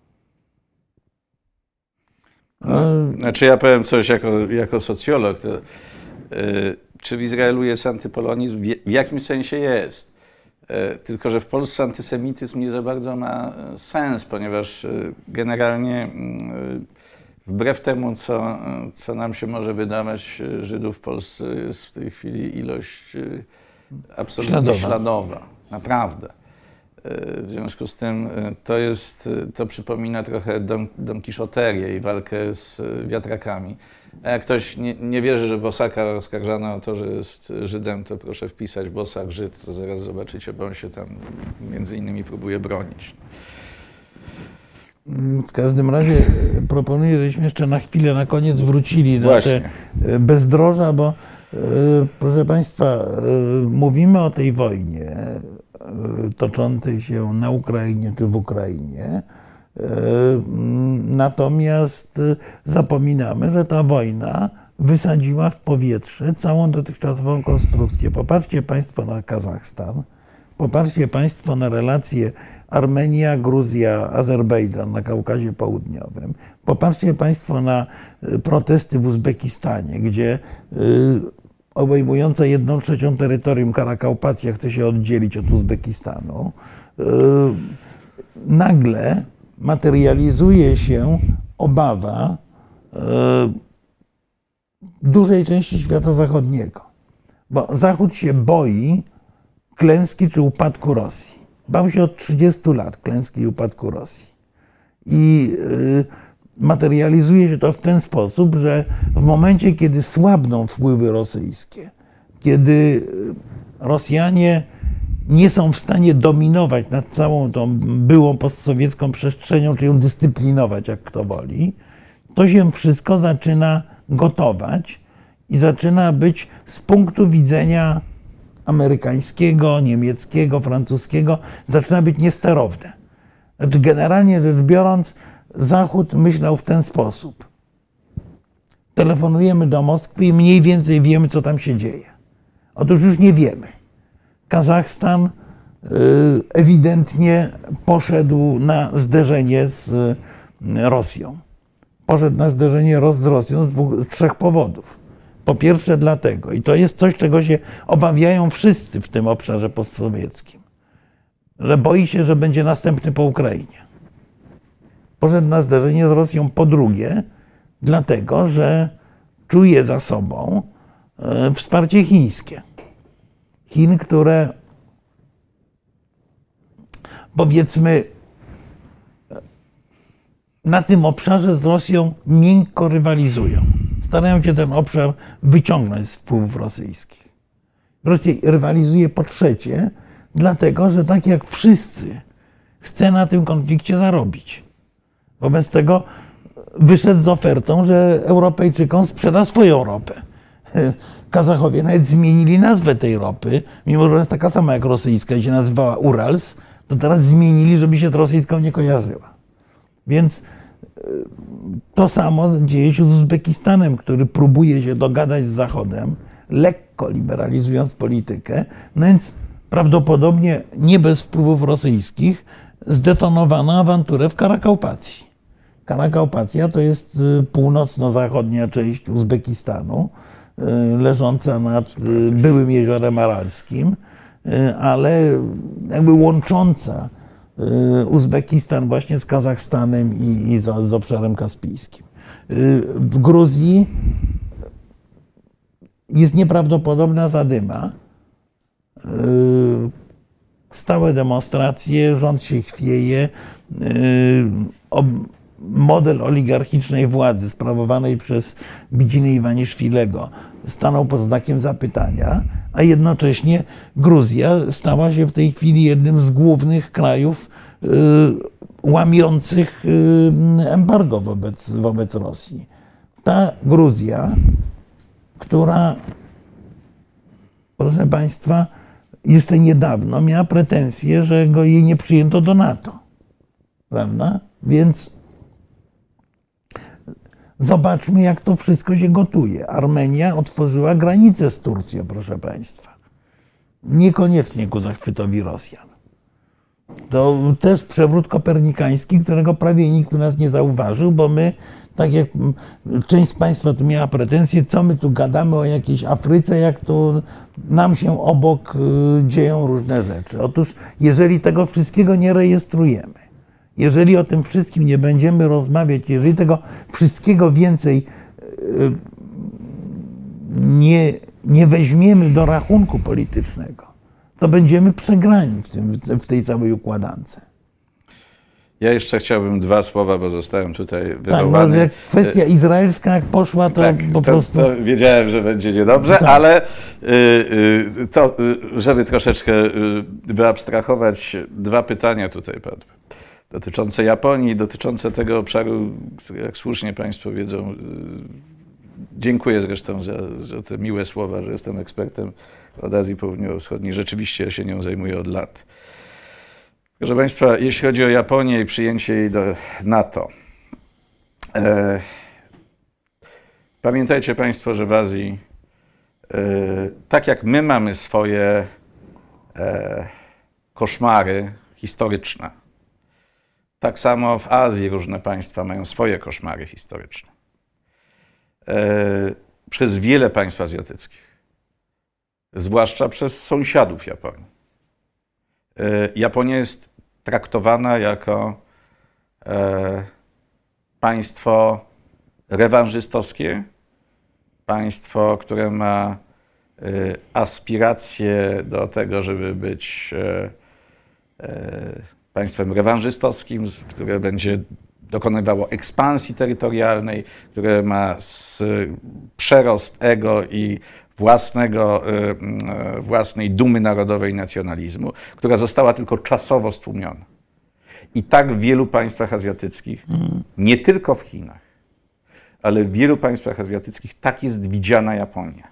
Znaczy ja powiem coś jako socjolog. To, czy w Izraelu jest antypolonizm? W jakim sensie jest? Tylko że w Polsce antysemityzm nie za bardzo ma sens, ponieważ generalnie wbrew temu, co nam się może wydawać, Żydów w Polsce jest w tej chwili ilość absolutnie śladowa. Naprawdę. W związku z tym to przypomina trochę donkiszoterię i walkę z wiatrakami. A jak ktoś nie wierzy, że Bosaka oskarżano o to, że jest Żydem, to proszę wpisać Bosak Żyd, to zaraz zobaczycie, bo on się tam między innymi próbuje bronić. W każdym razie proponuję, żebyśmy jeszcze na chwilę, na koniec wrócili do te bezdroża, bo proszę Państwa, mówimy o tej wojnie toczącej się na Ukrainie czy w Ukrainie, natomiast zapominamy, że ta wojna wysadziła w powietrze całą dotychczasową konstrukcję. Popatrzcie Państwo na Kazachstan, popatrzcie Państwo na relacje Armenia, Gruzja, Azerbejdżan na Kaukazie Południowym. Popatrzcie Państwo na protesty w Uzbekistanie, gdzie obejmująca 1/3 terytorium Karakaupacja chce się oddzielić od Uzbekistanu. Nagle materializuje się obawa dużej części świata zachodniego, bo Zachód się boi klęski czy upadku Rosji. Bał się od 30 lat klęski i upadku Rosji. I materializuje się to w ten sposób, że w momencie, kiedy słabną wpływy rosyjskie, kiedy Rosjanie nie są w stanie dominować nad całą tą byłą postsowiecką przestrzenią, czy ją dyscyplinować, jak kto woli, to się wszystko zaczyna gotować i zaczyna być z punktu widzenia amerykańskiego, niemieckiego, francuskiego, zaczyna być niesterowne. Znaczy, generalnie rzecz biorąc, Zachód myślał w ten sposób. Telefonujemy do Moskwy i mniej więcej wiemy, co tam się dzieje. Otóż już nie wiemy. Kazachstan ewidentnie poszedł na zderzenie z Rosją. Poszedł na zderzenie z Rosją z trzech powodów. Po pierwsze dlatego, i to jest coś, czego się obawiają wszyscy w tym obszarze postsowieckim, że boi się, że będzie następny po Ukrainie. Poszedł na zderzenie z Rosją po drugie, dlatego, że czuje za sobą wsparcie chińskie. Chin, które powiedzmy na tym obszarze z Rosją miękko rywalizują. Starają się ten obszar wyciągnąć z wpływów rosyjskich. Rosja rywalizuje po trzecie, dlatego, że tak jak wszyscy chce na tym konflikcie zarobić. Wobec tego wyszedł z ofertą, że Europejczykom sprzeda swoją ropę. Kazachowie nawet zmienili nazwę tej ropy, mimo że jest taka sama jak rosyjska i się nazywała Urals, to teraz zmienili, żeby się z rosyjską nie kojarzyła. Więc to samo dzieje się z Uzbekistanem, który próbuje się dogadać z Zachodem, lekko liberalizując politykę, no więc prawdopodobnie nie bez wpływów rosyjskich zdetonowano awanturę w Karakaupacji. Karakaupacja to jest północno-zachodnia część Uzbekistanu, leżąca nad byłym jeziorem Aralskim, ale jakby łącząca Uzbekistan właśnie z Kazachstanem i z obszarem kaspijskim. W Gruzji jest nieprawdopodobna zadyma. Stałe demonstracje, rząd się chwieje. Model oligarchicznej władzy sprawowanej przez Bidziny Iwaniszwilego stanął pod znakiem zapytania, a jednocześnie Gruzja stała się w tej chwili jednym z głównych krajów łamiących embargo wobec Rosji. Ta Gruzja, która, proszę Państwa, jeszcze niedawno miała pretensje, że jej nie przyjęto do NATO. Prawda? Więc zobaczmy, jak to wszystko się gotuje. Armenia otworzyła granicę z Turcją, proszę Państwa. Niekoniecznie ku zachwytowi Rosjan. To też przewrót kopernikański, którego prawie nikt u nas nie zauważył, bo my, tak jak część z Państwa tu miała pretensje, co my tu gadamy o jakiejś Afryce, jak tu nam się obok dzieją różne rzeczy. Otóż, jeżeli tego wszystkiego nie rejestrujemy, jeżeli o tym wszystkim nie będziemy rozmawiać, jeżeli tego wszystkiego więcej nie weźmiemy do rachunku politycznego, to będziemy przegrani w tej całej układance. Ja jeszcze chciałbym dwa słowa, bo zostałem tutaj wywołany. Tak, no, jak kwestia izraelska jak poszła, to tak, po prostu... To wiedziałem, że będzie niedobrze, tak. Ale to, żeby troszeczkę wyabstrahować, dwa pytania tutaj padły. Dotyczące Japonii, dotyczące tego obszaru, który, jak słusznie Państwo wiedzą, dziękuję zresztą za te miłe słowa, że jestem ekspertem od Azji Południowo-Wschodniej. Rzeczywiście ja się nią zajmuję od lat. Proszę Państwa, jeśli chodzi o Japonię i przyjęcie jej do NATO, pamiętajcie Państwo, że w Azji, tak jak my mamy swoje koszmary historyczne, tak samo w Azji różne państwa mają swoje koszmary historyczne. Przez wiele państw azjatyckich, zwłaszcza przez sąsiadów Japonii. Japonia jest traktowana jako państwo rewanżystowskie, państwo, które ma aspiracje do tego, żeby być państwem rewanżystowskim, które będzie dokonywało ekspansji terytorialnej, które ma przerost ego i własnej dumy narodowej i nacjonalizmu, która została tylko czasowo stłumiona. I tak w wielu państwach azjatyckich, nie tylko w Chinach, ale w wielu państwach azjatyckich tak jest widziana Japonia.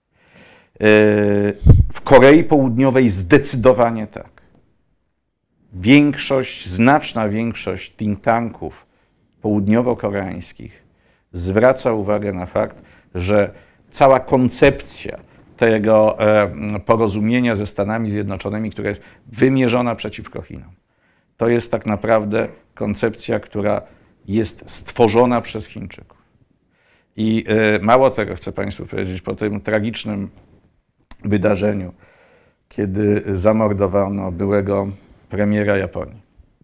W Korei Południowej zdecydowanie tak. Znaczna większość think tanków południowo-koreańskich zwraca uwagę na fakt, że cała koncepcja tego porozumienia ze Stanami Zjednoczonymi, która jest wymierzona przeciwko Chinom. To jest tak naprawdę koncepcja, która jest stworzona przez Chińczyków. I mało tego chcę Państwu powiedzieć, po tym tragicznym wydarzeniu, kiedy zamordowano byłego premiera Japonii,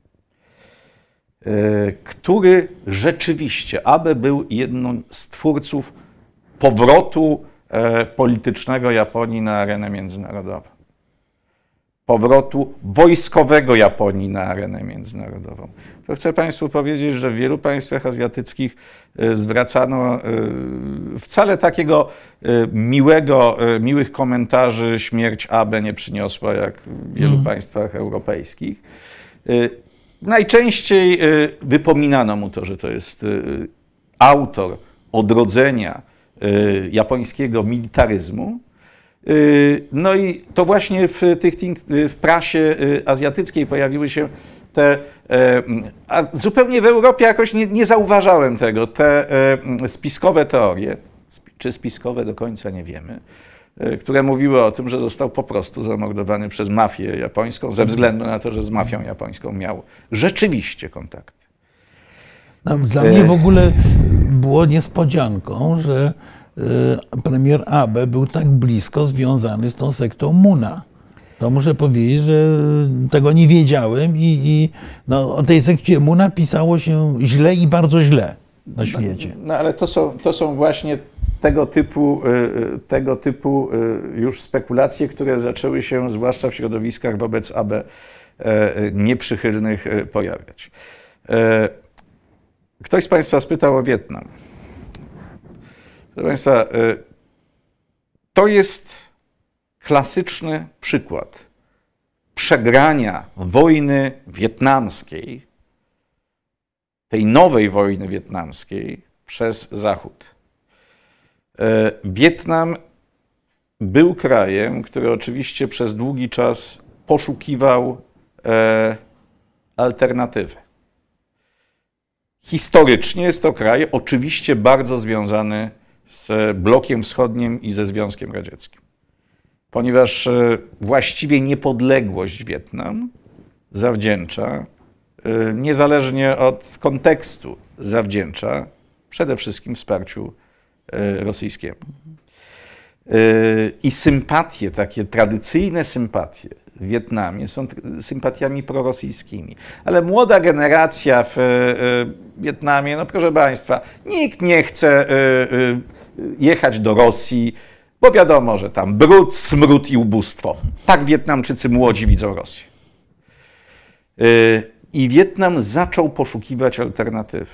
który rzeczywiście, Abe był jedną z twórców powrotu politycznego Japonii na arenę międzynarodową. Powrotu wojskowego Japonii na arenę międzynarodową. To chcę Państwu powiedzieć, że w wielu państwach azjatyckich zwracano wcale takiego miłych komentarzy śmierć Abe nie przyniosła, jak w wielu państwach europejskich. Najczęściej wypominano mu to, że to jest autor odrodzenia japońskiego militaryzmu. No i to właśnie w prasie azjatyckiej pojawiły się te, a zupełnie w Europie jakoś nie zauważałem tego, te spiskowe teorie, czy spiskowe do końca nie wiemy, które mówiły o tym, że został po prostu zamordowany przez mafię japońską ze względu na to, że z mafią japońską miał rzeczywiście kontakty. No, dla mnie w ogóle było niespodzianką, że premier Abe był tak blisko związany z tą sektą Muna. To muszę powiedzieć, że tego nie wiedziałem i no, o tej sekcie Muna pisało się źle i bardzo źle na świecie. No ale to są właśnie tego typu już spekulacje, które zaczęły się, zwłaszcza w środowiskach wobec Abe nieprzychylnych, pojawiać. Ktoś z Państwa spytał o Wietnam. Proszę Państwa, to jest klasyczny przykład przegrania wojny wietnamskiej, tej nowej wojny wietnamskiej przez Zachód. Wietnam był krajem, który oczywiście przez długi czas poszukiwał alternatywy. Historycznie jest to kraj oczywiście bardzo związany z blokiem wschodnim i ze Związkiem Radzieckim. Ponieważ właściwie niepodległość Wietnam zawdzięcza, niezależnie od kontekstu, zawdzięcza przede wszystkim wsparciu rosyjskiemu. I sympatie, takie tradycyjne sympatie w Wietnamie są sympatiami prorosyjskimi. Ale młoda generacja w Wietnamie, no proszę Państwa, nikt nie chce jechać do Rosji, bo wiadomo, że tam brud, smród i ubóstwo. Tak Wietnamczycy młodzi widzą Rosję. I Wietnam zaczął poszukiwać alternatywy.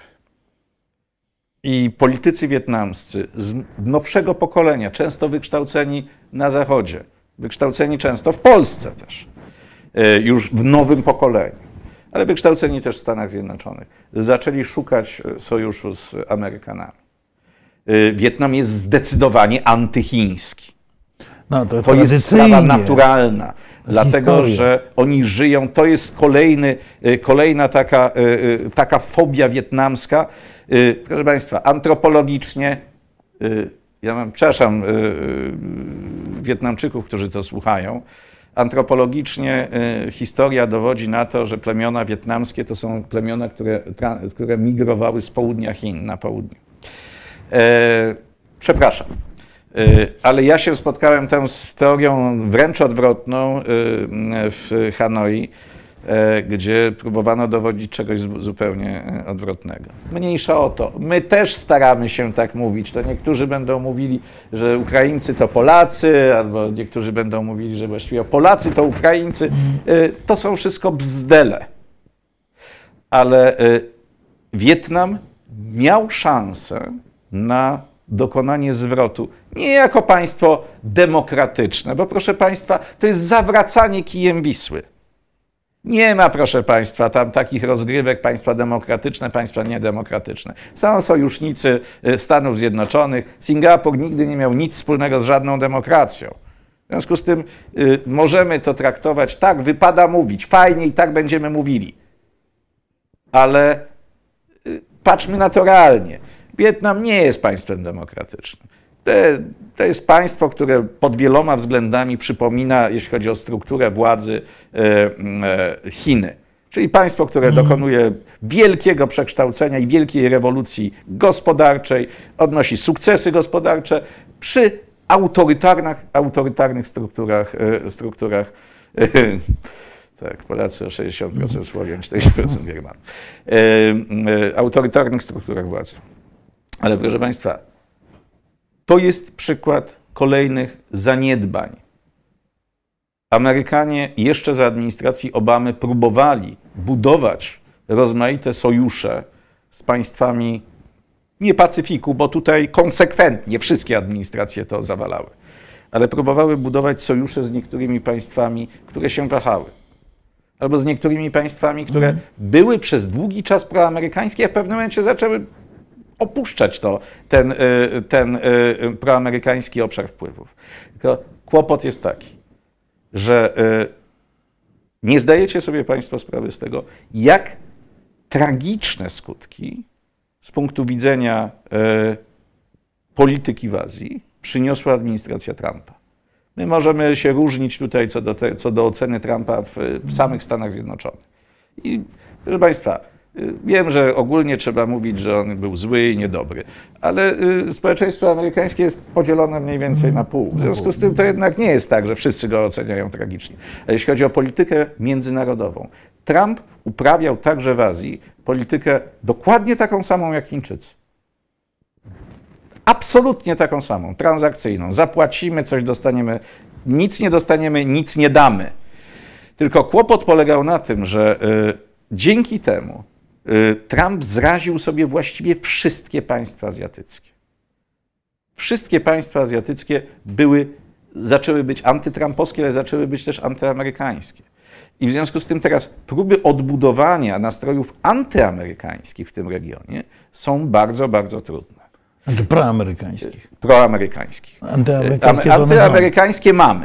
I politycy wietnamscy z nowszego pokolenia, często wykształceni na Zachodzie, wykształceni często w Polsce też, już w nowym pokoleniu, ale wykształceni też w Stanach Zjednoczonych, zaczęli szukać sojuszu z Amerykanami. Wietnam jest zdecydowanie antychiński. No, to jest sprawa naturalna, dlatego że oni żyją, to jest kolejna taka fobia wietnamska. Proszę Państwa, antropologicznie, przepraszam Wietnamczyków, którzy to słuchają, antropologicznie historia dowodzi na to, że plemiona wietnamskie to są plemiona, które migrowały z południa Chin na południe. Przepraszam, ale ja się spotkałem tam z teorią wręcz odwrotną w Hanoi, gdzie próbowano dowodzić czegoś zupełnie odwrotnego. Mniejsza o to. My też staramy się tak mówić. To niektórzy będą mówili, że Ukraińcy to Polacy, albo niektórzy będą mówili, że właściwie Polacy to Ukraińcy. To są wszystko bzdele. Ale Wietnam miał szansę na dokonanie zwrotu. Nie jako państwo demokratyczne, bo proszę Państwa, to jest zawracanie kijem Wisły. Nie ma, proszę Państwa, tam takich rozgrywek państwa demokratyczne, państwa niedemokratyczne. Są sojusznicy Stanów Zjednoczonych. Singapur nigdy nie miał nic wspólnego z żadną demokracją. W związku z tym możemy to traktować tak, wypada mówić, fajnie i tak będziemy mówili. Ale patrzmy na to realnie. Wietnam nie jest państwem demokratycznym. To jest państwo, które pod wieloma względami przypomina, jeśli chodzi o strukturę władzy, Chiny. Czyli państwo, które dokonuje wielkiego przekształcenia i wielkiej rewolucji gospodarczej, odnosi sukcesy gospodarcze przy autorytarnych strukturach tak, Polacy o 60% Słowian, 40% Germanów. Autorytarnych strukturach władzy. Ale proszę Państwa, to jest przykład kolejnych zaniedbań. Amerykanie jeszcze za administracji Obamy próbowali budować rozmaite sojusze z państwami nie Pacyfiku, bo tutaj konsekwentnie wszystkie administracje to zawalały, ale próbowały budować sojusze z niektórymi państwami, które się wahały. Albo z niektórymi państwami, które były przez długi czas proamerykańskie, a w pewnym momencie zaczęły opuszczać ten proamerykański obszar wpływów. Tylko kłopot jest taki, że nie zdajecie sobie Państwo sprawy z tego, jak tragiczne skutki z punktu widzenia polityki w Azji przyniosła administracja Trumpa. My możemy się różnić tutaj co do oceny Trumpa w samych Stanach Zjednoczonych. I proszę Państwa, wiem, że ogólnie trzeba mówić, że on był zły i niedobry, ale społeczeństwo amerykańskie jest podzielone mniej więcej na pół. W związku z tym to jednak nie jest tak, że wszyscy go oceniają tragicznie. A jeśli chodzi o politykę międzynarodową, Trump uprawiał także w Azji politykę dokładnie taką samą jak Chińczycy. Absolutnie taką samą, transakcyjną. Zapłacimy, coś dostaniemy, nic nie dostaniemy, nic nie damy. Tylko kłopot polegał na tym, że dzięki temu Trump zraził sobie właściwie wszystkie państwa azjatyckie. Wszystkie państwa azjatyckie zaczęły być antytrumpowskie, ale zaczęły być też antyamerykańskie. I w związku z tym teraz próby odbudowania nastrojów antyamerykańskich w tym regionie są bardzo, bardzo trudne. Znaczy proamerykańskich. Proamerykańskich. Antyamerykańskie mamy.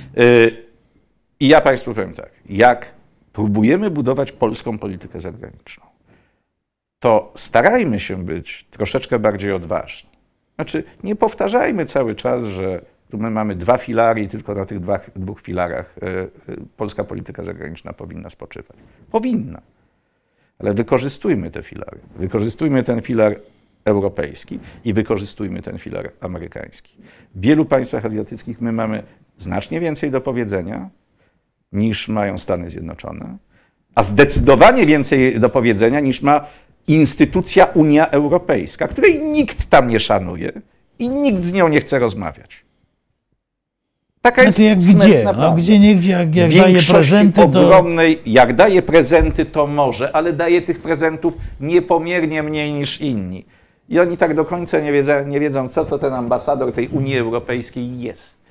I ja Państwu powiem tak, jak próbujemy budować polską politykę zagraniczną, to starajmy się być troszeczkę bardziej odważni. Znaczy, nie powtarzajmy cały czas, że tu my mamy dwa filary i tylko na tych dwóch filarach polska polityka zagraniczna powinna spoczywać. Powinna. Ale wykorzystujmy te filary. Wykorzystujmy ten filar europejski i wykorzystujmy ten filar amerykański. W wielu państwach azjatyckich my mamy znacznie więcej do powiedzenia niż mają Stany Zjednoczone, a zdecydowanie więcej do powiedzenia niż ma instytucja Unia Europejska, której nikt tam nie szanuje i nikt z nią nie chce rozmawiać. Taka jest jak gdzie? No, gdzie niegdzie, jak daje prezenty, ogromnej, jak daje prezenty, to może, ale daje tych prezentów niepomiernie mniej niż inni. I oni tak do końca nie wiedzą, co to ten ambasador tej Unii Europejskiej jest.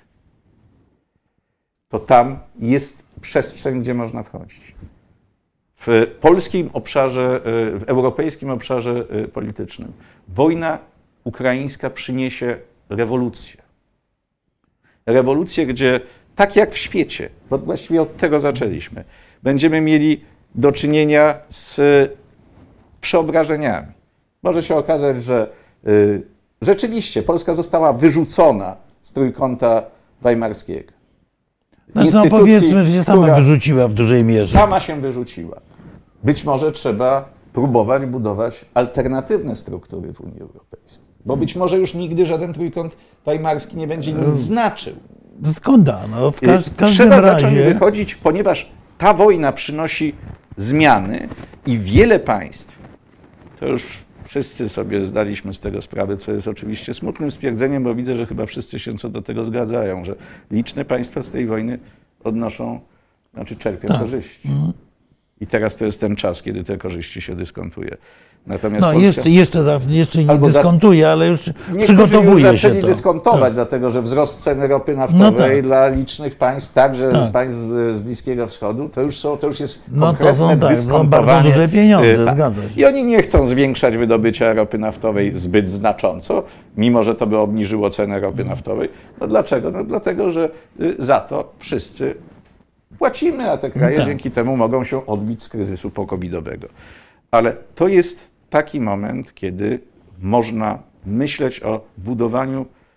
To tam jest przestrzeń, gdzie można wchodzić. W polskim obszarze, w europejskim obszarze politycznym wojna ukraińska przyniesie rewolucję. Rewolucję, gdzie tak jak w świecie, bo właściwie od tego zaczęliśmy, będziemy mieli do czynienia z przeobrażeniami. Może się okazać, że rzeczywiście Polska została wyrzucona z trójkąta weimarskiego. No powiedzmy, że się sama wyrzuciła w dużej mierze. Sama się wyrzuciła. Być może trzeba próbować budować alternatywne struktury w Unii Europejskiej. Bo być może już nigdy żaden trójkąt weimarski nie będzie nic znaczył. Skąd da? No, w każdym trzeba razie zacząć wychodzić, ponieważ ta wojna przynosi zmiany i wiele państw, to już wszyscy sobie zdaliśmy z tego sprawę, co jest oczywiście smutnym stwierdzeniem, bo widzę, że chyba wszyscy się co do tego zgadzają, że liczne państwa z tej wojny czerpią korzyści. I teraz to jest ten czas, kiedy te korzyści się dyskontuje. Natomiast no Polska... jeszcze nie dyskontuje, ale już przygotowuje już się to. dyskontować, tak. Dlatego że wzrost ceny ropy naftowej dla licznych państw, także państw z Bliskiego Wschodu, to już jest konkretne dyskontowanie. Są bardzo duże pieniądze, zgadza się. I oni nie chcą zwiększać wydobycia ropy naftowej zbyt znacząco, mimo że to by obniżyło cenę ropy naftowej. No dlaczego? No dlatego, że za to wszyscy płacimy, a te kraje dzięki temu mogą się odbić z kryzysu po-covidowego. Ale to jest taki moment, kiedy można myśleć o budowaniu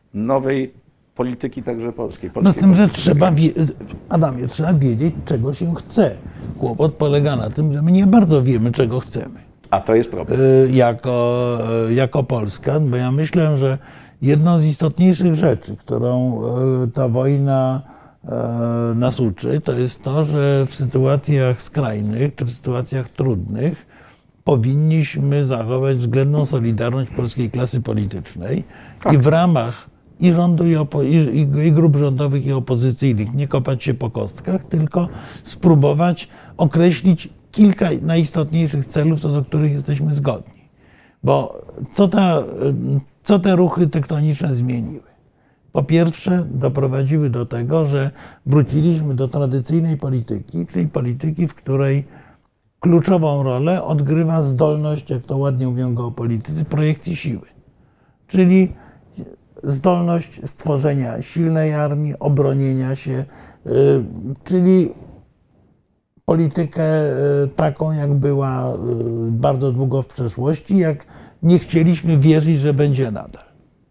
nowej polityki także polskiej. No z tym, że polskiej trzeba, Adamie, trzeba wiedzieć, czego się chce. Kłopot polega na tym, że my nie bardzo wiemy, czego chcemy. A to jest problem. Jako Polska, bo ja myślę, że jedną z istotniejszych rzeczy, którą ta wojna nas uczy, to jest to, że w sytuacjach skrajnych czy w sytuacjach trudnych powinniśmy zachować względną solidarność polskiej klasy politycznej i w ramach i rządu, i grup rządowych, i opozycyjnych nie kopać się po kostkach, tylko spróbować określić kilka najistotniejszych celów, co do których jesteśmy zgodni. Bo co te ruchy tektoniczne zmieniły? Po pierwsze, doprowadziły do tego, że wróciliśmy do tradycyjnej polityki, czyli polityki, w której kluczową rolę odgrywa zdolność, jak to ładnie mówią geopolitycy, projekcji siły. Czyli zdolność stworzenia silnej armii, obronienia się, czyli politykę taką, jak była bardzo długo w przeszłości, jak nie chcieliśmy wierzyć, że będzie nadal.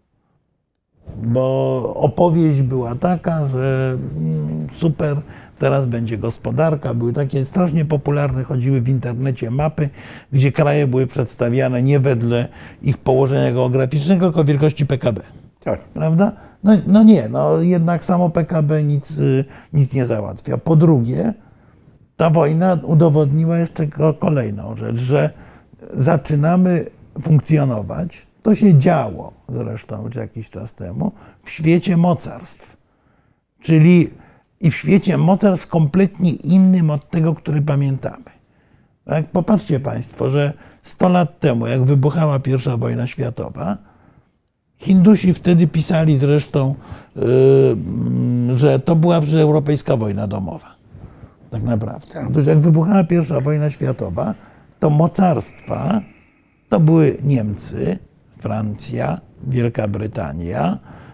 Bo opowieść była taka, że super, teraz będzie gospodarka. Były takie strasznie popularne, chodziły w internecie mapy, gdzie kraje były przedstawiane nie wedle ich położenia geograficznego, tylko wielkości PKB. Tak. Prawda? No nie, jednak samo PKB nic nie załatwia. Po drugie, ta wojna udowodniła jeszcze kolejną rzecz, że zaczynamy funkcjonować, to się działo zresztą już jakiś czas temu, w świecie mocarstw. Czyli i w świecie mocarstw kompletnie innym od tego, który pamiętamy. Tak? Popatrzcie Państwo, że 100 lat temu, jak wybuchała I wojna światowa, Hindusi wtedy pisali zresztą, że to była europejska wojna domowa. Tak naprawdę. Otóż jak wybuchała I wojna światowa, to mocarstwa to były Niemcy, Francja, Wielka Brytania,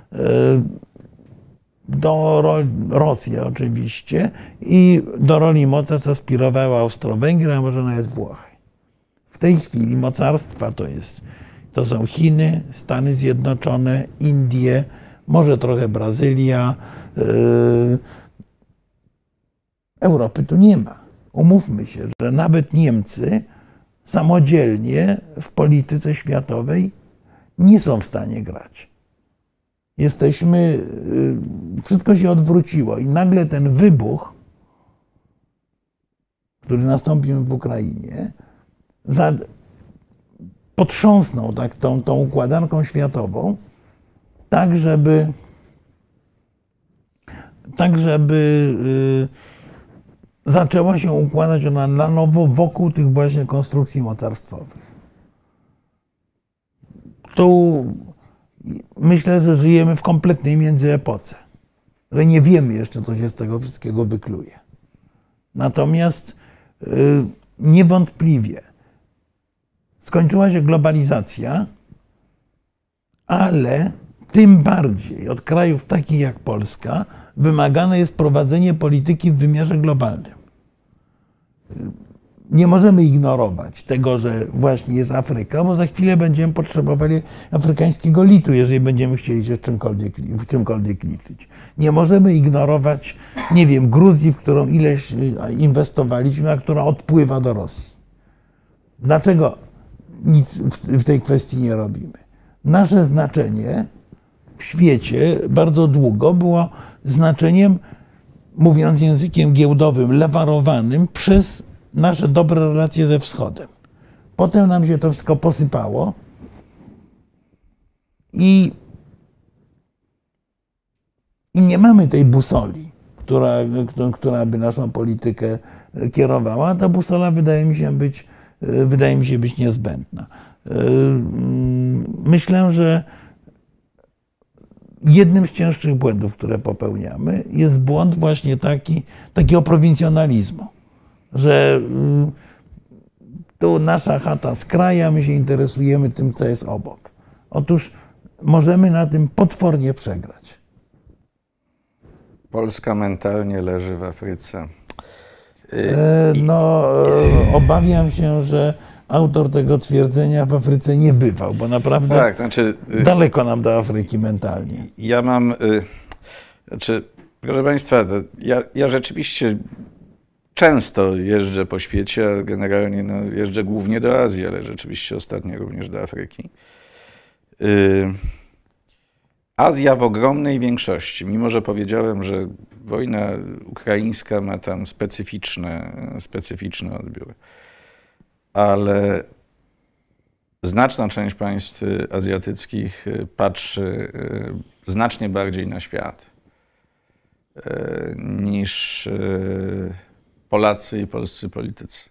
Rosja oczywiście i do roli mocarstw aspirowała Austro-Węgry, a może nawet Włochy. W tej chwili mocarstwa to są Chiny, Stany Zjednoczone, Indie, może trochę Brazylia. Europy tu nie ma. Umówmy się, że nawet Niemcy samodzielnie w polityce światowej nie są w stanie grać. Wszystko się odwróciło i nagle ten wybuch, który nastąpił w Ukrainie, potrząsnął tą układanką światową, tak żeby zaczęła się układać ona na nowo wokół tych właśnie konstrukcji mocarstwowych. Tu myślę, że żyjemy w kompletnej międzyepoce, że nie wiemy jeszcze, co się z tego wszystkiego wykluje. Natomiast niewątpliwie skończyła się globalizacja, ale tym bardziej od krajów takich jak Polska wymagane jest prowadzenie polityki w wymiarze globalnym. Nie możemy ignorować tego, że właśnie jest Afryka, bo za chwilę będziemy potrzebowali afrykańskiego litu, jeżeli będziemy chcieli się w czymkolwiek liczyć. Nie możemy ignorować, nie wiem, Gruzji, w którą ileś inwestowaliśmy, a która odpływa do Rosji. Dlaczego nic w tej kwestii nie robimy? Nasze znaczenie w świecie bardzo długo było znaczeniem, mówiąc językiem giełdowym, lewarowanym przez nasze dobre relacje ze Wschodem. Potem nam się to wszystko posypało i nie mamy tej busoli, która by naszą politykę kierowała. Ta busola wydaje mi się być niezbędna. Myślę, że jednym z cięższych błędów, które popełniamy, jest błąd właśnie takiego prowincjonalizmu, że tu nasza chata z kraja, my się interesujemy tym, co jest obok. Otóż możemy na tym potwornie przegrać. Polska mentalnie leży w Afryce. Obawiam się, że autor tego twierdzenia w Afryce nie bywał, bo naprawdę Tak, znaczy, daleko nam do Afryki mentalnie. ja mam, proszę Państwa, ja rzeczywiście często jeżdżę po świecie, a generalnie jeżdżę głównie do Azji, ale rzeczywiście ostatnio również do Afryki. Azja w ogromnej większości, mimo że powiedziałem, że wojna ukraińska ma tam specyficzny odbiór, ale znaczna część państw azjatyckich patrzy znacznie bardziej na świat niż Polacy i polscy politycy.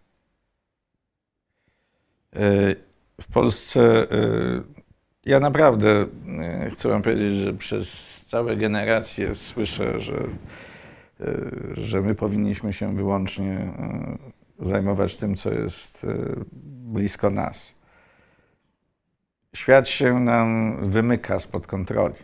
W Polsce ja naprawdę chcę wam powiedzieć, że przez całe generacje słyszę, że my powinniśmy się wyłącznie zajmować tym, co jest blisko nas. Świat się nam wymyka spod kontroli.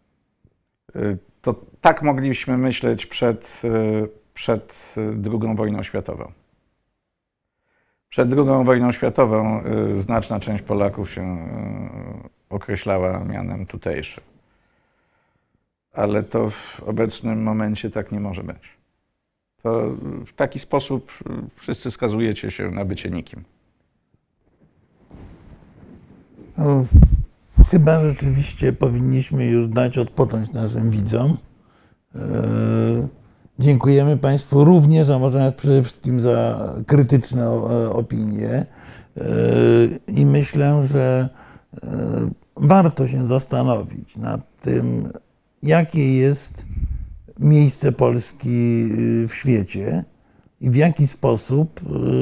To tak mogliśmy myśleć przed II wojną światową. Przed II wojną światową znaczna część Polaków się określała mianem tutejszy. Ale to w obecnym momencie tak nie może być. To w taki sposób wszyscy skazujecie się na bycie nikim. No, chyba rzeczywiście powinniśmy już dać odpocząć naszym widzom. Dziękujemy Państwu również, a może nawet przede wszystkim za krytyczne opinie. I myślę, że warto się zastanowić nad tym, jakie jest miejsce Polski w świecie i w jaki sposób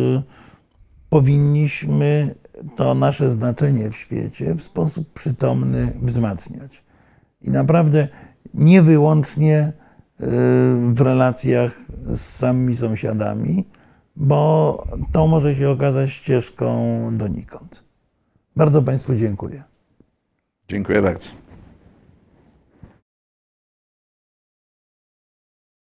powinniśmy to nasze znaczenie w świecie w sposób przytomny wzmacniać. I naprawdę nie wyłącznie w relacjach z samymi sąsiadami, bo to może się okazać ścieżką donikąd. Bardzo Państwu dziękuję. Dziękuję bardzo.